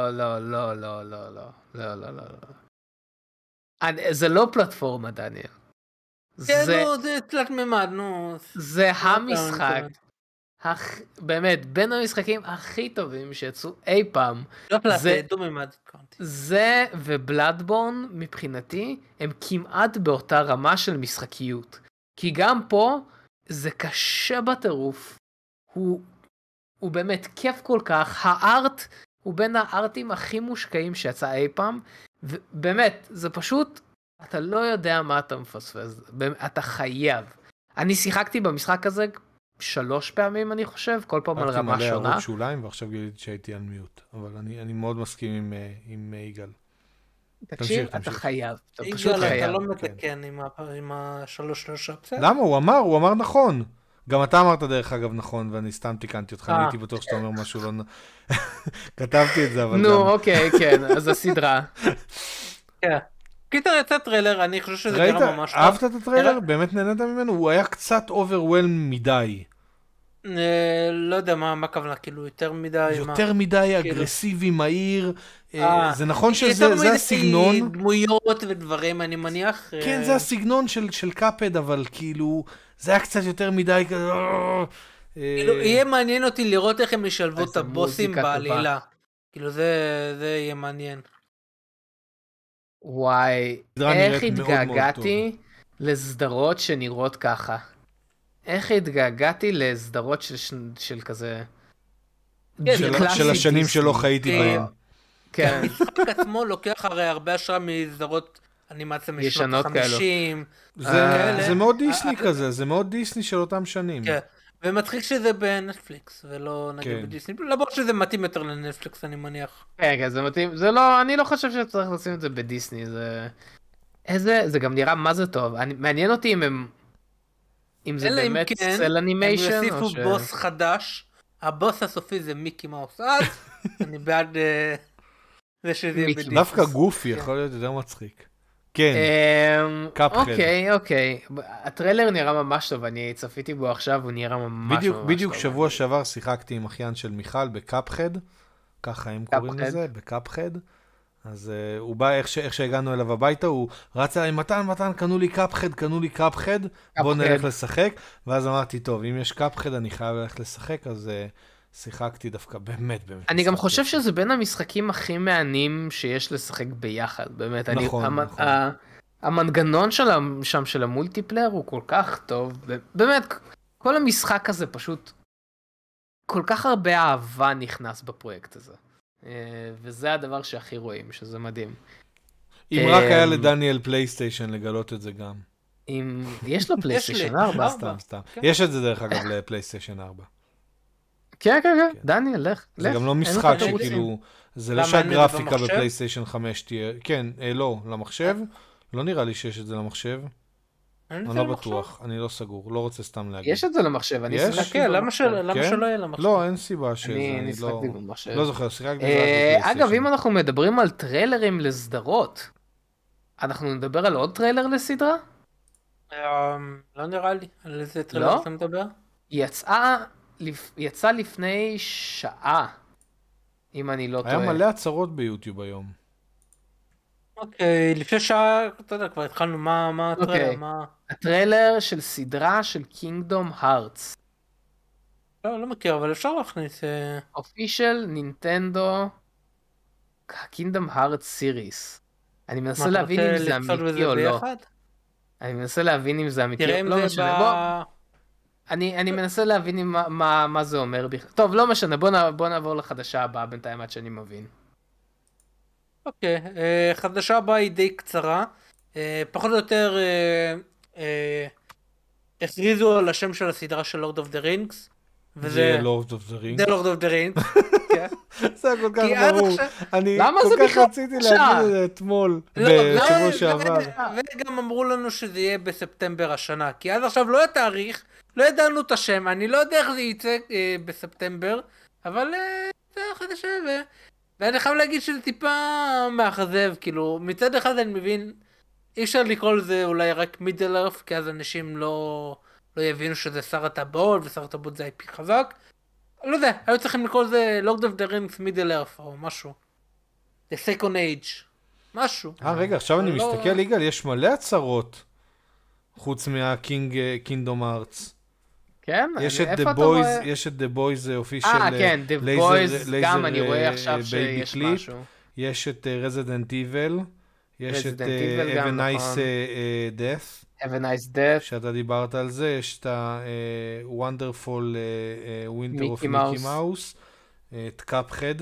זה לא פלטפורמה, דניאל. כן, זה תלת ממד, נו. זה המשחק. באמת, בין המשחקים הכי טובים שיצאו אי פעם. לא תלת, דו ממד. זה ובלאדבורן, מבחינתי, הם כמעט באותה רמה של משחקיות. כי גם פה, זה קשה בטירוף. הוא באמת כיף כל כך. הארט הוא בין הארטים הכי מושקעים שיצא אי פעם. ובאמת, זה פשוט, אתה לא יודע מה אתה מפספס. אתה חייב. אני שיחקתי במשחק הזה 3 פעמים, אני חושב, כל פעם על רמה שונה. מלא הערות שוליים, ועכשיו גיליתי שהייתי על מיוט. אבל אני מאוד מסכים עם יגאל. תקשיב, אתה חייב. אתה פשוט יגאל, חייב. אתה לא מתקן עם ה3 בסדר? למה? הוא אמר נכון. גם אתה אמרת דרך אגב נכון, ואני סתם תיקנתי אותך, אני הייתי בטוח שאתה אומר משהו לא... כתבתי את זה, אבל גם... נו, אוקיי, כן, אז הסדרה. כן. קיצר יצא טריילר, אני חושב שזה נראה ממש טוב. אהבת את הטריילר? באמת נהנית ממנו? הוא היה קצת אוברווילם מדי. לא יודע מה הכוונה, כאילו יותר מדי... יותר מדי אגרסיבי, מהיר. זה נכון שזה הסגנון... יותר מדי דמויות ודברים, אני מניח. כן, זה הסגנון של קאפד, אבל כאילו... זה היה קצת יותר מדי כזה... כאילו, יהיה מעניין אותי לראות איך הם ישלבו את הבוסים בעלילה. כאילו, זה יהיה מעניין. וואי, איך התגעגעתי לסדרות שנראות ככה. איך התגעגעתי לסדרות של כזה... של השנים שלא חייתי בהם. כן. המשחק עצמו לוקח הרי הרבה השראה מסדרות אנימציה משנות ה-50. זה מאוד דיסני כזה, זה מאוד דיסני של אותם שנים. כן, ומצחיק שזה בנטפליקס, ולא נגיד בדיסני, למרות שזה מתאים יותר לנטפליקס, אני מניח. כן, זה מתאים, זה לא, אני לא חושב שצריך לשים את זה בדיסני, זה גם נראה מה זה טוב, מעניין אותי אם זה באמת סל אנימיישן, הם יוסיפו בוס חדש, הבוס הסופי זה מיקי מאוס, אז אני בעד זה שזה יהיה בדיסני. דווקא גופי יכול להיות יותר מצחיק. כן, קאפהד. אוקיי, הטריילר נראה ממש טוב, אני צפיתי בו עכשיו, הוא נראה ממש טוב. בדיוק שבוע שעבר שיחקתי עם אחיין של מיכל בקאפהד, ככה הם קוראים לזה, בקאפהד. אז הוא בא, איך שהגענו אליו הביתה, הוא רץ אליי, מתן, קנו לי קאפהד, בוא נלך לשחק. ואז אמרתי, טוב, אם יש קאפהד אני חייב ללכת לשחק, אז שיחקקתי דווקא באמת. אני גם חושב שזה בין המשחקים הכי מעניינים שיש לשחק ביחד, באמת. נכון. המנגנון שם של המולטיפלייר הוא כל כך טוב, באמת, כל המשחק הזה פשוט, כל כך הרבה אהבה נכנס בפרויקט הזה. וזה הדבר שהכי רואים, שזה מדהים. אם רק היה לדניאל פלייסטיישן לגלות את זה גם. יש לו פלייסטיישן 4. סתם. יש את זה דרך אגב לפלייסטיישן 4. כן, דניאל, לך. זה גם לא משחק שכאילו, זה לא שהגרפיקה בפלייסטיישן 5 תהיה, כן, לא, למחשב, לא נראה לי שיש את זה למחשב. אני לא בטוח, אני לא סגור, לא רוצה סתם להגיד. יש את זה למחשב, אני שיחקתי במחשב. למה שלא יהיה למחשב? לא, אין סיבה שזה, אני שיחקתי במחשב. לא זוכר, שיחקתי בפלייסטיישן. אגב, אם אנחנו מדברים על טריילרים לסדרות, אנחנו נדבר על עוד טריילר לסדרה? לא נראה לי, על איזה טריילר אתה מדבר? יצא לפני שעה, אם אני לא טועה. היה מלא הצהרות ביוטיוב היום. אוקיי, לפני שעה, אתה יודע, כבר התחלנו, מה הטריילר? הטריילר של סדרה של קינגדום הארטס. לא מכיר, אבל אפשר להכניס... אופישל נינטנדו קינגדום הארטס סיריס. אני מנסה להבין אם זה אמיתי או לא. אני מנסה להבין אם זה אמיתי או לא. אני מנסה להבין מה זה אומר. טוב, לא משנה, בוא נעבור לחדשה הבאה בינתיים עד שאני מבין. אוקיי, חדשה הבאה היא די קצרה. פחות או יותר הכריזו על השם של הסדרה של לורד אוף דה רינגס. זה Lord of the Rings. זה Lord of the Rings. זה כל כך ברור. אני כל כך רציתי להגיד את זה אתמול, בשבוע שעבר. וגם אמרו לנו שזה יהיה בספטמבר השנה, כי עד עכשיו לא היה תאריך, לא ידענו את השם, אני לא יודע איך זה יצא בספטמבר, אבל זה חדשה, ואני חייב להגיד שזה טיפה מאכזב, כאילו, מצד אחד אני מבין, אי אפשר לקרוא לזה אולי רק מידל ארף, כי אז אנשים לא יבינו שזה שר הטבעות, ושר הטבעות זה IP חזק. לא יודע, היו צריכים לקרוא לזה Lord of the Rings מידל ארף, או משהו. The Second Age. משהו. רגע, עכשיו אני מסתכל, יגאל, יש מלא הצהרות, חוץ מהקינגדום ארץ. כן? יש את The Boys, יש את The Boys official, כן, The Boys, גם אני רואה עכשיו שיש משהו. יש את Resident Evil, יש את Have a Nice Death. Have a Nice Death. שאתה דיברת על זה, יש את ה-Wonderful Winter of Mickey Mouse, את Cuphead.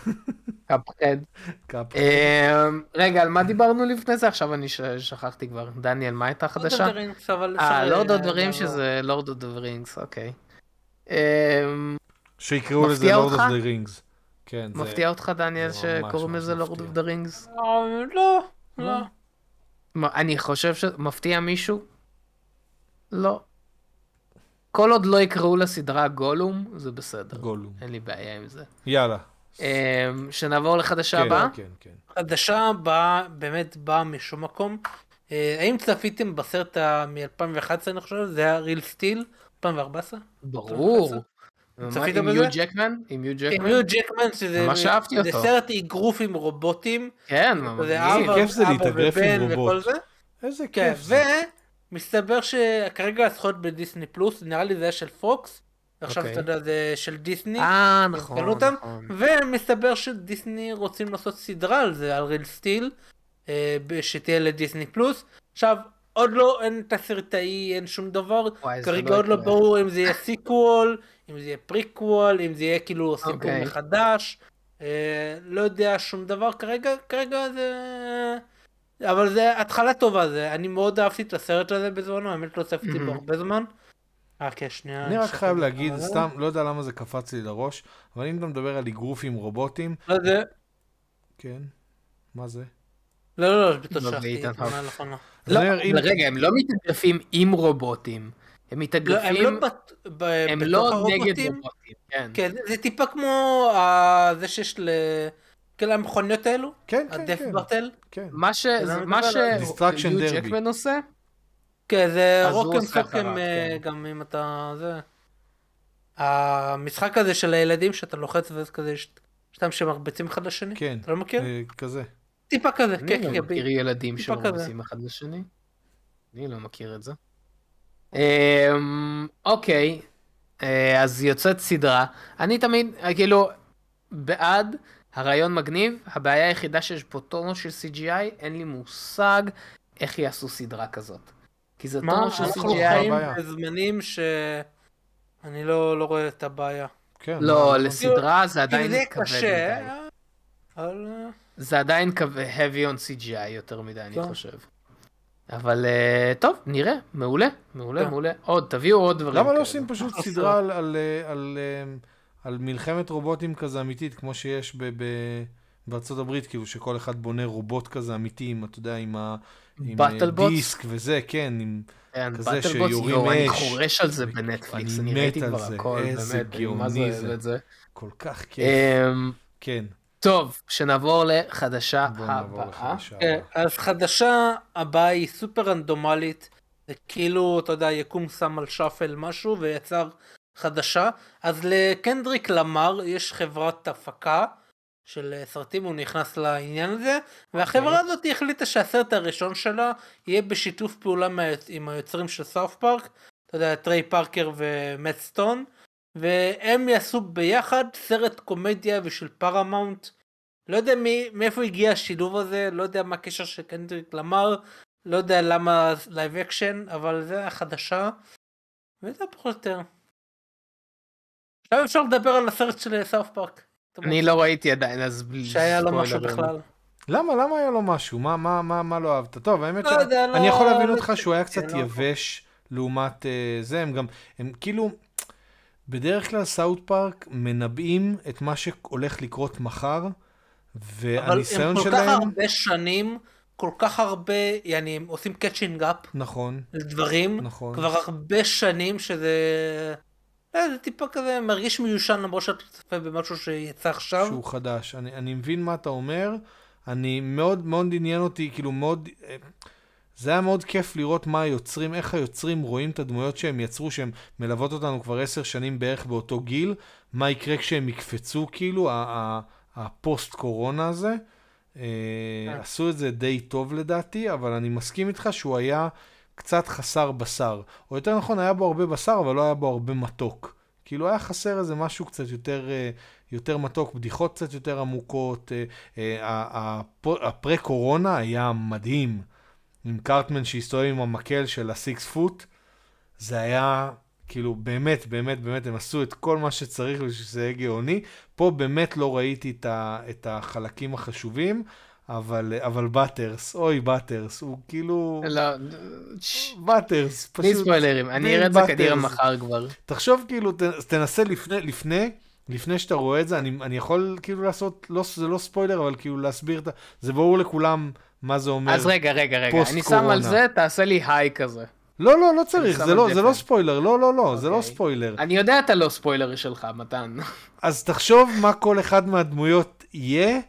Cuphead. רגע, על מה דיברנו לפני זה? עכשיו אני שכחתי כבר. דניאל, מה הייתה חדשה? Lord of the Rings שזה Lord of the Rings, אוקיי. שיקראו לזה Lord of the Rings. מפתיע אותך, דניאל, שקוראים לזה Lord of the Rings? לא. אני חושב שמפתיע מישהו? לא. כל עוד לא יקראו לסדרה גולום, זה בסדר. גולום. אין לי בעיה עם זה. יאללה. שנעבור לחדשה הבאה? כן. חדשה הבאה באמת באה משום מקום. האם צפיתם בסרט מ-2011 אני חושב? זה היה ריל סטיל? 2014? ברור. צפית עם בזה? יו ג'קמן? עם יו ג'קמן, ממש אהבתי אותו. זה סרט אגרוף עם רובוטים. כן, ממש. איזה כיף זה להתאגרף עם רובוט. איזה כיף זה. ומסתבר שכרגע הזכויות בדיסני פלוס, נראה לי זה היה של פוקס, ועכשיו אתה יודע זה של דיסני. נכון. ומסתבר שדיסני רוצים לעשות סדרה על זה, על ריל סטיל, שתהיה לדיסני פלוס. עכשיו, עוד לא, אין תסריטאי, אין שום דבר, כרגע עוד לא ברור אם זה יהיה סיקוול, אם זה יהיה פריקוול, אם זה יהיה כאילו סיפור מחדש, לא יודע שום דבר כרגע זה... אבל זה התחלה טובה, זה, אני מאוד אהבתי את הסרט הזה בזמנו, האמת לא צפיתי בו הרבה זמן. שנייה. אני רק חייב להגיד, סתם, לא יודע למה זה קפץ לי לראש, אבל אם אתה מדבר על אגרוף עם רובוטים... לא זה... כן, מה זה? לא, בתושכתי. רגע, הם לא מתאגרפים עם רובוטים, הם מתאגרפים... הם לא נגד רובוטים, כן. זה טיפה כמו זה שיש כאלה המכוניות האלו? כן. הדף ברטל? כן. מה שיו ג'קמן עושה? כן, זה רוקם סוקם גם אם אתה... המשחק הזה של הילדים שאתה לוחץ וזה כזה, שאתם שמרבצים אחד לשני? כן. אתה לא מכיר? כזה. טיפה כזה, כן. אני לא מכיר ילדים שמרבצים אחד לשני. אני לא מכיר את זה. אוקיי. אז יוצאת סדרה. אני תמיד, כאילו, בעד... הרעיון מגניב, הבעיה היחידה שיש פה טונו של CGI, אין לי מושג איך יעשו סדרה כזאת. כי זה טונו של CGI... בזמנים שאני לא רואה את הבעיה. לא, לסדרה זה עדיין כבד מדי. זה עדיין heavy on CGI יותר מדי, אני חושב. אבל טוב, נראה, מעולה. עוד, תביאו עוד דברים. למה לא עושים פשוט סדרה על מלחמת רובוטים כזה אמיתית, כמו שיש בארצות הברית, כאילו שכל אחד בונה רובוט כזה אמיתי, אתה יודע, עם דיסק וזה, כן, עם כזה שיורים אש. אני חורש על זה בנטפליקס, אני ראיתי כבר הכל, איזה גאוני זה. כל כך כיף. כן. טוב, שנעבור לחדשה הבאה. אז חדשה הבאה היא סופר רנדומלית, זה כאילו, אתה יודע, יקום שם על שפל משהו ויצר חדשה. אז לקנדריק למר יש חברת הפקה של סרטים, הוא נכנס לעניין הזה, והחברה הזאת החליטה שהסרט הראשון שלה יהיה בשיתוף פעולה עם היוצרים של סאוף פארק, אתה יודע, טריי פארקר ומט סטון, והם יעשו ביחד סרט קומדיה ושל פרמאונט. לא יודע מאיפה הגיע השילוב הזה, לא יודע מה הקשר של קנדריק למר, לא יודע למה לייב אקשן, אבל זה החדשה, וזה פחות יותר. עכשיו אפשר לדבר על הסרט של סאוף פארק. אני לא ראיתי עדיין, אז שהיה לו משהו בכלל. למה היה לו משהו? מה לא אהבת? טוב, האמת שאני יכול להבין אותך שהוא היה קצת יבש לעומת זה, הם כאילו, בדרך כלל סאוט פארק מנבאים את מה שהולך לקרות מחר, והניסיון שלהם... אבל הם כל כך הרבה שנים, כל כך הרבה, הם עושים קאצ'ינג אפ. נכון. לדברים. נכון. כבר הרבה שנים שזה... זה טיפה כזה מרגיש מיושן, למרות שאתה צופה במשהו שיצא עכשיו. שהוא חדש. אני מבין מה אתה אומר. אני מאוד מאוד עניין אותי, כאילו מאוד... זה היה מאוד כיף לראות מה היוצרים, איך היוצרים רואים את הדמויות שהם יצרו, שהם מלוות אותנו כבר 10 שנים בערך באותו גיל, מה יקרה כשהם יקפצו, כאילו, הפוסט קורונה הזה. עשו את זה די טוב לדעתי, אבל אני מסכים איתך שהוא היה קצת חסר בשר. או יותר נכון, היה בו הרבה בשר, אבל לא היה בו הרבה מתוק. כאילו היה חסר איזה משהו קצת יותר מתוק, בדיחות קצת יותר עמוקות. הפרה קורונה היה מדהים. עם קארטמן שהסתובב עם המקל של ה6 פוט, זה היה, כאילו, באמת, באמת, באמת, הם עשו את כל מה שצריך ושזה יהיה גאוני. פה באמת לא ראיתי את החלקים החשובים, אבל באטרס, אוי באטרס, הוא כאילו... לא, באטרס, פשוט... בלי ספוילרים, אני אראה את זה קדירה מחר כבר. תחשוב, כאילו, תנסה לפני שאתה רואה את זה, אני יכול כאילו לעשות, זה לא ספוילר, אבל כאילו להסביר את זה ברור לכולם מה זה אומר. אז רגע, אני שם על זה, תעשה לי היי כזה. לא צריך, זה לא ספוילר, לא, זה לא ספוילר. אני יודע את הלא ספוילר שלך, מתן. אז תחשוב מה כל אחד מהדמויות יהיה,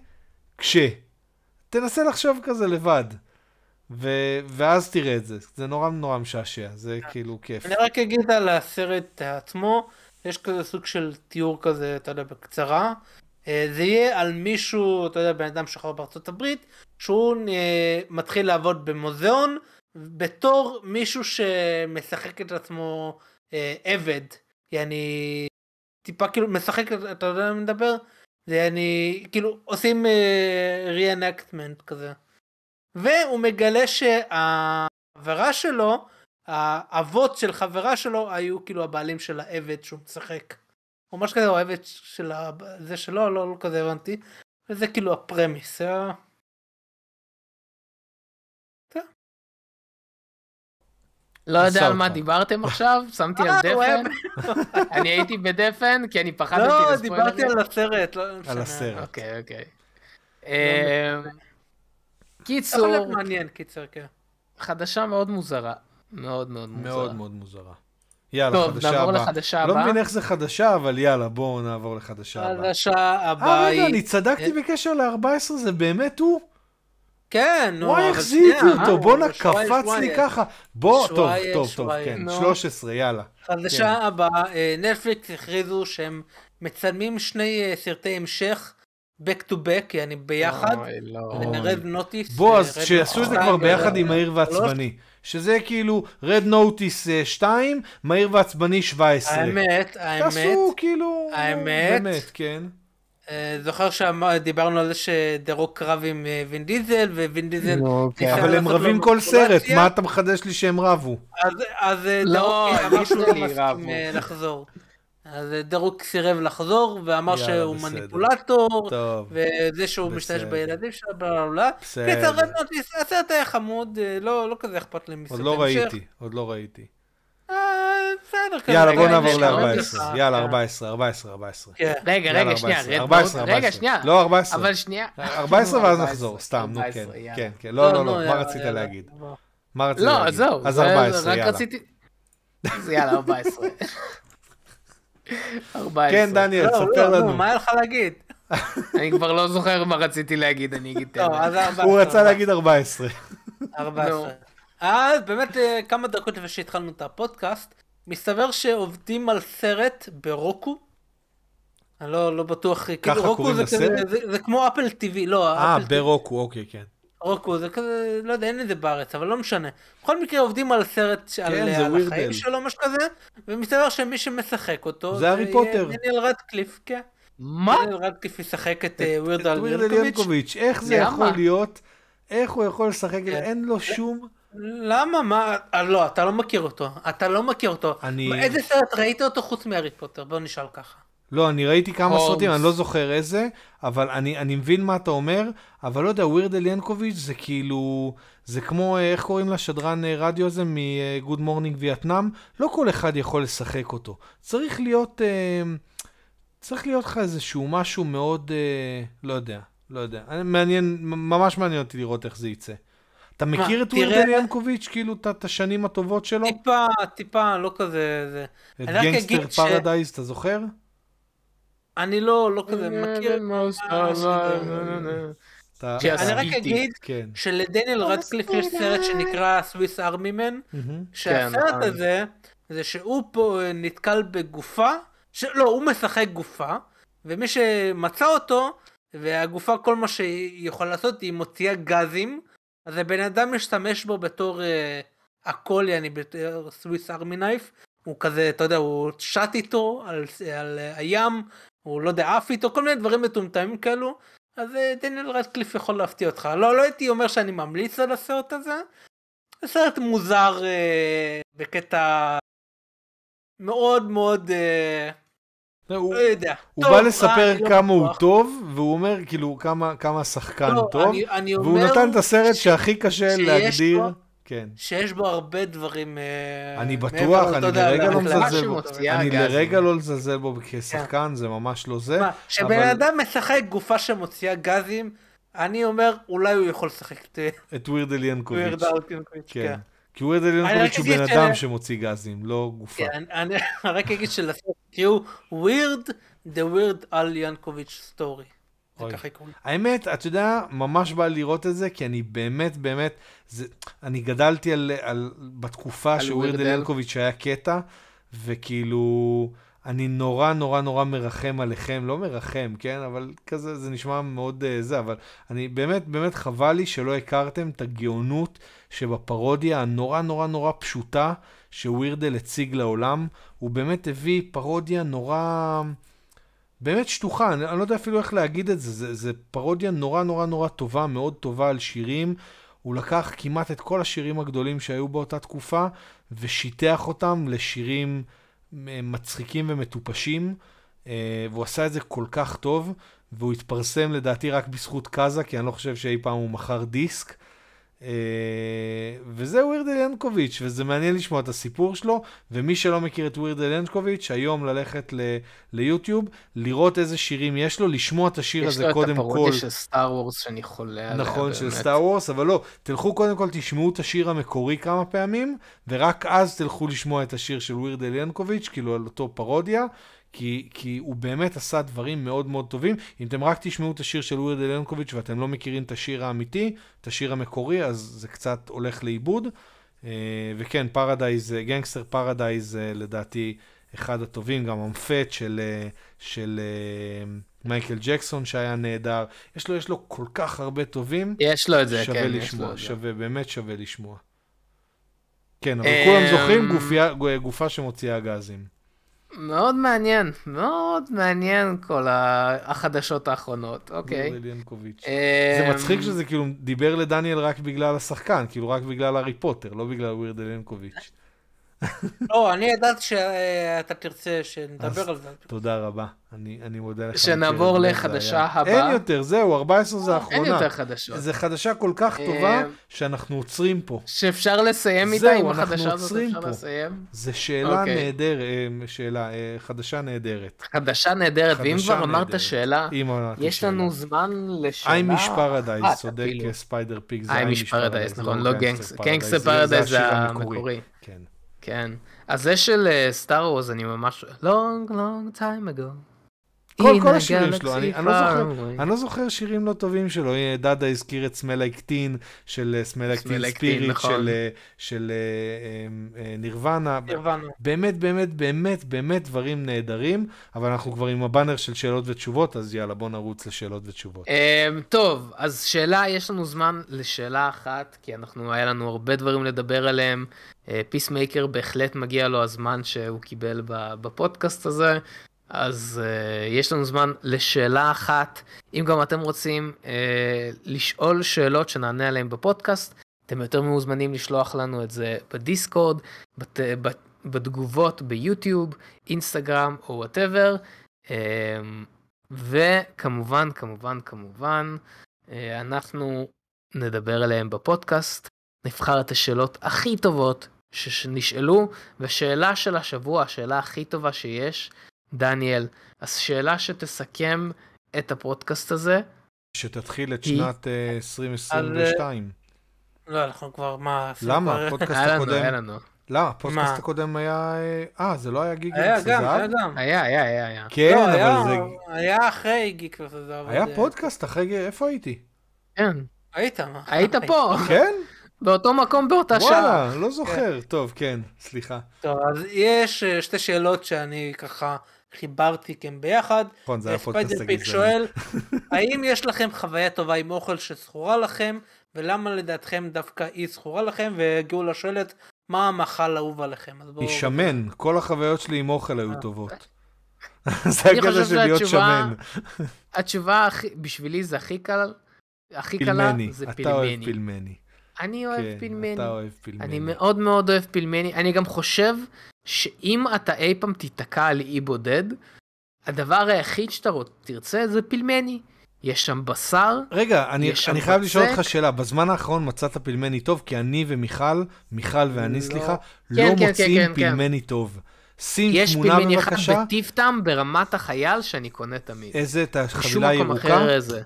תנסה לחשוב כזה לבד. ואז תראה את זה. זה נורא נורא משעשע, זה כאילו כיף. אני רק אגיד על הסרט עצמו, יש כזה סוג של תיאור כזה, אתה יודע, בקצרה. זה יהיה על מישהו, אתה יודע, בן אדם שחר בארצות הברית, שהוא מתחיל לעבוד במוזיאון, בתור מישהו שמשחק את עצמו עבד. יעני, טיפה כאילו משחק, אתה יודע מה מדבר? זה יעני, כאילו עושים re-enactment כזה. והוא מגלה שהחברה שלו, האבות של חברה שלו, היו כאילו הבעלים של העבד שהוא משחק. או משהו כזה, הוא העבד של זה שלו, לא כזה הבנתי. וזה כאילו הפרמיס. לא יודע על מה דיברתם עכשיו, שמתי על דפן. אני הייתי בדפן, כי אני פחדתי לספוילר. לא, דיברתי על הסרט. על הסרט. אוקיי. קיצור. זה חלק מעניין, קיצר, כן. חדשה מאוד מוזרה. מאוד מאוד מוזרה. מאוד מאוד מוזרה. יאללה, חדשה הבאה. טוב, נעבור לחדשה הבאה. לא מבין איך זה חדשה, אבל יאללה, בואו נעבור לחדשה הבאה. חדשה הבאה היא... רגע, אני צדקתי בקשר ל-14, זה באמת הוא? כן, נו. וואי, החזיתי אותו, בוא נקפץ לי ככה. בוא, טוב, כן, 13, יאללה. חדשה הבאה, נטפליקס הכריזו שהם מצלמים 2 סרטי המשך, back to back, יעני ביחד, רד נוטיס. בוא, אז שיעשו את זה כבר ביחד עם מהיר ועצבני. שזה כאילו רד נוטיס 2, מהיר ועצבני 17. האמת. תעשו כאילו... באמת, כן. זוכר שדיברנו על זה שדרוק רב עם וין דיזל, ווין דיזל... אבל הם רבים כל סרט, מה אתה מחדש לי שהם רבו? אז דרוק אמר שהוא לא מסכים לחזור. אז דרוק סירב לחזור, ואמר שהוא מניפולטור, וזה שהוא משתמש בילדים שלו, בלה. קיצר, הסרט היה חמוד, לא כזה אכפת לי מסרט המשך. עוד לא ראיתי. בסדר. יאללה, בוא נעבור ל-14. יאללה, 14. רגע, שנייה. לא, 14. אבל שנייה. 14 ואז נחזור, סתם, נו, כן. לא, מה רצית להגיד? לא, זהו. אז 14, יאללה. אז יאללה, 14. כן, דניאל, ספר לנו. מה היה לך להגיד? אני כבר לא זוכר מה רציתי להגיד, אני אגיד תן. הוא רצה להגיד 14. 14. אז באמת כמה דקות לפני שהתחלנו את הפודקאסט, מסתבר שעובדים על סרט ברוקו. אני לא בטוח, ככה קוראים לסרט? זה כמו אפל טיווי, לא. ברוקו, אוקיי, כן. רוקו, זה כזה, לא יודע, אין את זה בארץ, אבל לא משנה. בכל מקרה עובדים על סרט על החיים שלו, משהו כזה, ומסתבר שמי שמשחק אותו, זה הארי פוטר. דניאל רדקליף, כן. מה? דניאל רדקליף ישחק את ווירדל ינקוביץ'. איך זה יכול להיות? איך הוא יכול לשחק? אין לו שום... למה? מה? לא, אתה לא מכיר אותו. איזה סרט ראית אותו חוץ מהארי פוטר? בוא נשאל ככה. לא, אני ראיתי כמה סרטים, אני לא זוכר איזה, אבל אני מבין מה אתה אומר, אבל לא יודע, ווירד אל ינקוביץ' זה כאילו, זה כמו, איך קוראים לשדרן רדיו הזה מ-Good Morning וייטנאם? לא כל אחד יכול לשחק אותו. צריך להיות לך איזשהו משהו מאוד, לא יודע. ממש מעניין אותי לראות איך זה יצא. אתה מכיר את ווירד אל ינקוביץ', כאילו את השנים הטובות שלו? טיפה, לא כזה. את גנגסטר פרדייז, אתה זוכר? אני לא כזה מכיר. אני רק אגיד שלדניאל רדקליף יש סרט שנקרא סוויס ארמי מן, שהסרט הזה זה שהוא פה נתקל בגופה, לא, הוא משחק גופה, ומי שמצא אותו, והגופה כל מה שהיא יכולה לעשות היא מוציאה גזים, אז הבן אדם משתמש בו בתור הכל, בתור סוויס ארמי נייף, הוא כזה, אתה יודע, הוא שט איתו על הים, הוא לא יודע, אף איתו, כל מיני דברים מטומטמים כאלו, אז דניאל רדקליף יכול להפתיע אותך. לא הייתי אומר שאני ממליץ על הסרט הזה, זה סרט מוזר בקטע מאוד מאוד, לא יודע. הוא בא לספר כמה הוא טוב, והוא אומר כאילו כמה שחקן טוב, והוא נתן את הסרט שהכי קשה להגדיר. כן. שיש בו הרבה דברים. אני בטוח, אני לרגע לא מזלזל בו כשחקן, זה ממש לא זה. שבן אדם משחק גופה שמוציאה גזים, אני אומר, אולי הוא יכול לשחק את ווירד אל ינקוביץ'. כן. כי ווירד אל ינקוביץ' הוא בן אדם שמוציא גזים, לא גופה. אני רק אגיד שלסרט קראו ווירד, The Weird Al Yankovic Story. האמת, אתה יודע, ממש בא לראות את זה, כי אני באמת, אני גדלתי בתקופה שווירד אל ינקוביץ' היה קטע, וכאילו, אני נורא מרחם עליכם, לא מרחם, כן, אבל כזה, זה נשמע מאוד זה, אבל אני באמת חבל לי שלא הכרתם את הגאונות שבפרודיה הנורא פשוטה, שווירד אל הציג לעולם, הוא באמת הביא פרודיה באמת שטוחה, אני לא יודע אפילו איך להגיד את זה, זה פרודיה נורא טובה, מאוד טובה על שירים, הוא לקח כמעט את כל השירים הגדולים שהיו באותה תקופה, ושיטח אותם לשירים מצחיקים ומטופשים, והוא עשה את זה כל כך טוב, והוא התפרסם לדעתי רק בזכות קאזה, כי אני לא חושב שאי פעם הוא מכר דיסק, וזה ווירד אל ינקוביץ', וזה מעניין לשמוע את הסיפור שלו, ומי שלא מכיר את ווירד אל ינקוביץ', היום ללכת ליוטיוב, לראות איזה שירים יש לו, לשמוע את השיר הזה קודם כל. יש לו את הפרודיה של סטאר וורס שאני חולה עליה. נכון, של סטאר וורס, אבל לא, תלכו קודם כל תשמעו את השיר המקורי כמה פעמים, ורק אז תלכו לשמוע את השיר של ווירד אל ינקוביץ', כאילו על אותו פרודיה, כי הוא באמת עשה דברים מאוד טובים. אם אתם רק תשמעו את השיר של ווירד אל ינקוביץ' ואתם לא מכירים את השיר האמיתי, את השיר המקורי, אז זה קצת הולך לאיבוד. וכן, פרדייז, גנגסטר פרדייז, לדעתי אחד הטובים, גם המפת של מייקל ג'קסון שהיה נהדר. יש לו כל כך הרבה טובים. יש לו את זה, שווה לשמוע, באמת שווה לשמוע. כן, אבל כולם זוכרים גופה שמוציאה גזים. מאוד מעניין כל החדשות האחרונות, אוקיי. זה מצחיק שזה כאילו דיבר לדניאל רק בגלל השחקן, כאילו רק בגלל הארי פוטר, לא בגלל ווירד אל ינקוביץ'. לא, אני ידעתי שאתה תרצה שנדבר על זה. תודה רבה, אני מודה לך. שנעבור לחדשה הבאה. אין יותר, זהו, 14 זה האחרונה. אין יותר חדשות. זה חדשה כל כך טובה שאנחנו עוצרים פה. שאפשר לסיים איתה עם החדשה הזאת, אפשר לסיים. זה שאלה נהדרת, חדשה נהדרת. חדשה נהדרת, ואם כבר אמרת שאלה, יש לנו זמן לשאלה. איימיש פרדייז, צודק ספיידר פיג, איימיש פרדייז, נכון, לא גנגסטר פרדייז זה המקורי. כן, אז זה של סטאר וורס, אני ממש long time ago. כל השירים שלו, אני לא זוכר שירים לא טובים שלו. דאדה הזכיר את Smell Like Teen של Smell Like Teen Spirit של נירוונה. באמת דברים נהדרים, אבל אנחנו כבר עם הבאנר של שאלות ותשובות, אז יאללה, בוא נרוץ לשאלות ותשובות. טוב, אז שאלה, יש לנו זמן לשאלה אחת, כי היה לנו הרבה דברים לדבר עליהם. פיסמייקר בהחלט מגיע לו הזמן שהוא קיבל בפודקאסט הזה, אז יש לנו זמן לשאלה אחת. אם גם אתם רוצים לשאול שאלות שנענה עליהן בפודקאסט, אתם יותר מוזמנים לשלוח לנו את זה בדיסקורד, בתגובות ביוטיוב, אינסטגרם או whatever. וכמובן, כמובן, אנחנו נדבר עליהם בפודקאסט, נבחר את השאלות הכי טובות שנשאלו, ושאלה של השבוע, השאלה הכי טובה שיש, דניאל, השאלה שתסכם את הפודקאסט הזה, שתתחיל את שנת 2022. לא, אנחנו כבר, מה? למה? הפודקאסט הקודם... היה לנו. לא, הפודקאסט הקודם היה... זה לא היה גיק היה וסזב? גם. היה. כן, לא, אבל זה... היה אחרי גיק וסזב. היה פודקאסט אחרי... איפה הייתי? כן. היית, מה? היית פה. כן? באותו מקום באותה שעה. וואלה, לא זוכר. טוב, כן, סליחה. טוב, אז יש שתי שאלות שאני ככה חיברתי כאן ביחד. נכון, זה היה פודקאסט ספיידר פיק הגזעני. שואל, האם יש לכם חוויה טובה עם אוכל שזכורה לכם, ולמה לדעתכם דווקא היא זכורה לכם? וגאולה שואלת, מה המאכל האהוב עליכם? היא שמן, כל החוויות שלי עם אוכל היו טובות. זה הקטע של להיות שמן. התשובה בשבילי זה הכי קלה, זה פילמני. אתה אוהב פילמני. אני אוהב פילמני. אתה אוהב פילמני. אני מאוד מאוד אוהב פילמני. אני גם חושב שאם אתה אי פעם תיתקע על אי בודד, הדבר היחיד שאתה תרצה זה פילמני. יש שם בשר. רגע, אני חייב לשאול אותך שאלה. בזמן האחרון מצאת פילמני טוב, כי אני ומיכל, סליחה, לא מוצאים פילמני טוב. שים יש תמונה פילמני בבקשה. אחד בטיפטם ברמת החייל שאני קונה תמיד. איזה, את החבילה ירוקה?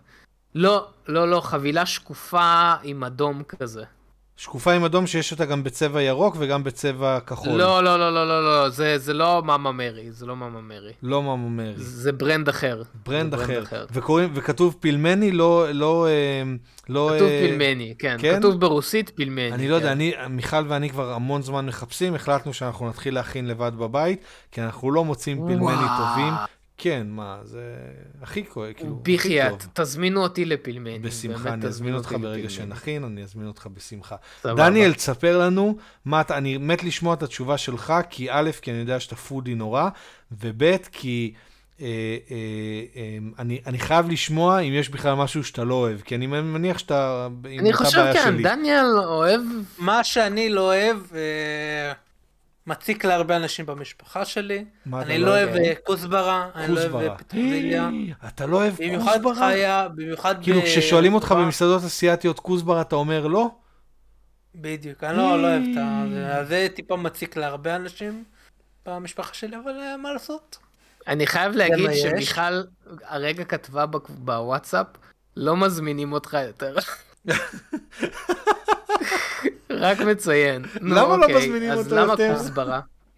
לא, חבילה שקופה עם אדום כזה. שקופה עם אדום שיש אותה גם בצבע ירוק וגם בצבע כחול. לא, זה לא מאמה מרי, לא מאמה מרי. זה ברנד אחר. וכתוב פילמני, לא... כתוב פילמני, כן. כתוב ברוסית פילמני. אני לא יודע, מיכל ואני כבר המון זמן מחפשים, החלטנו שאנחנו נתחיל להכין לבד בבית, כי אנחנו לא מוצאים פילמני טובים. כן, מה, זה הכי כואב, כאילו, ביחיית, תזמינו אותי לפילמני. בשמחה, אני אזמין אותך ברגע שנכין, אני אזמין אותך בשמחה. דניאל, תספר לנו, אני מת לשמוע את התשובה שלך, כי א', כי אני יודע שאתה פודי נורא, וב', כי אני חייב לשמוע אם יש בכלל משהו שאתה לא אוהב, כי אני מניח שאתה... אני חושב כן, דניאל אוהב... מה שאני לא אוהב... מציק להרבה אנשים במשפחה שלי. אני לא אוהב כוסברה, אני לא אוהב פטרוזיליה. אתה לא אוהב כוסברה? במיוחד חיה, במיוחד... כאילו כששואלים אותך במסעדות אסיאתיות כוסברה, אתה אומר לא? בדיוק, אני לא אוהב את זה. זה טיפה מציק להרבה אנשים במשפחה שלי, אבל מה לעשות? אני חייב להגיד שמיכל הרגע כתבה בוואטסאפ, לא מזמינים אותך יותר. רק מציין. למה לא מזמינים אותו יותר? אז למה כוסברה?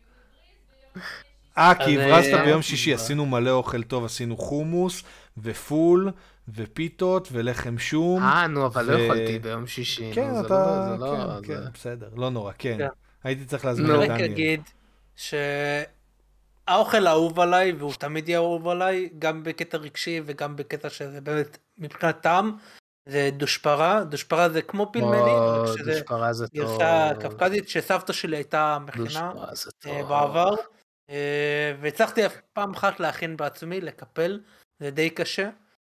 כי הברזת ביום שישי, עשינו מלא אוכל טוב, עשינו חומוס ופול ופיתות ולחם שום. נו, אבל לא יכולתי ביום שישי. כן, בסדר, לא נורא, כן. הייתי צריך להזמין את דניאל. אני רק אגיד שהאוכל האהוב עליי, והוא תמיד יהיה אהוב עליי, גם בקטע רגשי וגם בקטע שזה באמת מבחינת טעם, זה דושפרה. דושפרה זה כמו פילמני, דושפרה זה טוב. גרסה קפקזית שסבתא שלי הייתה מכינה בעבר, והצלחתי פעם אחת להכין בעצמי, לקפל, זה די קשה.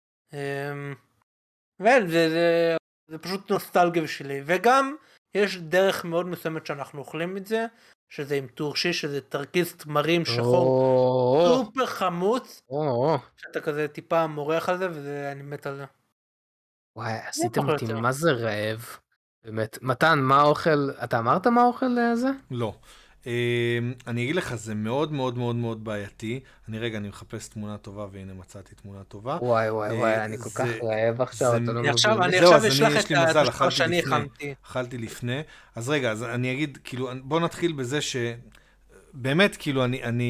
זה פשוט נוסטלגיה שלי, וגם יש דרך מאוד מסוימת שאנחנו אוכלים את זה, שזה עם טורשי, שזה תרכיז תמרים שחור, סופר חמוץ, שאתה כזה טיפה מורח על זה, ואני מת על זה. וואי, עשיתם אותי מה זה רעב. באמת, מתן, מה האוכל, אתה אמרת מה האוכל זה? לא. אני אגיד לך, זה מאוד מאוד מאוד מאוד בעייתי. אני מחפש תמונה טובה, והנה מצאתי תמונה טובה. וואי, אני כל כך רעב עכשיו, אתה לא מבין. אני עכשיו אשלח את הדבר שאני הכנתי. אכלתי לפני. אז רגע, אז אני אגיד, כאילו, בוא נתחיל בזה שבאמת, כאילו,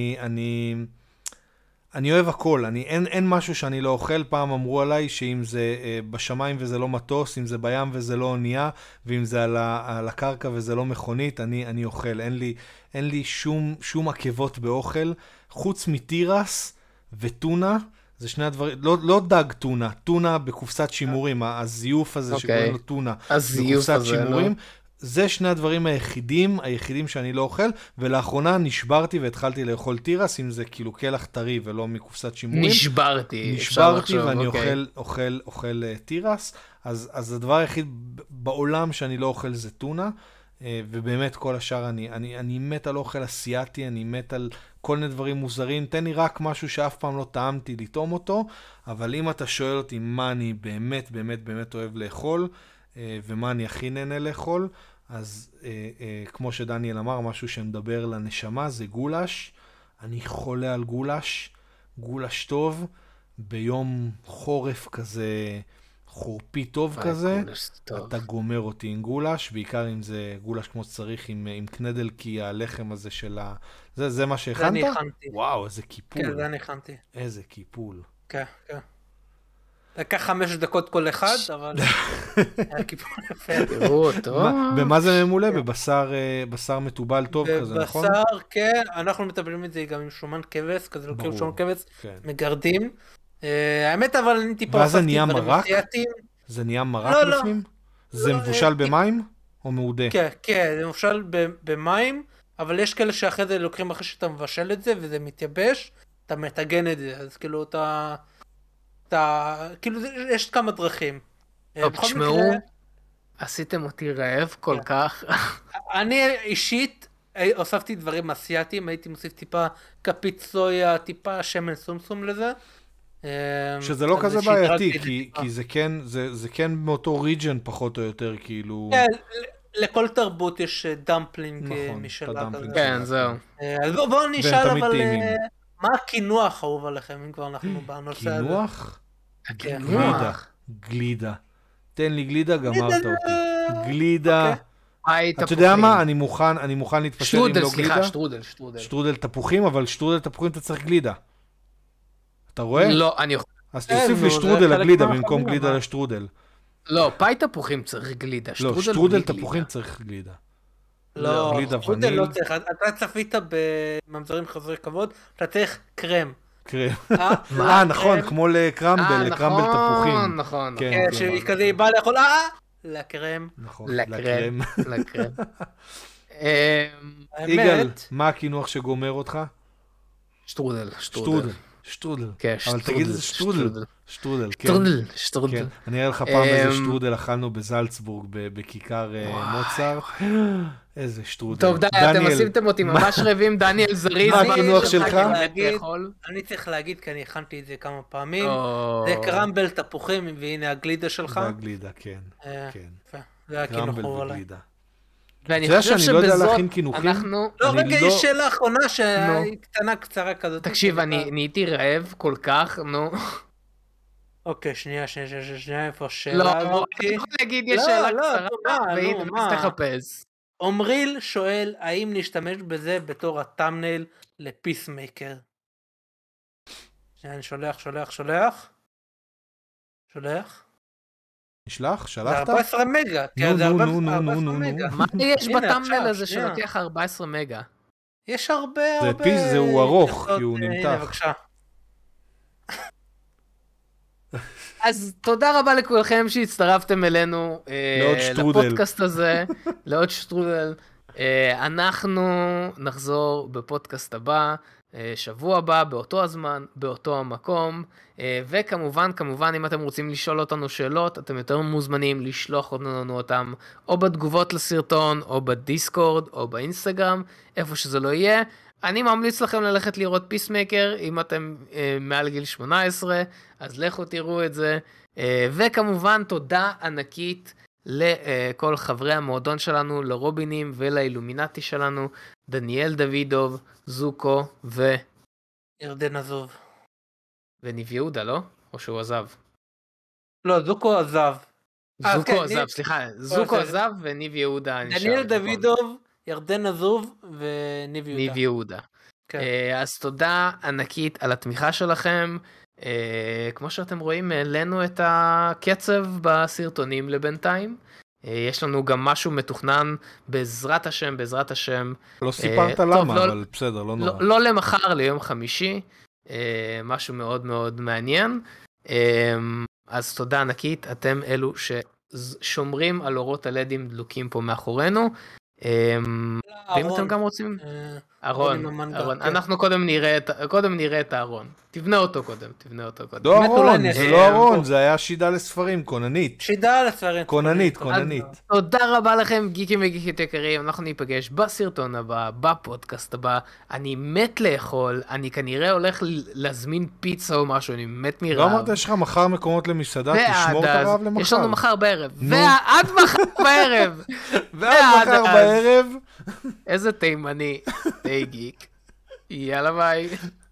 אני אוהב הכל, אין משהו שאני לא אוכל. פעם אמרו עליי שאם זה בשמיים וזה לא מטוס, אם זה בים וזה לא אונייה, ואם זה על הקרקע וזה לא מכונית, אני אוכל. אין לי שום עקבות באוכל, חוץ מטירס וטונה, זה שני הדברים, לא דג טונה, טונה בקופסת שימורים, הזיוף הזה שקוראים לו טונה, בקופסת שימורים, זה שני הדברים היחידים שאני לא אוכל, ולאחרונה נשברתי והתחלתי לאכול טירס, אם זה כאילו קלח טרי ולא מקופסת שימורים. נשברתי ואני אוכל טירס, אז הדבר היחיד בעולם שאני לא אוכל זה טונה, ובאמת כל השאר, אני מת על אוכל אסיאתי, אני מת על כל מיני דברים מוזרים, תן לי רק משהו שאף פעם לא טעמתי לטעום אותו, אבל אם אתה שואל אותי מה אני באמת באמת באמת אוהב לאכול, ומה אני הכי נהנה לאכול, אז כמו שדניאל אמר, משהו שמדבר לנשמה זה גולש, אני חולה על גולש, גולש טוב, ביום חורף כזה, חורפי טוב כזה, אתה גומר אותי עם גולש, בעיקר אם זה גולש כמו שצריך, עם קנדל, כי הלחם הזה של ה... זה מה שהכנת? זה אני הכנתי. וואו, איזה קיפול. כן, זה אני הכנתי. איזה קיפול. כן, כן. לקח 5 דקות כל אחד, אבל... היה קיפול יפה. תראו, טוב. במה זה ממולא? בבשר מטובל טוב כזה, נכון? בבשר, כן, אנחנו מטבלים את זה גם עם שומן כבש, כזה לוקחים שומן כבש, מגרדים. האמת, אבל אני טיפה ואז זה נהיה מרק? זה נהיה מרק בפנים? זה מבושל במים או מעודה? כן, כן, זה מבושל במים, אבל יש כאלה שאחרי זה לוקחים אחרי שאתה מבשל את זה וזה מתייבש, אתה מטגן את זה, אז כאילו אתה כאילו יש כמה דרכים. טוב, תשמעו, עשיתם אותי רעב כל כך. אני אישית הוספתי דברים אסיאטיים, הייתי מוסיף טיפה כפית סויה, טיפה שמן סומסום לזה. שזה לא כזה בעייתי, כי זה כן מאותו ריג'ן פחות או יותר, כאילו... כן, לכל תרבות יש דמפלינג משלה. כן, זהו. אז בואו נשאל אבל, מה הכינוח האהוב עליכם, אם כבר אנחנו בנושא הזה? כינוח? הכינוח? גלידה. תן לי גלידה, גמרת אותי. גלידה. אתה יודע מה? אני מוכן להתפשר אם לא גלידה. סליחה, שטרודל. שטרודל תפוחים, אבל שטרודל תפוחים אתה צריך גלידה. אתה רואה? לא, אני יכול... אז תוסיף לי שטרודל לגלידה במקום גלידה לשטרודל. לא, פאי תפוחים צריך גלידה. לא, שטרודל תפוחים צריך גלידה. לא, שטרודל לא צריך. אתה צפית בממזרים חסרי כבוד, אתה צריך קרם. קרם. נכון, כמו לקרמבל תפוחים. נכון. כן, שכזה היא באה לאכול, לקרם. נכון, לקרם. יגאל, מה הכינוח שגומר אותך? שטרודל. כן, אבל תגיד איזה שטרודל. שטרודל. אני אראה לך פעם איזה שטרודל אכלנו בזלצבורג בכיכר מוצר. איזה שטרודל. טוב, די, אתם עשיתם אותי ממש רעבים, דניאל זריז. מה הכינוח שלך? אני צריך להגיד, כי אני הכנתי את זה כמה פעמים. זה קרמבל תפוחים, והנה הגלידה שלך. זה הגלידה, כן. זה הכינוח עליי. ואני חושב שבזאת אנחנו... לא, רגע, יש שאלה אחרונה שהיא קטנה קצרה כזאת. תקשיב, אני נהייתי רעב כל כך, נו. אוקיי, שנייה, איפה השאלה? לא, אתה יכול להגיד יש שאלה קצרה, והנה, אז תחפש. עומריל שואל, האם נשתמש בזה בתור הטאמנייל לפיסמייקר? אני שולח. נשלח? שלחת? זה 14 מגה. זה 14 מגה. מה יש בטאמנייל הזה שלוקח 14 מגה? יש הרבה... זהו ארוך, כי הוא נמתח. הנה, בבקשה. אז תודה רבה לכולכם שהצטרפתם אלינו לפודקאסט הזה, לעוד שטרודל. אנחנו נחזור בפודקאסט הבא, שבוע הבא, באותו הזמן, באותו המקום, וכמובן, אם אתם רוצים לשאול אותנו שאלות, אתם יותר מוזמנים לשלוח לנו אותם, או בתגובות לסרטון, או בדיסקורד, או באינסטגרם, איפה שזה לא יהיה. אני ממליץ לכם ללכת לראות פיסמייקר, אם אתם מעל גיל 18, אז לכו תראו את זה. וכמובן, תודה ענקית לכל חברי המועדון שלנו, לרובינים ולאילומינטי שלנו, דניאל דוידוב, זוקו ירדן עזוב. וניב יהודה, לא? או שהוא עזב? לא, זוקו עזב. זוקו עזב, סליחה. זוקו עזב וניב יהודה נשאר. דניאל דוידוב, ירדן עזוב וניב יהודה. ניב יהודה. אז תודה ענקית על התמיכה שלכם. כמו שאתם רואים, העלינו את הקצב בסרטונים לבינתיים. יש לנו גם משהו מתוכנן בעזרת השם. לא סיפרת למה, אבל בסדר, לא נורא. לא למחר, ליום חמישי. משהו מאוד מאוד מעניין. אז תודה ענקית, אתם אלו ששומרים על אורות הלדים דלוקים פה מאחורינו. ואם אתם גם רוצים... ארון, אנחנו קודם נראה את הארון. תבנה אותו קודם. לא ארון, זה לא ארון, זה היה שידה לספרים, כוננית. שידה לספרים. כוננית. תודה רבה לכם, גיקים וגיקית יקרים, אנחנו ניפגש בסרטון הבא, בפודקאסט הבא. אני מת לאכול, אני כנראה הולך להזמין פיצה או משהו, אני מת מרעב. לא אמרת, יש לך מחר מקומות למסעדה, תשמור את הרעב למחר. יש לנו מחר בערב, ועד מחר בערב. ועד מחר בערב. איזה תימני, די גיק. יאללה ביי.